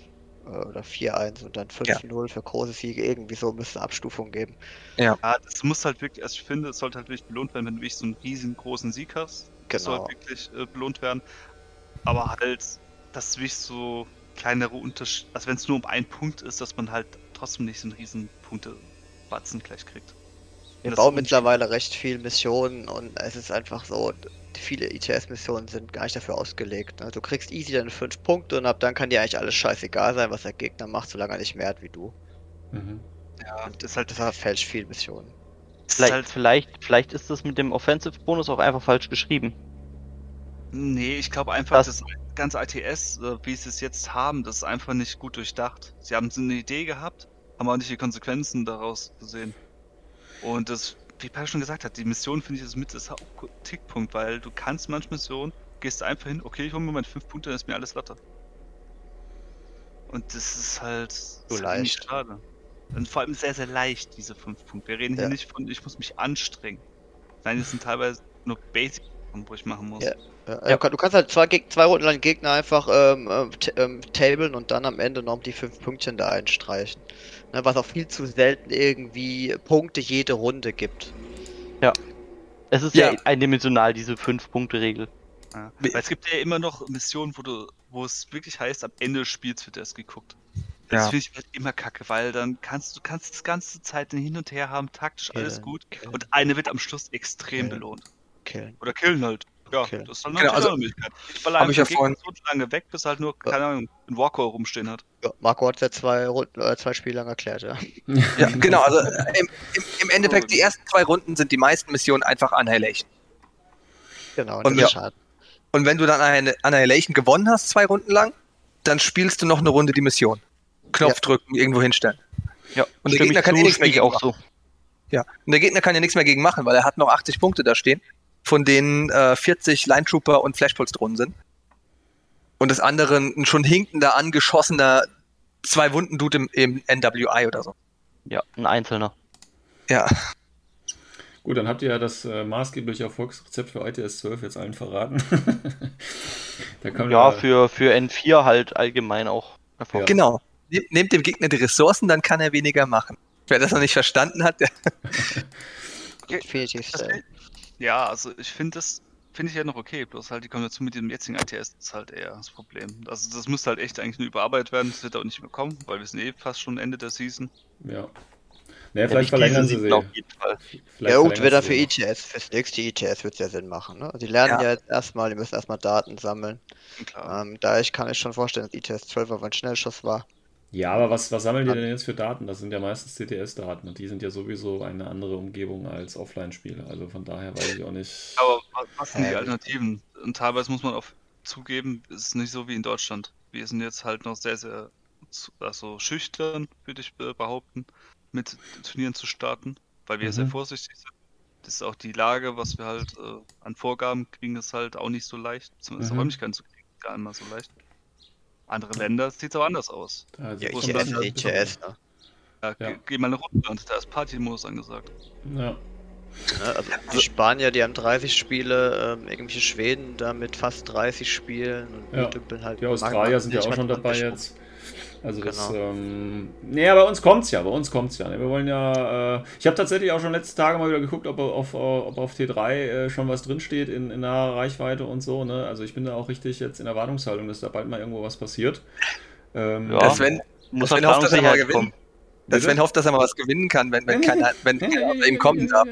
D: oder vier eins und dann fünf null für große Siege. Irgendwie so müsste Abstufung geben.
F: Ja, das muss halt wirklich, also ich finde, es sollte halt wirklich belohnt werden, wenn du wirklich so einen riesengroßen Sieg hast. Das
D: Genau.
F: soll wirklich äh, belohnt werden. Aber halt, dass wirklich so kleinere Unterschiede, also wenn es nur um einen Punkt ist, dass man halt trotzdem nicht so einen riesen Punkte-Batzen gleich kriegt.
D: Wir
F: Das
D: bauen
F: ist
D: mittlerweile recht viel Missionen und es ist einfach so, viele I T S-Missionen sind gar nicht dafür ausgelegt. Ne? Du kriegst easy deine fünf Punkte und ab dann kann dir eigentlich alles scheißegal sein, was der Gegner macht, solange er nicht mehr hat wie du.
B: Mhm.
F: Ja, das ist halt,
D: Deshalb fälscht viel Missionen.
F: das ist
C: Vielleicht,
F: halt
C: vielleicht, vielleicht ist das mit dem Offensive-Bonus auch einfach falsch geschrieben.
F: Nee, ich glaube einfach,
C: Das-
F: das ganze I T S, äh, wie sie es jetzt haben, das ist einfach nicht gut durchdacht. Sie haben so eine Idee gehabt, haben auch nicht die Konsequenzen daraus gesehen. Und das, wie Per schon gesagt hat, die Mission finde ich ist mit das Haupttickpunkt, weil du kannst manche Missionen, gehst einfach hin, okay, ich hole mir meine fünf Punkte, dann ist mir alles Latte. Und das ist halt das
D: So
F: ist halt irgendwie
D: leicht.
F: schade. Und vor allem sehr, sehr leicht, diese fünf Punkte. Wir reden hier
D: Ja.
F: nicht von, ich muss mich anstrengen. Nein, das sind teilweise nur Basic, wo ich machen muss.
D: Ja. Ja, also Du kannst halt zwei, Geg zwei Runden lang Gegner einfach ähm, ähm, t- ähm, tablen und dann am Ende noch die fünf Pünktchen da einstreichen. Ne, was auch viel zu selten irgendwie Punkte jede Runde gibt.
C: Es ist
E: Ja.
C: ja, eindimensional, diese fünf-Punkte-Regel.
F: Ja.
E: Wie-
F: Weil es gibt ja immer noch Missionen, wo du, wo es wirklich heißt, am Ende des Spiels wird erst geguckt. Das
E: Ja.
F: finde ich halt immer kacke, weil dann kannst du kannst das ganze Zeit den Hin und Her haben, taktisch alles
D: Killen,
F: gut.
D: killen.
F: Und eine wird am Schluss extrem
D: Killen.
F: belohnt.
D: Killen.
F: Oder killen halt. Ja,
D: Killen.
F: das ist dann
E: Genau,
F: natürlich
E: also-
F: auch eine Möglichkeit. Weil
E: Hab
F: einfach
E: ich ja
F: der Gegner
E: vorhin-
F: so lange weg, bis halt nur, keine Ahnung, ein Walker rumstehen hat.
D: Ja, Marco hat ja zwei Runden, äh, zwei Spiele lang erklärt, ja.
E: Ja, genau, also äh, im, im, im Endeffekt, die ersten zwei Runden sind die meisten Missionen einfach Annihilation.
D: Genau, und,
E: Und
D: das ist
E: ja.
D: schade.
E: Und wenn du dann eine Annihilation gewonnen hast, zwei Runden lang, dann spielst du noch eine Runde die Mission. Knopf
D: Ja.
E: drücken, irgendwo hinstellen.
C: Ja,
E: Und der
C: stimme
E: Gegner
C: ich
E: kann
C: zu,
E: eh nichts mehr
C: sehe ich
E: gegen
C: auch
E: machen.
C: so.
E: Ja. Und der Gegner kann ja nichts mehr gegen machen, weil er hat noch achtzig Punkte da stehen, von denen äh, vierzig Line Trooper und Flashpulse drin sind. Und das andere ein schon hinkender, angeschossener, zwei Wunden Dude im, im N W I oder so.
C: Ja, ein Einzelner.
E: Ja.
B: Gut, dann habt ihr ja das äh, maßgebliche Erfolgsrezept für I T S zwölf jetzt allen verraten. da können
C: Ja,
B: wir,
C: für, für N vier halt allgemein auch. Erfolg.
B: Ja.
E: Genau. Nehm, nehmt dem Gegner die Ressourcen, dann kann er weniger machen. Wer das noch nicht verstanden hat, der
D: Definitiv.
F: Das,
D: Äh,
F: ja, also ich finde das, finde ich ja noch okay, bloß halt die Kombination mit dem jetzigen I T S ist halt eher das Problem. Also das müsste halt echt eigentlich nur überarbeitet werden, das wird auch nicht mehr kommen, weil wir sind eh fast schon Ende der Season.
B: ja. Naja,
C: Ja,
B: vielleicht
C: die
B: verlängern
C: Season
B: sie
C: sieht
B: sie.
C: auf jeden Fall.
B: Vielleicht
D: ja gut,
B: verlängern
D: wieder
B: sie
D: für
B: sie
D: I T S, fürs nächste I T S wird es ja Sinn machen. Ne? Die lernen
E: Ja.
D: ja jetzt erstmal, die müssen erstmal Daten sammeln.
F: Klar.
D: Ähm, da ich kann ich schon vorstellen, dass I T S zwölf aber ein Schnellschuss war.
B: noch. Ja, aber was, was sammeln die denn jetzt für Daten? Das sind ja meistens C T S-Daten und die sind ja sowieso eine andere Umgebung als Offline-Spiele. Also von daher weiß ich auch nicht.
F: Aber wa- was sind die
D: Äh,
F: Alternativen? Und teilweise muss man auch zugeben, es ist nicht so wie in Deutschland. Wir sind jetzt halt noch sehr, sehr zu- also schüchtern, würde ich be- behaupten, mit Turnieren zu starten, weil wir
B: Mhm.
F: sehr vorsichtig sind. Das ist auch die Lage, was wir halt äh, an Vorgaben kriegen, ist halt auch nicht so leicht. Zumindest
B: Mhm.
F: Räumlichkeiten zu kriegen, gar nicht mal so leicht. Andere Länder sieht es aber anders aus.
B: Also,
D: Ja,
F: Wo
D: I
F: ist
D: T S
F: denn
D: ist
F: das?
D: I T S, ne?
F: Ja,
B: Ja.
F: Geh, geh mal eine Runde und da ist Party-Modus angesagt.
B: ja.
D: Ne, Also die Spanier, die haben dreißig Spiele, ähm, irgendwelche Schweden da mit fast dreißig Spielen und
B: Ja.
D: wir dümpeln halt.
B: Die Australier sind ja auch schon dabei
D: manchmal
B: jetzt. Also das,
D: Genau.
B: ähm, nee, bei uns kommt's ja, bei uns kommt's ja. Ne? Wir wollen ja, äh, ich habe tatsächlich auch schon letzte Tage mal wieder geguckt, ob auf, ob auf T drei äh, schon was drinsteht in, in naher Reichweite und so. Ne? Also ich bin da auch richtig jetzt in Erwartungshaltung, dass da bald mal irgendwo was passiert. Ähm,
C: Ja.
E: dass Sven,
C: Muss
E: dass
C: halt
E: Sven hofft, dass er mal
C: Planungssicherheit
E: gewinnen.
C: kommen.
E: Dass
B: Bitte?
E: Sven hofft, dass er mal was gewinnen kann, wenn, wenn keiner, wenn keiner außer ihm kommen darf.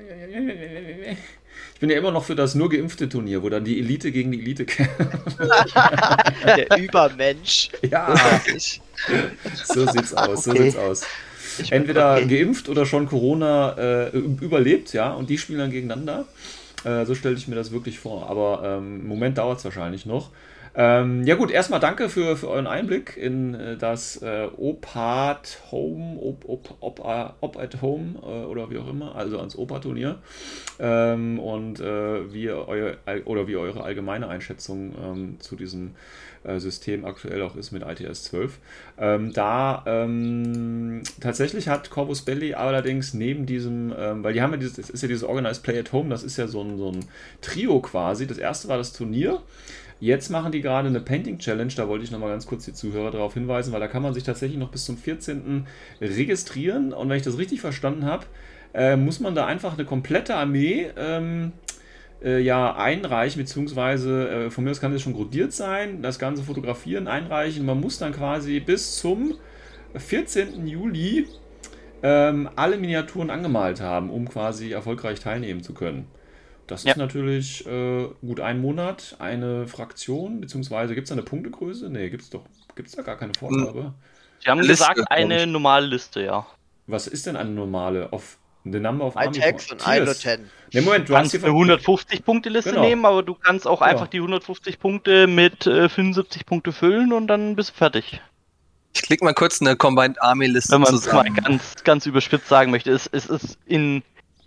B: Ich bin ja immer noch für das nur geimpfte Turnier, wo dann die Elite gegen die Elite kämpft.
D: Der Übermensch.
B: Ja,
D: Ich,
B: so sieht's aus, so
D: Okay.
B: sieht's aus.
D: ich bin
B: Entweder
D: okay.
B: geimpft oder schon Corona äh, ü- überlebt, ja, und die spielen dann gegeneinander. Äh, so stelle ich mir das wirklich vor. Aber ähm, im Moment dauert es wahrscheinlich noch. Ähm, ja gut, erstmal danke für, für euren Einblick in äh, das äh, Opat Home, Op, Op, Op, äh, Op at Home äh, oder wie auch immer, also ans Opa-Turnier. Ähm, und äh, wie euer oder wie eure allgemeine Einschätzung ähm, zu diesem äh, System aktuell auch ist mit I T S zwölf. Ähm, da ähm, tatsächlich hat Corvus Belli allerdings neben diesem, ähm, weil die haben ja dieses, es ist ja dieses Organized Play at Home, das ist ja so ein, so ein Trio quasi. Das erste war das Turnier. Jetzt machen die gerade eine Painting Challenge, da wollte ich nochmal ganz kurz die Zuhörer darauf hinweisen, weil da kann man sich tatsächlich noch bis zum vierzehnten registrieren und wenn ich das richtig verstanden habe, äh, muss man da einfach eine komplette Armee ähm, äh, ja, einreichen, beziehungsweise äh, von mir aus kann das schon grundiert sein, das Ganze fotografieren, einreichen. Man muss dann quasi bis zum vierzehnten Juli ähm, alle Miniaturen angemalt haben, um quasi erfolgreich teilnehmen zu können. Das ist
C: Ja.
B: natürlich äh, gut ein Monat, eine Fraktion, beziehungsweise gibt es da eine Punktegröße? Nee, gibt es doch, gibt es da gar keine Vorgabe.
C: Sie haben
E: Liste,
C: gesagt,
E: glaub
C: eine
E: ich.
C: normale Liste, ja.
B: Was ist denn eine normale? Auf the number of
D: Ein
B: Army
D: Text
B: Points?
D: und ein
B: Tiers.
D: Lieutenant.
B: Ne, Moment,
C: Du
B: du hast
C: kannst
B: hier
C: eine hundertfünfzig-Punkte-Liste
B: Genau.
C: nehmen, aber du kannst auch
B: Genau.
C: einfach die hundertfünfzig Punkte mit äh, fünfundsiebzig Punkte füllen und dann bist du fertig.
E: Ich klicke mal kurz eine Combined Army Liste
C: Wenn man es mal
E: zusammen.
C: ganz, ganz überspitzt sagen möchte. Es, es ist in,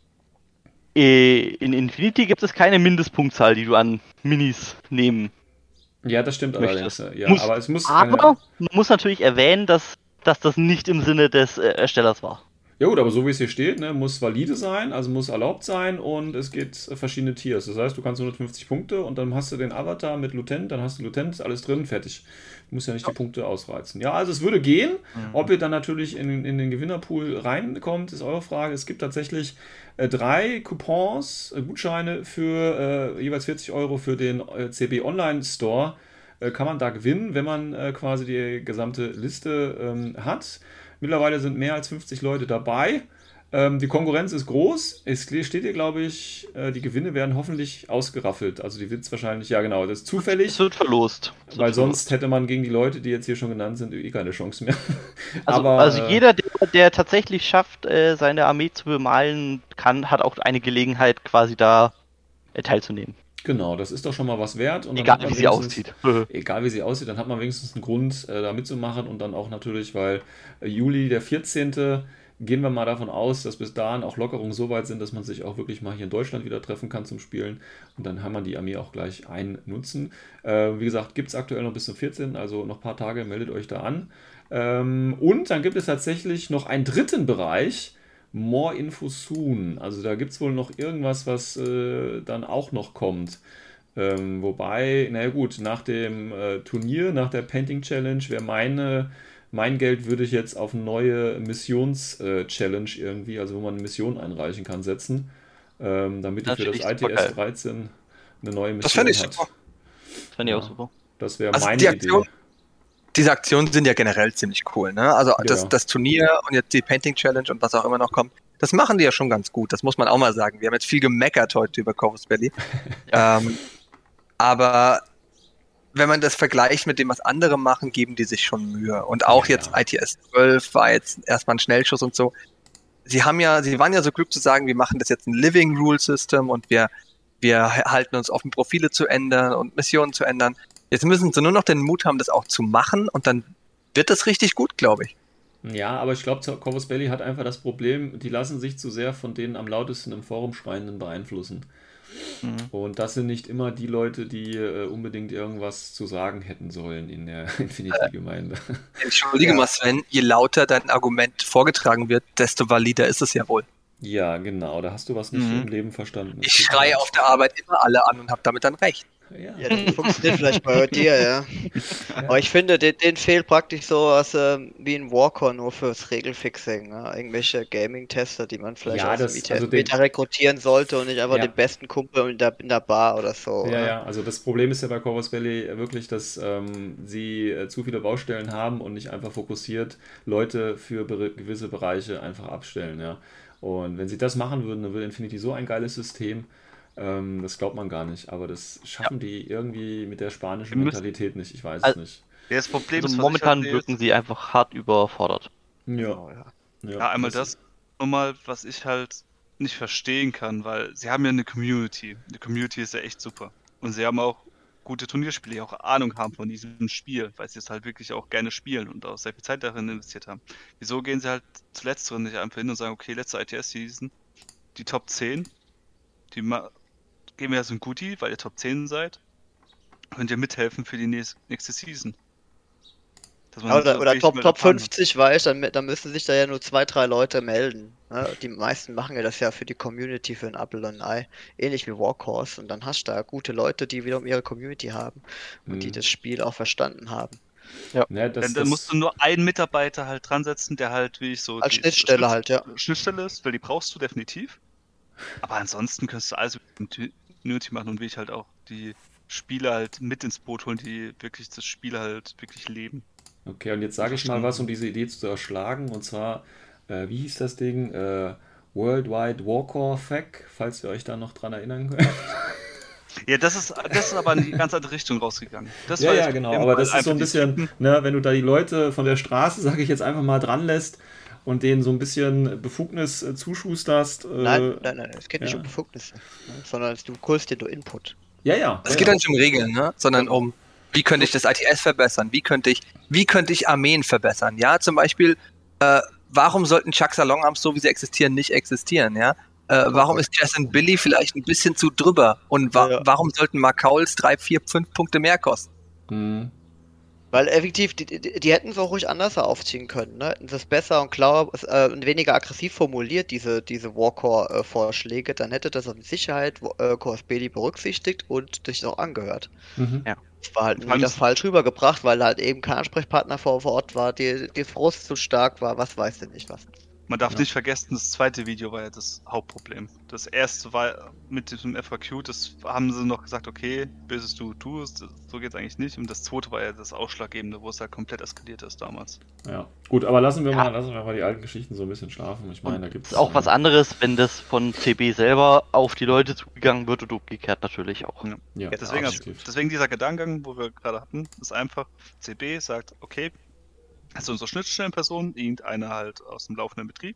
C: äh, in Infinity gibt es keine Mindestpunktzahl, die du an Minis nehmen.
B: Ja, das stimmt
C: Möchtest.
B: allerdings. Ja,
C: Muss-
B: aber es muss
C: Aber
B: eine,
C: man muss natürlich erwähnen, dass, dass das nicht im Sinne des äh, Erstellers war.
B: ja gut, aber so wie es hier steht, ne, muss valide sein, also muss erlaubt sein und es gibt äh, verschiedene Tiers. Das heißt, du kannst hundertfünfzig Punkte und dann hast du den Avatar mit Lieutenant, dann hast du Lieutenant, alles drin, fertig. Du musst ja nicht die Punkte ausreizen. Ja, also es würde gehen. Ob ihr dann natürlich in, in den Gewinnerpool reinkommt, ist eure Frage. Es gibt tatsächlich äh, drei Coupons, äh, Gutscheine für äh, jeweils vierzig Euro für den äh, C B Online Store. Äh, kann man da gewinnen, wenn man äh, quasi die gesamte Liste ähm, hat. Mittlerweile sind mehr als fünfzig Leute dabei. Ähm, die Konkurrenz ist groß. Es steht hier, glaube ich, äh, die Gewinne werden hoffentlich ausgeraffelt. Also die wird es wahrscheinlich, ja genau, das ist zufällig.
C: Es wird verlost. Es wird
B: Weil sonst
C: verlost.
B: hätte man gegen die Leute, die jetzt hier schon genannt sind, eh keine Chance mehr.
C: Also,
B: Aber,
C: also
B: äh,
C: jeder, der, der tatsächlich schafft, äh, seine Armee zu bemalen, kann, hat auch eine Gelegenheit, quasi da äh, teilzunehmen.
B: Genau, das ist doch schon mal was wert. Und dann
C: Egal
B: hat man
C: wie sie
B: wenigstens-
C: aussieht.
B: Egal wie sie aussieht, dann hat man wenigstens einen Grund, äh, da mitzumachen. Und dann auch natürlich, weil äh, Juli, der vierzehnte gehen wir mal davon aus, dass bis dahin auch Lockerungen so weit sind, dass man sich auch wirklich mal hier in Deutschland wieder treffen kann zum Spielen. Und dann haben wir die Armee auch gleich einnutzen. Äh, wie gesagt, gibt es aktuell noch bis zum vierzehnten, also noch ein paar Tage, meldet euch da an. Ähm, und dann gibt es tatsächlich noch einen dritten Bereich, More Info Soon. Also da gibt es wohl noch irgendwas, was äh, dann auch noch kommt. Ähm, wobei, naja gut, nach dem äh, Turnier, nach der Painting Challenge, wäre meine, mein Geld würde ich jetzt auf eine neue Missions-Challenge irgendwie, also wo man eine Mission einreichen kann, setzen, ähm, damit ich für das
C: Natürlich
B: I T
C: super
B: S
C: geil.
B: dreizehn eine neue Mission
E: Das fände ich
B: hat.
E: super.
C: Das fände ich
B: Ja.
C: auch super.
B: Das wäre
E: Also
B: meine
E: die Aktion,
B: Idee.
E: diese Aktionen sind ja generell ziemlich cool, ne? Also das,
B: Ja.
E: das Turnier und jetzt die Painting Challenge und was auch immer noch kommt, das machen die ja schon ganz gut. Das muss man auch mal sagen. Wir haben jetzt viel gemeckert heute über Corvus Belli. ähm, aber wenn man das vergleicht mit dem, was andere machen, geben die sich schon Mühe. Und auch
B: Ja.
E: jetzt I T S zwölf war jetzt erstmal ein Schnellschuss und so. Sie haben ja, sie waren ja so klug zu sagen, wir machen das jetzt ein Living Rule System und wir, wir halten uns offen, Profile zu ändern und Missionen zu ändern. Jetzt müssen sie nur noch den Mut haben, das auch zu machen und dann wird das richtig gut, glaube ich.
B: Ja, aber ich glaube, Corvus Belli hat einfach das Problem, die lassen sich zu sehr von den am lautesten im Forum Schreienden beeinflussen.
C: Mhm.
B: Und das sind nicht immer die Leute, die äh, unbedingt irgendwas zu sagen hätten sollen in der Infinity-Gemeinde.
E: Entschuldige
D: Ja.
E: mal, Sven, je lauter dein Argument vorgetragen wird, desto valider ist es ja wohl.
B: Ja, genau, da hast du was nicht
C: Mhm.
B: im Leben verstanden.
E: Ich schreie auf der Arbeit immer alle an und habe damit dann recht.
B: Ja,
D: Ja, das funktioniert vielleicht bei dir, ja. Aber ich finde, den, den fehlt praktisch so was ähm, wie ein Walker nur fürs Regelfixing. Ne? Irgendwelche Gaming-Tester, die man vielleicht
B: Ja,
D: aus
B: das-
D: dem Meta,
B: also den-
D: Meta rekrutieren sollte und nicht einfach
B: Ja.
D: den besten Kumpel in der, in der Bar oder so.
B: Ja,
D: ne?
B: ja, also das Problem ist ja bei Corvus Belli wirklich, dass ähm, sie äh, zu viele Baustellen haben und nicht einfach fokussiert Leute für bere- gewisse Bereiche einfach abstellen, ja. Und wenn sie das machen würden, dann würde Infinity so ein geiles System, ähm, das glaubt man gar nicht, aber das schaffen die irgendwie mit der spanischen
C: Wir müssen-
B: Mentalität nicht, ich weiß es
C: Also-
B: nicht.
F: Ja, das Problem
C: Also
F: ist, was
C: momentan
F: ich halt
C: wirken sie einfach hart überfordert.
B: Ja,
D: Genau, ja.
F: Ja, einmal das. Nochmal, was ich halt nicht verstehen kann, weil sie haben ja eine Community. Die Community ist ja echt super. Und sie haben auch gute Turnierspiele, die auch Ahnung haben von diesem Spiel, weil sie es halt wirklich auch gerne spielen und auch sehr viel Zeit darin investiert haben. Wieso gehen sie halt zuletzt drin nicht einfach hin und sagen, okay, letzte I T S-Season, die Top zehn, die ma- geben wir ja so ein Goodie, weil ihr Top zehn seid, könnt ihr mithelfen für die nächste, nächste Season. Dass
D: Ja, oder
F: so
D: oder
F: wirklich
D: Top,
F: mal
D: Top
F: erfahren hat.
D: fünfzig, weißt du, dann, dann müssen sich da ja nur zwei, drei Leute melden. Ne? Die meisten machen ja das ja für die Community, für ein Apple und ein Ei. Ähnlich wie Warhorse. Und dann hast du da gute Leute, die wiederum ihre Community haben und die
B: Mhm.
D: das Spiel auch verstanden haben.
B: Ne, das,
F: Dann, dann musst
B: das,
F: du nur einen Mitarbeiter halt dran setzen, der halt wie ich so
D: Als
F: die
D: Schnittstelle
F: Schnitt-
D: halt, ja.
F: Schnittstelle ist, weil die brauchst du definitiv. Aber ansonsten kannst du alles mit der Community machen und wie ich halt auch die Spieler halt mit ins Boot holen, die wirklich das Spiel halt wirklich leben.
B: okay, und jetzt sage ich mal was, um diese Idee zu erschlagen. Und zwar, äh, wie hieß das Ding? Äh, Worldwide Warcore Fac, falls ihr euch da noch dran erinnern könnt.
F: Ja, das ist, das ist aber in die ganz andere Richtung rausgegangen. Das
B: Ja,
F: war
B: ja,
F: das
B: genau,
F: Problem,
B: aber
F: weil
B: das ist so ein
F: einfach die
B: bisschen,
F: Typen-
B: ne, wenn du da die Leute von der Straße, sage ich jetzt einfach mal, dran lässt und denen so ein bisschen Befugnis äh, zuschusterst. Äh,
D: Nein, nein, nein, es geht nicht
B: ja.
D: um Befugnisse, ne? Sondern du holst dir nur Input.
B: Ja, ja.
E: Es
B: ja,
E: geht
B: ja.
E: doch nicht um Regeln, ne? sondern
D: Genau.
E: um, wie könnte ich das I T S verbessern? Wie könnte ich, wie könnte ich Armeen verbessern? Ja, zum Beispiel, äh, warum sollten Chucks Longarms, so wie sie existieren, nicht existieren? Ja, äh, warum ist Jason Billy vielleicht ein bisschen zu drüber? Und wa
D: Ja.
E: warum sollten Marcauls drei, vier, fünf Punkte mehr kosten?
B: Hm.
D: Weil effektiv, die, die, die hätten es auch ruhig anders aufziehen können, ne? Hätten sie es besser und klauer äh, und weniger aggressiv formuliert, diese, diese Warcore-Vorschläge, dann hätte das mit Sicherheit äh, Corsbeli berücksichtigt und sich auch angehört.
B: Mhm.
C: Ja.
D: Es war halt
F: Vor
D: nur
F: allem
D: wieder
F: ist-
D: falsch rübergebracht, weil halt eben kein Ansprechpartner vor, vor Ort war, die, die Frust zu stark war, was weiß ich nicht was.
F: Man darf
B: Ja.
F: nicht vergessen, das zweite Video war ja das Hauptproblem. Das erste war mit diesem F A Q, das haben sie noch gesagt, okay, böses du tust, so geht's eigentlich nicht. Und das zweite war ja das Ausschlaggebende, wo es halt komplett eskaliert ist damals.
B: Ja, gut, aber lassen wir,
C: Ja.
B: mal, lassen wir mal die alten Geschichten so ein bisschen schlafen. Ich meine, da gibt
C: Ist
B: es
C: auch was anderes, wenn das von C B selber auf die Leute zugegangen wird und umgekehrt natürlich auch.
F: Ja.
B: Ja,
F: Deswegen, also,
B: definitiv.
F: deswegen dieser Gedankengang, wo wir gerade hatten, ist einfach, C B sagt, okay, also unsere Schnittstellenperson, irgendeiner halt aus dem laufenden Betrieb,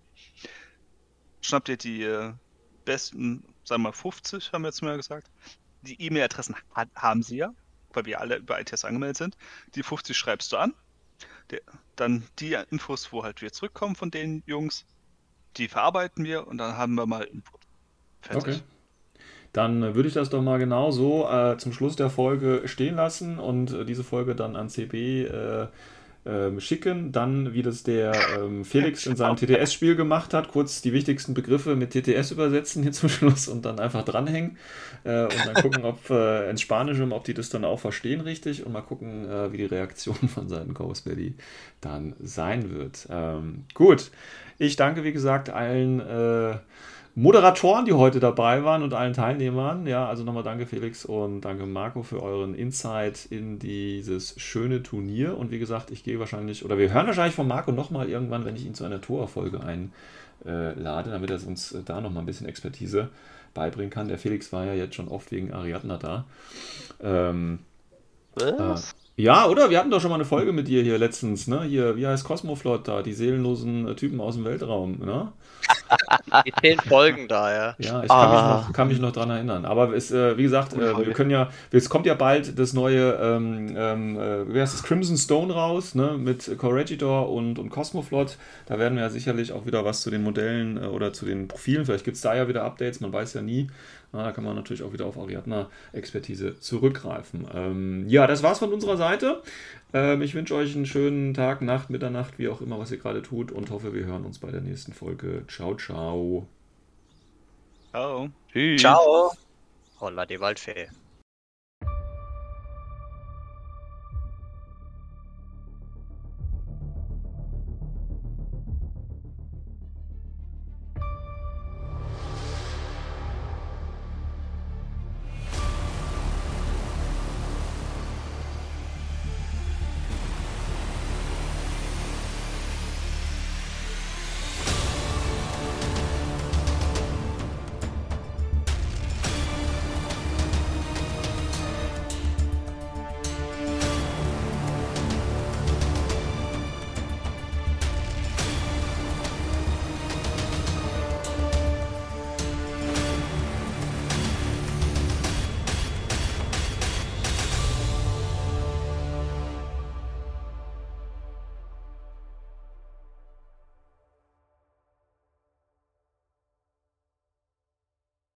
F: schnappt ihr die äh, besten, sagen wir mal fünfzig, haben wir jetzt mal gesagt. Die E-Mail-Adressen ha haben sie ja, weil wir alle über I T S angemeldet sind. Die fünfzig schreibst du an. Der, dann die Infos, wo halt wir zurückkommen von den Jungs, die verarbeiten wir und dann haben wir mal Input. Fertig.
B: Okay. Dann äh, würde ich das doch mal genau so äh, zum Schluss der Folge stehen lassen und äh, diese Folge dann an C B äh, ähm, schicken. Dann, wie das der ähm, Felix in seinem T T S-Spiel gemacht hat, kurz die wichtigsten Begriffe mit T T S übersetzen hier zum Schluss und dann einfach dranhängen äh, und dann gucken, ob äh, ins Spanische, ob die das dann auch verstehen richtig und mal gucken, äh, wie die Reaktion von Seiten Coasbelly dann sein wird. Ähm, gut, ich danke, wie gesagt, allen äh, Moderatoren, die heute dabei waren und allen Teilnehmern. Ja, also nochmal danke Felix und danke Marco für euren Insight in dieses schöne Turnier. Und wie gesagt, ich gehe wahrscheinlich, oder wir hören wahrscheinlich von Marco nochmal irgendwann, wenn ich ihn zu einer Torfolge einlade, damit er uns da nochmal ein bisschen Expertise beibringen kann. Der Felix war ja jetzt schon oft wegen Ariadna da. Ähm,
C: Was?
B: ja, oder? Wir hatten doch schon mal eine Folge mit dir hier letztens, ne? Hier, wie heißt Cosmoflot da? Die seelenlosen äh, Typen aus dem Weltraum, ne?
D: Die zehn Folgen da, ja.
B: Ja, ich kann,
C: Ah.
B: mich noch, kann mich noch dran erinnern. Aber es, äh, wie gesagt, äh, wir können ja, es kommt ja bald das neue, ähm, ähm, äh, wie heißt das, Crimson Stone raus, ne, mit Corregidor und, und Cosmoflot. Da werden wir ja sicherlich auch wieder was zu den Modellen äh, oder zu den Profilen, vielleicht gibt es da ja wieder Updates, man weiß ja nie. Na, da kann man natürlich auch wieder auf Ariadna-Expertise zurückgreifen. Ähm, ja, das war's von unserer Seite. Ähm, ich wünsche euch einen schönen Tag, Nacht, Mitternacht, wie auch immer, was ihr gerade tut und hoffe, wir hören uns bei der nächsten Folge. Ciao, ciao.
F: Ciao.
C: Tschüss.
E: Ciao.
D: Holla die Waldfee.